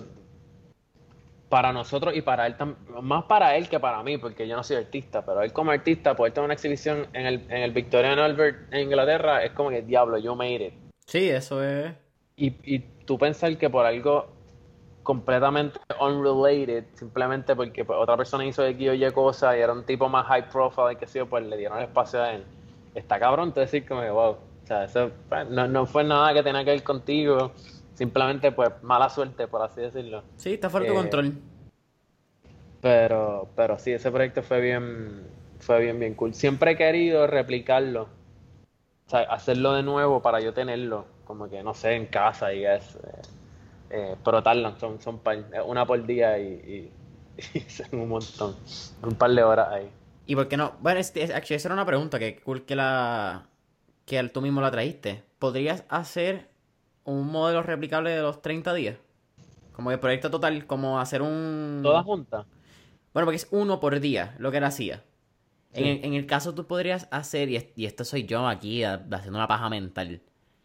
para nosotros y para él, tam- más para él que para mí, porque yo no soy artista, pero él como artista, poder tener una exhibición en el, en el Victoria and Albert en Inglaterra, es como que, diablo, yo made it. Sí, eso es. Y, y tú pensar que por algo completamente unrelated, simplemente porque pues, otra persona hizo X o Y cosa y era un tipo más high profile y que sé yo, pues le dieron el espacio a él. Está cabrón tú decir como que, wow, o sea, eso pues, no, no fue nada que tenía que ver contigo, simplemente pues mala suerte, por así decirlo. Sí, está fuera de tu Eh, control. pero, pero sí, ese proyecto fue bien, fue bien, bien cool. Siempre he querido replicarlo, o sea, hacerlo de nuevo para yo tenerlo, como que no sé, en casa y es. Eh, pero tardan, son, son par, una por día y, y, y son un montón, un par de horas ahí. ¿Y por qué no? Bueno, este, actually, esa era una pregunta que cool que la que tú mismo la trajiste. ¿Podrías hacer un modelo replicable de los treinta días? Como que proyecto total, como hacer ¿Todas un... juntas? Bueno, porque es uno por día, lo que él hacía. En Sí. el, en el caso tú podrías hacer, y, es- y esto soy yo aquí a- haciendo una paja mental,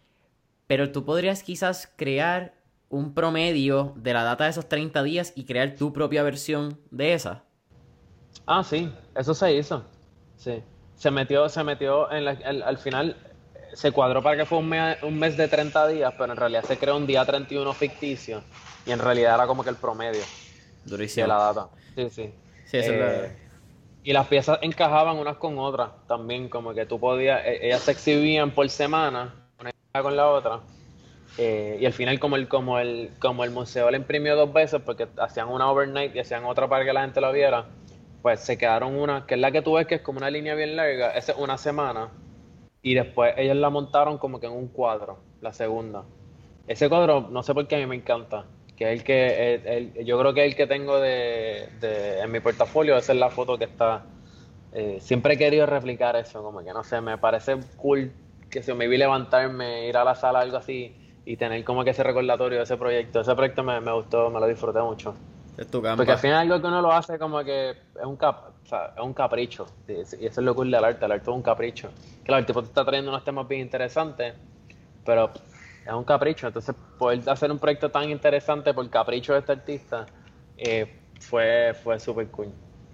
pero tú podrías quizás crear un promedio de la data de esos treinta días y crear tu propia versión de esa. Ah, sí, eso se hizo. Sí. Se metió, se metió en la, al, al final, se cuadró para que fuera un mes, un mes de treinta días, pero en realidad se creó un día treinta y uno ficticio y en realidad era como que el promedio de Durísimo. la data. Sí, sí. Sí, eso es Eh, la... y las piezas encajaban unas con otras también, como que tú podías, e- ellas se exhibían por semana, una con la otra. Eh, y al final como el, como el, como el museo la imprimió dos veces porque hacían una overnight y hacían otra para que la gente la viera, pues se quedaron una, que es la que tú ves que es como una línea bien larga, esa es una semana, y después ellos la montaron como que en un cuadro, la segunda. Ese cuadro, no sé por qué a mí me encanta, que es el que, el- el- yo creo que es el que tengo de, de- en mi portafolio, esa es la foto que está. Eh, siempre he querido replicar eso, como que no sé, me parece cool que si me vi levantarme, ir a la sala, algo así, y tener como que ese recordatorio de ese proyecto. Ese proyecto me, me gustó, me lo disfruté mucho. Es tu Porque al gamba. final algo que uno lo hace como que es un cap, o sea, es un capricho. Y eso es lo cool del arte, el arte es un capricho. Claro, el tipo te está trayendo unos temas bien interesantes, pero es un capricho. Entonces, poder hacer un proyecto tan interesante por capricho de este artista eh, fue, fue súper cool.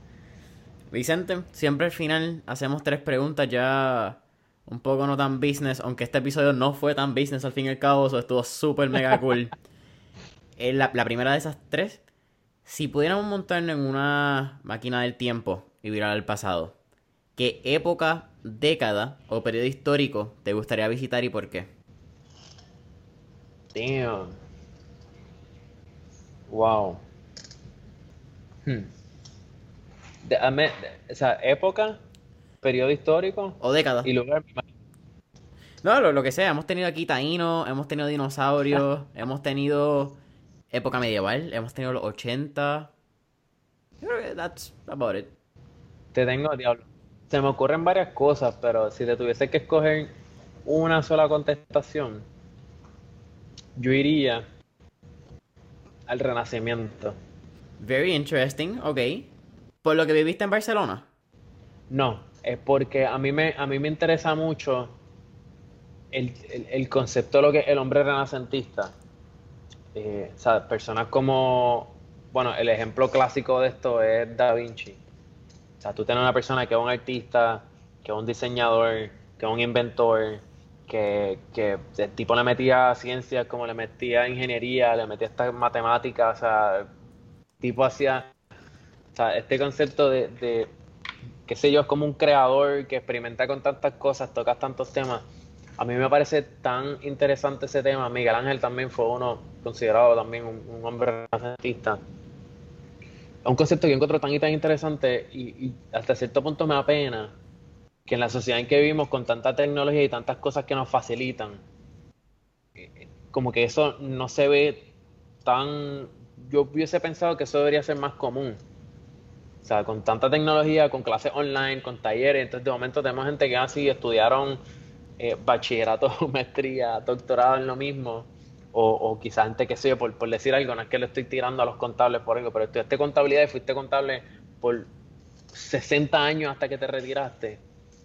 Vicente, siempre al final hacemos tres preguntas ya un poco no tan business, aunque este episodio no fue tan business al fin y al cabo, eso estuvo súper mega cool. Eh, la, la primera de esas tres, si pudiéramos montarnos en una máquina del tiempo y virar al pasado, ¿qué época, década o periodo histórico te gustaría visitar y por qué? Damn. Wow. Hmm. Dame, o sea, época, periodo histórico O década. y lugar. No, lo, lo que sea, hemos tenido aquí taínos, hemos tenido dinosaurios, hemos tenido época medieval, hemos tenido los ochenta. Yo creo que that's about it. Te tengo, diablo. Se me ocurren varias cosas, pero si te tuviese que escoger una sola contestación, yo iría al Renacimiento. Very interesting, ok. Por lo que viviste en Barcelona. No, es porque a mí me, a mí me interesa mucho el, el- el concepto de lo que es el hombre renacentista. Eh, o sea, personas como, bueno, el ejemplo clásico de esto es Da Vinci. O sea, tú tienes una persona que es un artista, que es un diseñador, que es un inventor, que, que el tipo le metía ciencias como le metía ingeniería, le metía estas matemáticas, o sea, el tipo hacía sea, este concepto de, de, qué sé yo, es como un creador que experimenta con tantas cosas, tocas tantos temas. A mí me parece tan interesante ese tema. Miguel Ángel también fue uno considerado también un, un hombre renacentista. Es un concepto que yo encuentro tan y tan interesante y, y hasta cierto punto me da pena que en la sociedad en que vivimos con tanta tecnología y tantas cosas que nos facilitan, como que eso no se ve tan... Yo hubiese pensado que eso debería ser más común. O sea, con tanta tecnología, con clases online, con talleres, entonces de momento tenemos gente que así estudiaron eh, bachillerato, maestría, doctorado en lo mismo, o, o quizás gente que sé yo, por, por decir algo, no es que le estoy tirando a los contables por algo, pero estudiaste contabilidad y fuiste contable por sesenta años hasta que te retiraste.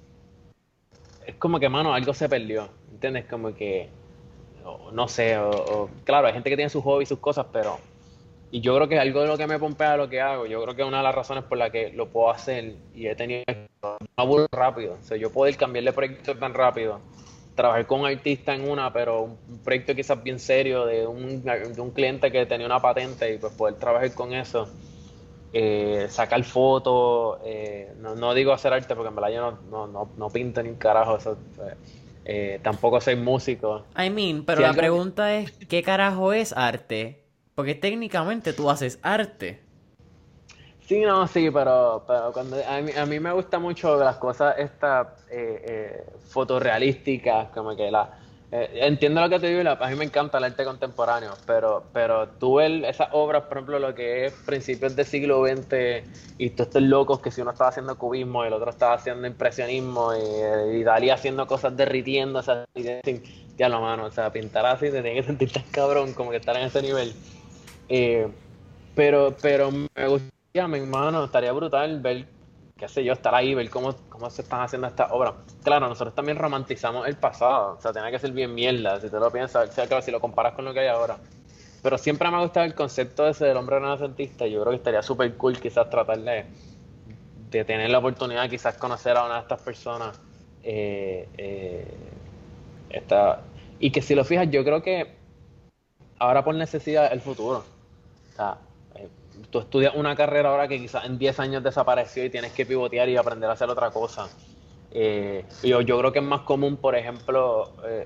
Es como que, mano, algo se perdió, ¿entiendes? Como que, o, no sé, o, o- claro, hay gente que tiene sus hobbies, sus cosas, pero y yo creo que es algo de lo que me pompea lo que hago. Yo creo que es una de las razones por la que lo puedo hacer y he tenido no me aburro rápido. O sea, yo poder cambiar de proyecto tan rápido. Trabajar con un artista en una, pero un un proyecto quizás bien serio de un, de un cliente que tenía una patente y pues poder trabajar con eso. Eh, sacar fotos, eh, no, no digo hacer arte porque en verdad yo no, no, no, no pinto ni un carajo. Eso, eh, eh, tampoco soy músico. I mean, pero Si la algo, pregunta es, ¿qué carajo es arte? Porque técnicamente tú haces arte. sí, no, sí, pero, pero cuando a mí, a mí me gusta mucho las cosas estas eh, eh, fotorrealísticas, como que la eh, entiendo lo que te digo, y la- a mí me encanta el arte contemporáneo, pero pero tú ves esas obras, por ejemplo, lo que es principios del siglo veinte y todos estos locos que si uno estaba haciendo cubismo y el otro estaba haciendo impresionismo y, y Dalí haciendo cosas derritiendo, o sea, y decir, ya lo mano, o sea, pintar así te tienes que sentir tan cabrón como que estar en ese nivel. Eh, pero, pero me gustaría, mi hermano, estaría brutal ver, qué sé yo, estar ahí, ver cómo, cómo se están haciendo estas obras. Claro, nosotros también romantizamos el pasado, o sea, tiene que ser bien mierda, si te lo piensas, o sea, claro, si lo comparas con lo que hay ahora. Pero siempre me ha gustado el concepto ese del hombre renacentista, y yo creo que estaría súper cool quizás tratar de, de tener la oportunidad de quizás conocer a una de estas personas. eh, eh, esta- y que si lo fijas, yo creo que ahora por necesidad el futuro. O sea, eh, tú estudias una carrera ahora que quizás en diez años desapareció y tienes que pivotear y aprender a hacer otra cosa. Eh, yo, yo creo que es más común, por ejemplo, eh,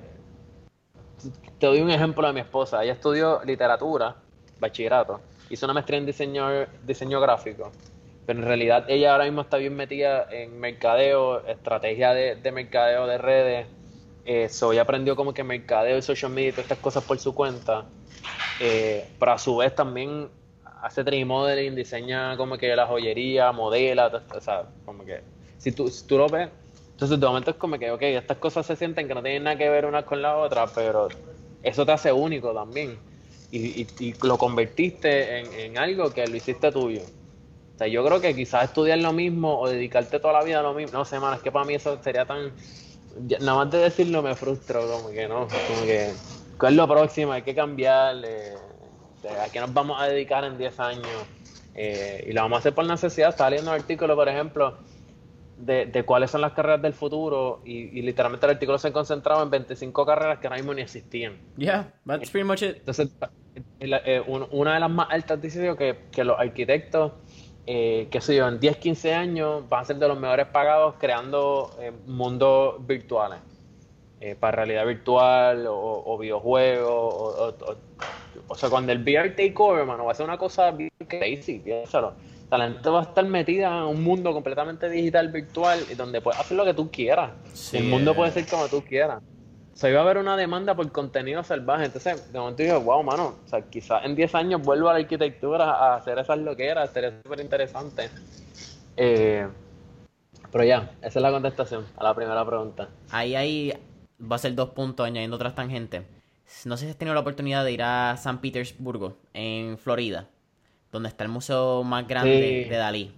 te doy un ejemplo de mi esposa. Ella estudió literatura, bachillerato, hizo una maestría en diseño, diseño gráfico, pero en realidad ella ahora mismo está bien metida en mercadeo, estrategia de, de mercadeo de redes. Eh, so, ella aprendió como que mercadeo y social media y todas estas cosas por su cuenta. Eh, pero a su vez también hace trade modeling, diseña como que la joyería, modela, todo esto, o sea, como que si tú, si tú lo ves, entonces de momento es como que, ok, estas cosas se sienten que no tienen nada que ver una con la otra, pero eso te hace único también. Y, y, y lo convertiste en, en algo que lo hiciste tuyo. O sea, yo creo que quizás estudiar lo mismo o dedicarte toda la vida a lo mismo, no sé, mano, es que para mí eso sería tan... ya- nada más de decirlo me frustro, como que no, como que, ¿cuál es lo próximo? Hay que cambiar, eh, de- ¿a qué nos vamos a dedicar en diez años? Eh, y lo vamos a hacer por necesidad. Está leyendo un artículo, por ejemplo, de, de cuáles son las carreras del futuro y, y literalmente el artículo se concentraba en veinticinco carreras que ahora mismo ni existían. Yeah, that's pretty much it. Entonces, la- eh, un- una de las más altas dice yo que, que los arquitectos, eh, qué sé yo, en diez quince años van a ser de los mejores pagados creando eh, mundos virtuales, eh, para realidad virtual o, o videojuegos. O, o- o- o sea, cuando el V R take over, mano, va a ser una cosa bien crazy, piénsalo. O sea, la gente va a estar metida en un mundo completamente digital, virtual, y donde puedes hacer lo que tú quieras. El Sí, mundo puede eh, ser como tú quieras. O sea, iba a haber una demanda por contenido salvaje. Entonces, de momento dije, wow, mano, o sea, quizás en diez años vuelvo a la arquitectura a hacer esas loqueras, sería súper interesante. Eh, pero ya, esa es la contestación a la primera pregunta. ahí, ahí va a ser dos puntos añadiendo otras tangentes. No sé si has tenido la oportunidad de ir a San Petersburgo, en Florida, donde está el museo más grande de Sí, Dalí.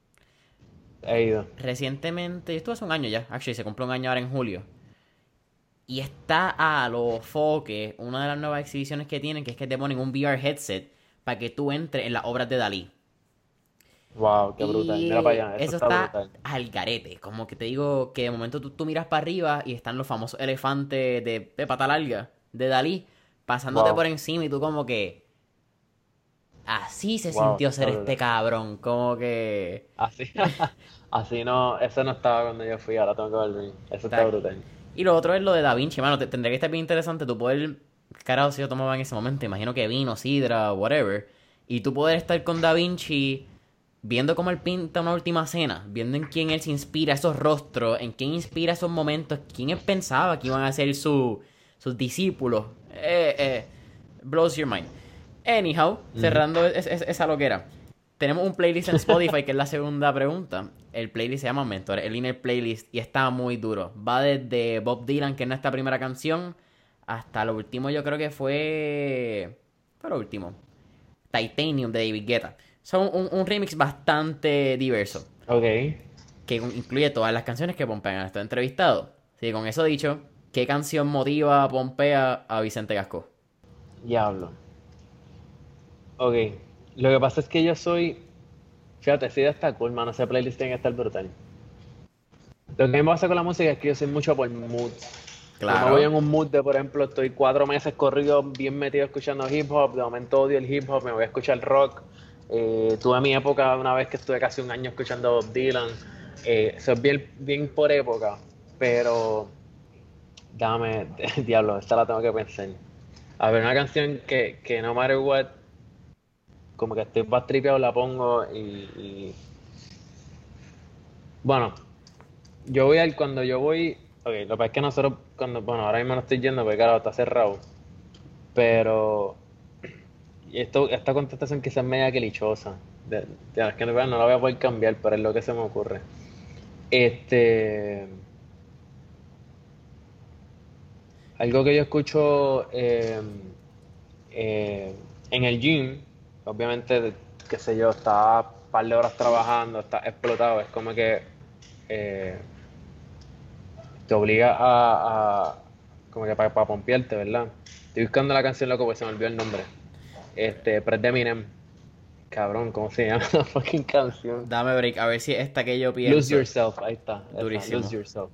he ido. Recientemente, esto hace un año ya, actually, se cumple un año ahora en julio. Y está a lo foque una de las nuevas exhibiciones que tienen, que es que te ponen un V R headset para que tú entres en las obras de Dalí. Wow, qué brutal. Mira para Y allá, eso eso está está brutal. al garete. Como que te digo que de momento tú, tú miras para arriba y están los famosos elefantes de, de pata larga, de Dalí, pasándote por Wow. encima y tú como que... así se Wow, sintió está ser brutal. este cabrón. Como que... Así, así no, eso no estaba cuando yo fui, ahora tengo que volver. Eso está Está- brutal. Y lo otro es lo de Da Vinci, mano. te- Tendría que estar bien interesante tú poder. ¿Qué carajo si yo tomaba en ese momento? Imagino que vino, sidra, whatever. Y tú poder estar con Da Vinci viendo cómo él pinta una última cena, viendo en quién él se inspira esos rostros, en quién inspira esos momentos, quién él pensaba que iban a ser su, sus discípulos. Eh, eh, blows your mind. Anyhow, Ujú. cerrando es- es- esa loquera. Tenemos un playlist en Spotify que es la segunda pregunta. El playlist se llama Mentor, el Inner Playlist, y está muy duro. Va desde Bob Dylan, que es nuestra primera canción, hasta lo último, yo creo que fue. Fue lo último. Titanium de David Guetta. Son un, un remix bastante diverso, Ok, que incluye todas las canciones que pompean a estos entrevistados. Así que con eso dicho, ¿qué canción motiva, pompea a Vicente Gascó? diablo. Ok, lo que pasa es que yo soy, fíjate, sí está cool, mano, ese playlist tiene que estar brutal. Lo que me pasa con la música es que yo soy mucho por mood. Yo me voy Claro. en un mood de, por ejemplo, estoy cuatro meses corridos bien metido escuchando hip hop, de momento odio el hip hop, me voy a escuchar rock. Eh, tuve mi época una vez que estuve casi un año escuchando Bob Dylan. Eh, eso es bien, bien por época, pero dame, diablo, esta la tengo que pensar. A ver, una canción que, que no matter what, como que estoy más tripeado, la pongo y, y- bueno, yo voy al, cuando yo voy, ok, lo que pasa es que nosotros, cuando, bueno, ahora mismo no estoy yendo porque claro, está cerrado, pero y esto, esta contestación quizás es media clichosa, de, de- es que no, no la voy a poder cambiar, pero es lo que se me ocurre. Este, algo que yo escucho eh, eh, en el gym, obviamente, qué sé yo, está un par de horas trabajando, está explotado, es como que eh, te obliga a, a- como que para, para pompearte, ¿verdad? Estoy buscando la canción, loco, porque se me olvidó el nombre. Este, pero es de Eminem. Cabrón, ¿cómo se llama la fucking canción? Dame break, a ver si es esta que yo Lose pienso. Yourself, ahí está, esa, Lose Durísimo. Yourself.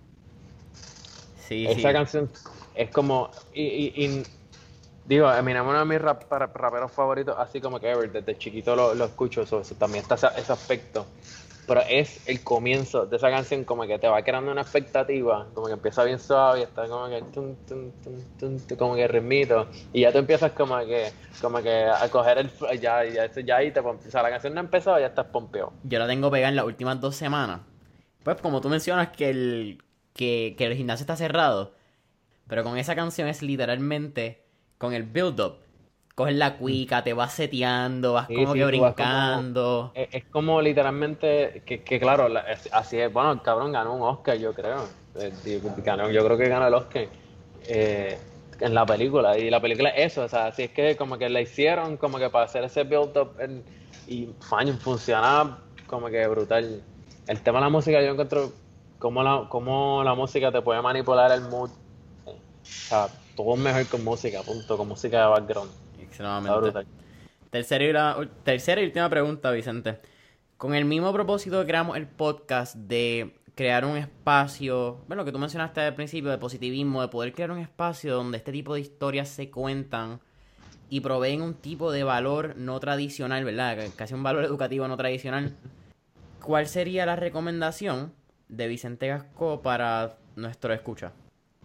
Sí, Esa sí. canción es como, y, y- y- digo, Eminem es uno de mis rap- rap- raperos favoritos, así como que ever, desde chiquito lo, lo escucho, so- so también está ese, ese aspecto. Pero es el comienzo de esa canción como que te va creando una expectativa, como que empieza bien suave y está como que tun, tun, tun, tun, tun, como que ritmito y ya tú empiezas como que como que a coger el fl- ya ya, ya ahí te pom- o sea, la canción no ha empezado ya estás pompeo. Yo la tengo pegada en las últimas dos semanas. Pues como tú mencionas que el, que, que el gimnasio está cerrado, pero con esa canción es literalmente con el build-up. Coges la cuica, te vas seteando, vas Sí, como que sí, tú vas como brincando. es, es como literalmente que, que claro, la- es- así es, bueno, el cabrón ganó un Oscar, yo creo. Eh, di- ganó, yo creo que ganó el Oscar eh, en la película y la película es eso, o sea, así es que como que la hicieron como que para hacer ese build up en- y fine, funciona como que brutal. El tema de la música yo encuentro cómo la, cómo la música te puede manipular el mood. O sea, todo es mejor con música, punto, con música de background. Está Extremadamente. brutal. Tercera y, la- tercera y última pregunta, Vicente. Con el mismo propósito que creamos el podcast de crear un espacio, bueno, que tú mencionaste al principio, de positivismo, de poder crear un espacio donde este tipo de historias se cuentan y proveen un tipo de valor no tradicional, ¿verdad? Casi un valor educativo no tradicional. ¿Cuál sería la recomendación de Vicente Gascó para nuestro escucha?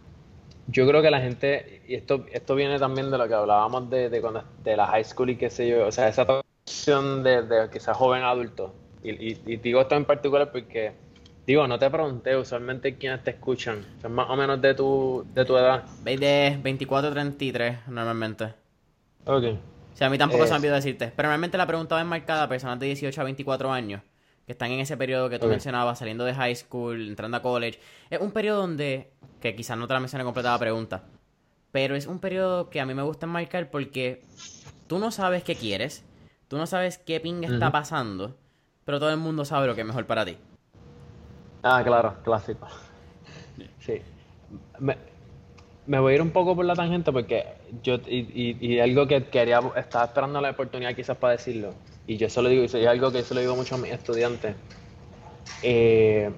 Yo creo que la gente, y esto, esto viene también de lo que hablábamos de, de, cuando, de la high school y qué sé yo, o sea, esa transición de, de quizás joven a adulto. Y, y, y digo esto en particular porque, digo, no te pregunté usualmente quiénes te escuchan, son más o menos de tu, de tu edad. Veis de veinticuatro a treinta y tres normalmente. Ok. O sea, a mí tampoco se me Eh, olvidó decirte. Pero normalmente la pregunta va enmarcada a personas de dieciocho a veinticuatro años. Que están en ese periodo que tú ok. mencionabas, saliendo de high school, entrando a college. Es un periodo donde, que quizás no te la mencioné completa la pregunta, pero es un periodo que a mí me gusta enmarcar porque tú no sabes qué quieres, tú no sabes qué pinga está Ujú. pasando, pero todo el mundo sabe lo que es mejor para ti. Ah, claro, clásico. Sí. Me, me voy a ir un poco por la tangente porque yo, y, y, y algo que quería, estaba esperando la oportunidad quizás para decirlo, y yo se lo digo, y es algo que yo se lo digo mucho a mis estudiantes. Eh,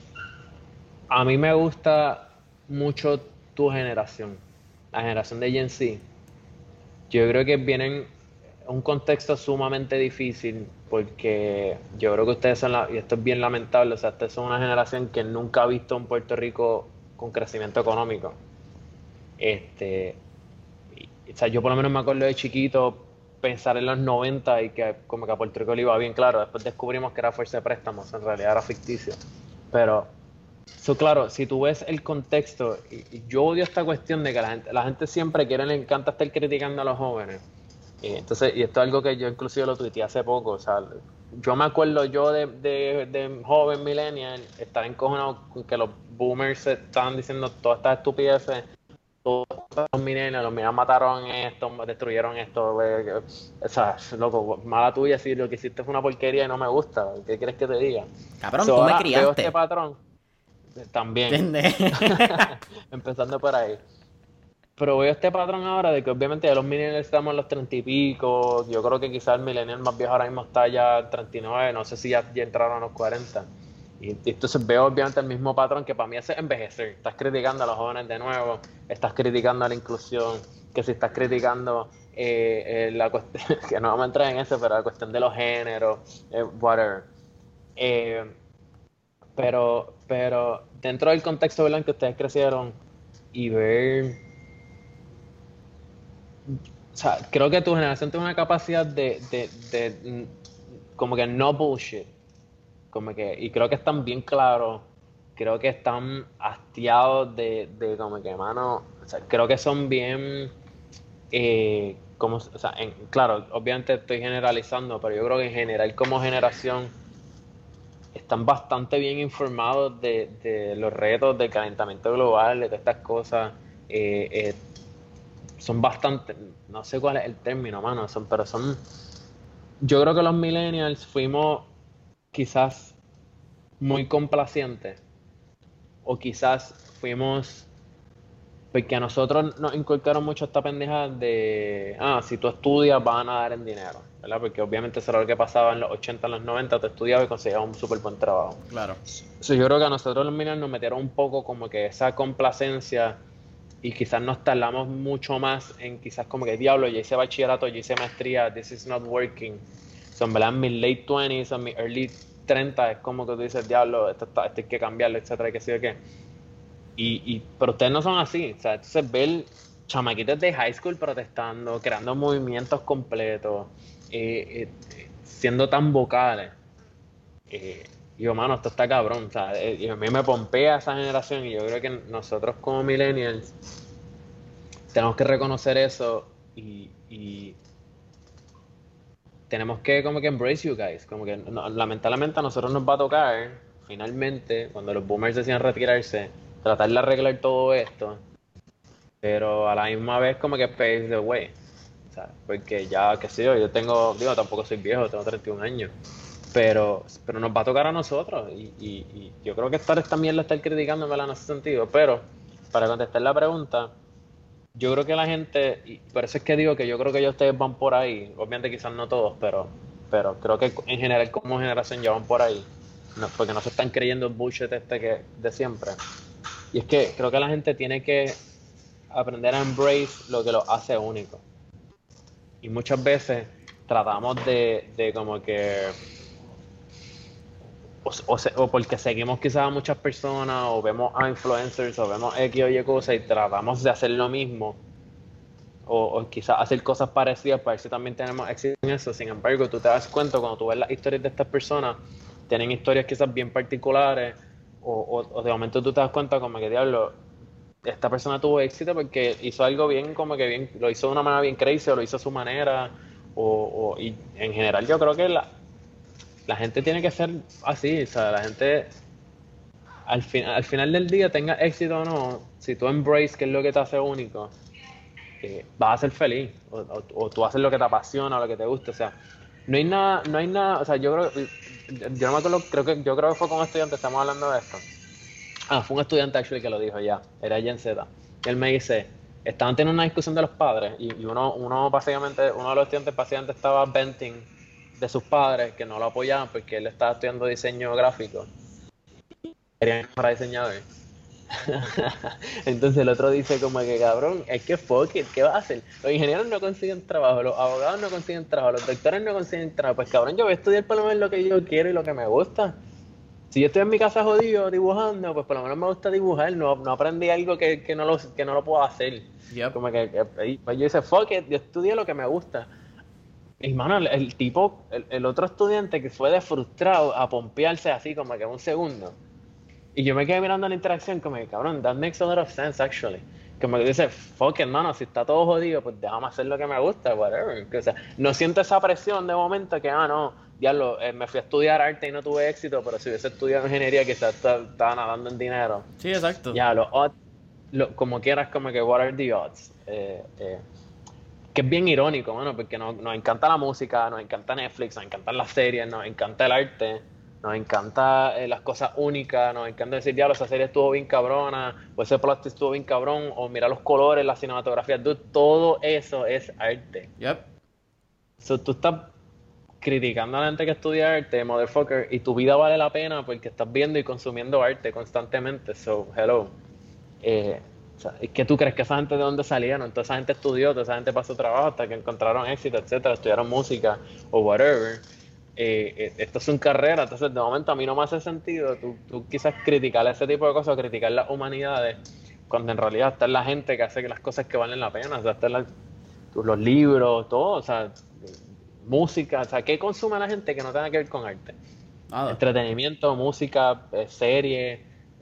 a mí me gusta mucho tu generación, la generación de Gen Z. Yo creo que vienen, un contexto sumamente difícil porque yo creo que ustedes son, la, y esto es bien lamentable, o sea, ustedes son una generación que nunca ha visto un Puerto Rico con crecimiento económico. Este, y, o sea, yo por lo menos me acuerdo de chiquito pensar en los noventa y que como que a Puerto Rico le iba bien, claro, después descubrimos que era fuerza de préstamos, en realidad era ficticio. Pero, so, claro, si tú ves el contexto, y, y yo odio esta cuestión de que la gente, la gente siempre quiere, le encanta estar criticando a los jóvenes. Y entonces, y esto es algo que yo inclusive lo tuiteé hace poco, o sea, yo me acuerdo yo de, de, de joven millennial estar encojonado con que los boomers estaban diciendo todas estas estupideces, todos los millennials, los millennials mataron esto, destruyeron esto, güey. O sea, loco, mala tuya si lo que hiciste fue una porquería y no me gusta, ¿qué quieres que te diga? Cabrón, So, tú me ahora veo criaste. este patrón, también, ¿Entiendes? empezando por ahí. Pero veo este patrón ahora de que obviamente ya los millennials estamos en los treinta y pico. Yo creo que quizás el millennial más viejo ahora mismo está ya en treinta y nueve, no sé si ya, ya entraron a los cuarenta. Y, y entonces veo obviamente el mismo patrón que para mí es envejecer. Estás criticando a los jóvenes de nuevo, estás criticando a la inclusión, que si estás criticando eh, eh, la cuestión, que no vamos a entrar en eso, pero la cuestión de los géneros, eh, whatever. Eh, pero, pero dentro del contexto, ¿verdad?, en que ustedes crecieron y ver, o sea, creo que tu generación tiene una capacidad de, de, de, mm, como que no bullshit, como que, y creo que están bien claros, creo que están hastiados de, de como que, mano, o sea, creo que son bien, eh, como, o sea, en, claro, obviamente estoy generalizando, pero yo creo que en general como generación están bastante bien informados de, de los retos del calentamiento global, de todas estas cosas. Eh, eh, son bastante, no sé cuál es el término, mano, son, pero son, yo creo que los millennials fuimos quizás muy complacientes o quizás fuimos, porque a nosotros nos inculcaron mucho esta pendeja de, ah, si tú estudias van a dar en dinero, ¿verdad? Porque obviamente eso era lo que pasaba en los ochenta, en los noventa, tú estudiabas y conseguías un súper buen trabajo. Claro. So, yo creo que a nosotros los millennials nos metieron un poco como que esa complacencia y quizás nos tardamos mucho más en quizás como que diablo, yo hice bachillerato, yo hice maestría, this is not working. Son, ¿verdad? En mis late twenties, en mis early treinta es como que tú dices, diablo, esto, está, esto hay que cambiarlo, etcétera, que sé yo qué. Y, y, pero ustedes no son así, o sea, entonces ver chamaquitos de high school protestando, creando movimientos completos, eh, eh, siendo tan vocales. Eh, y yo, mano, esto está cabrón, o sea, eh, y a mí me pompea esa generación y yo creo que nosotros como millennials tenemos que reconocer eso y, y tenemos que como que embrace you guys, como que no, lamentablemente a nosotros nos va a tocar finalmente cuando los boomers decían retirarse, tratar de arreglar todo esto, pero a la misma vez como que pave the way, o sea, porque ya, qué sé yo, yo tengo, digo, tampoco soy viejo, tengo treinta y un años, pero, pero nos va a tocar a nosotros y, y, y yo creo que estar también lo estar criticando en ese sentido, pero para contestar la pregunta, yo creo que la gente, y por eso es que digo que yo creo que ellos ustedes van por ahí, obviamente quizás no todos, pero, pero creo que en general como generación ya van por ahí, no, porque no se están creyendo el bullshit este que de siempre. Y es que creo que la gente tiene que aprender a embrace lo que lo hace único. Y muchas veces tratamos de, de como que o, o, o porque seguimos quizás a muchas personas o vemos a influencers o vemos X o Y cosas y tratamos de hacer lo mismo o, o quizás hacer cosas parecidas para ver si también tenemos éxito en eso. Sin embargo, tú te das cuenta cuando tú ves las historias de estas personas, tienen historias quizás bien particulares o, o, o de momento tú te das cuenta como que diablo, esta persona tuvo éxito porque hizo algo bien, como que bien, lo hizo de una manera bien crazy o lo hizo a su manera o, o y en general yo creo que la, la gente tiene que ser así, o sea, la gente al, fin, al final del día tenga éxito o no, si tú embrace que es lo que te hace único, eh, vas a ser feliz o, o, o tú haces lo que te apasiona o lo que te gusta, o sea, no hay nada, no hay nada, o sea, yo creo, yo no me acuerdo, creo que, yo creo que fue con un estudiante, estamos hablando de esto. Ah, fue un estudiante actually que lo dijo ya, era Gen Z. Y él me dice, estaban teniendo una discusión de los padres y, y uno, uno básicamente, uno de los estudiantes básicamente estaba venting de sus padres que no lo apoyaban porque él estaba estudiando diseño gráfico. Querían para diseñador. Entonces el otro dice como que cabrón, es que fuck it, ¿qué vas a hacer? Los ingenieros no consiguen trabajo, los abogados no consiguen trabajo, los doctores no consiguen trabajo. Pues cabrón, yo voy a estudiar por lo menos lo que yo quiero y lo que me gusta. Si yo estoy en mi casa jodido dibujando, pues por lo menos me gusta dibujar, no, no aprendí algo que, que, no lo, que no lo puedo hacer. Yep. Como que, que pues yo hice fuck it, yo estudié lo que me gusta. Y mano, el, el tipo, el, el otro estudiante que fue de frustrado a pompearse así como que un segundo. Y yo me quedé mirando la interacción como que, cabrón, that makes a lot of sense, actually. Como que dice, fuck it, mano, si está todo jodido, pues déjame hacer lo que me gusta, whatever. O sea, no siento esa presión de momento que, ah, no, diablo, eh, me fui a estudiar arte y no tuve éxito, pero si hubiese estudiado ingeniería quizás estaba nadando en dinero. Sí, exacto. Ya, los odds, lo, como quieras, como que, what are the odds? Eh, eh, que es bien irónico, mano, porque nos, nos encanta la música, nos encanta Netflix, nos encantan las series, nos encanta el arte, nos encanta eh, las cosas únicas, nos encanta decir, diablo, esa serie estuvo bien cabrona, o ese plot estuvo bien cabrón, o mira los colores, la cinematografía, dude, todo eso es arte. Yep. So, tú estás criticando a la gente que estudia arte, motherfucker, y tu vida vale la pena porque estás viendo y consumiendo arte constantemente, so, hello. Eh, o sea, ¿qué tú crees que esa gente de dónde salieron? Toda esa gente estudió, toda esa gente pasó trabajo hasta que encontraron éxito, etcétera, estudiaron música o whatever. Eh, eh, esto es una carrera, entonces de momento a mí no me hace sentido tú, tú quizás criticar ese tipo de cosas, criticar las humanidades, cuando en realidad está la gente que hace las cosas que valen la pena, o sea, están la, los libros, todo, o sea, música, o sea, ¿qué consume la gente que no tenga que ver con arte? Nada. Entretenimiento, música, eh, series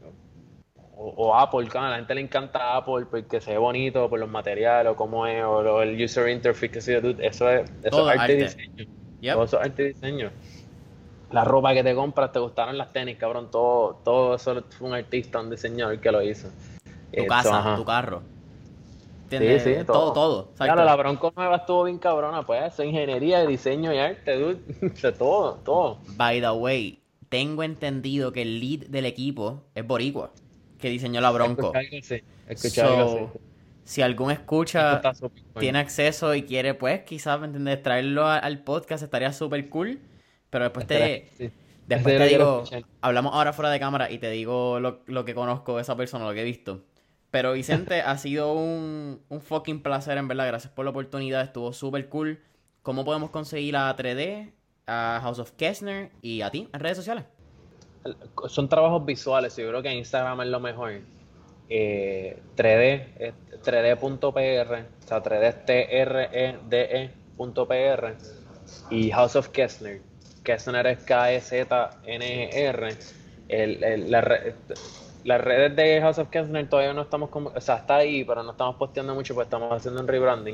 o, o Apple, claro, a la gente le encanta Apple porque se ve bonito por los materiales o cómo es, o lo- el user interface, que sea, dude, eso es, eso Todo es arte y arte. diseño. Yep. Todo eso es arte y diseño. La ropa que te compras, te gustaron las tenis, cabrón, todo, todo eso fue un artista, un diseñador que lo hizo. Tu Eh, so, casa, ajá. tu carro. Sí, ¿Entiendes? sí, Todo, todo. todo. Claro, Exacto. la Bronco nueva estuvo bien cabrona, pues, eso es ingeniería, diseño y arte, dude. De todo, todo. By the way, tengo entendido que el lead del equipo es Boricua, que diseñó la Escuché Bronco. algo así, escuché algo así. So, si algún Eso escucha está súper tiene cool. acceso y quiere, pues, quizás, ¿me entiendes? Traerlo a- al podcast estaría súper cool. Pero después Estaría- te, sí. después Ese te lo quiero digo, escuchar. hablamos ahora fuera de cámara y te digo lo, lo que conozco de esa persona, lo que he visto. Pero Vicente, ha sido un, un fucking placer, en verdad. Gracias por la oportunidad, estuvo súper cool. ¿Cómo podemos conseguir a tres D, a House of Kessner y a ti en redes sociales? Son trabajos visuales, yo creo que Instagram es lo mejor. Eh, tres D, eh, tres D punto P R, o sea, tres D es T R E D E punto P R y House of Kessner. Kessner es K E Z N E R. El, el- la re- las redes de House of Kessner todavía no estamos como, o sea, está ahí, pero no estamos posteando mucho, pues estamos haciendo un rebranding.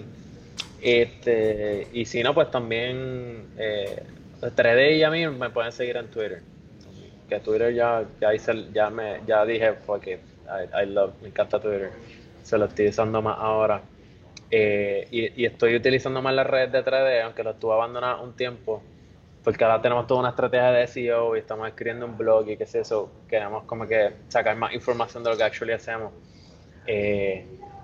Este, y si no, pues también eh, tres D y a mí me pueden seguir en Twitter. Que Twitter ya, ya hice, ya me, ya dije porque I, I love, me encanta Twitter. Se lo estoy usando más ahora. Eh, y, y estoy utilizando más las redes de tres D, aunque lo estuve abandonando un tiempo. Porque ahora tenemos toda una estrategia de S E O y estamos escribiendo un blog y qué es eso. Queremos como que sacar más información de lo que actually hacemos. Eh,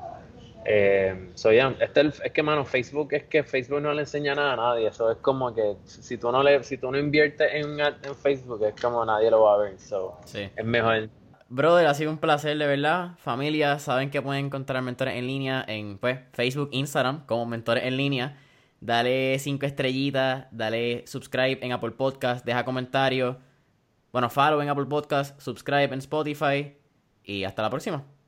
eh, so yeah, este es, el- es que mano, Facebook es que Facebook no le enseña nada a nadie. Eso es como que si tú no le, si tú no inviertes en, en Facebook es como nadie lo va a ver. So, Sí. es mejor. Brother, ha sido un placer, de verdad. Familia, saben que pueden encontrar mentores en línea en pues, Facebook, Instagram, como mentores en línea. Dale cinco estrellitas, dale subscribe en Apple Podcast, deja comentarios. Bueno, follow en Apple Podcast, subscribe en Spotify. Y hasta la próxima.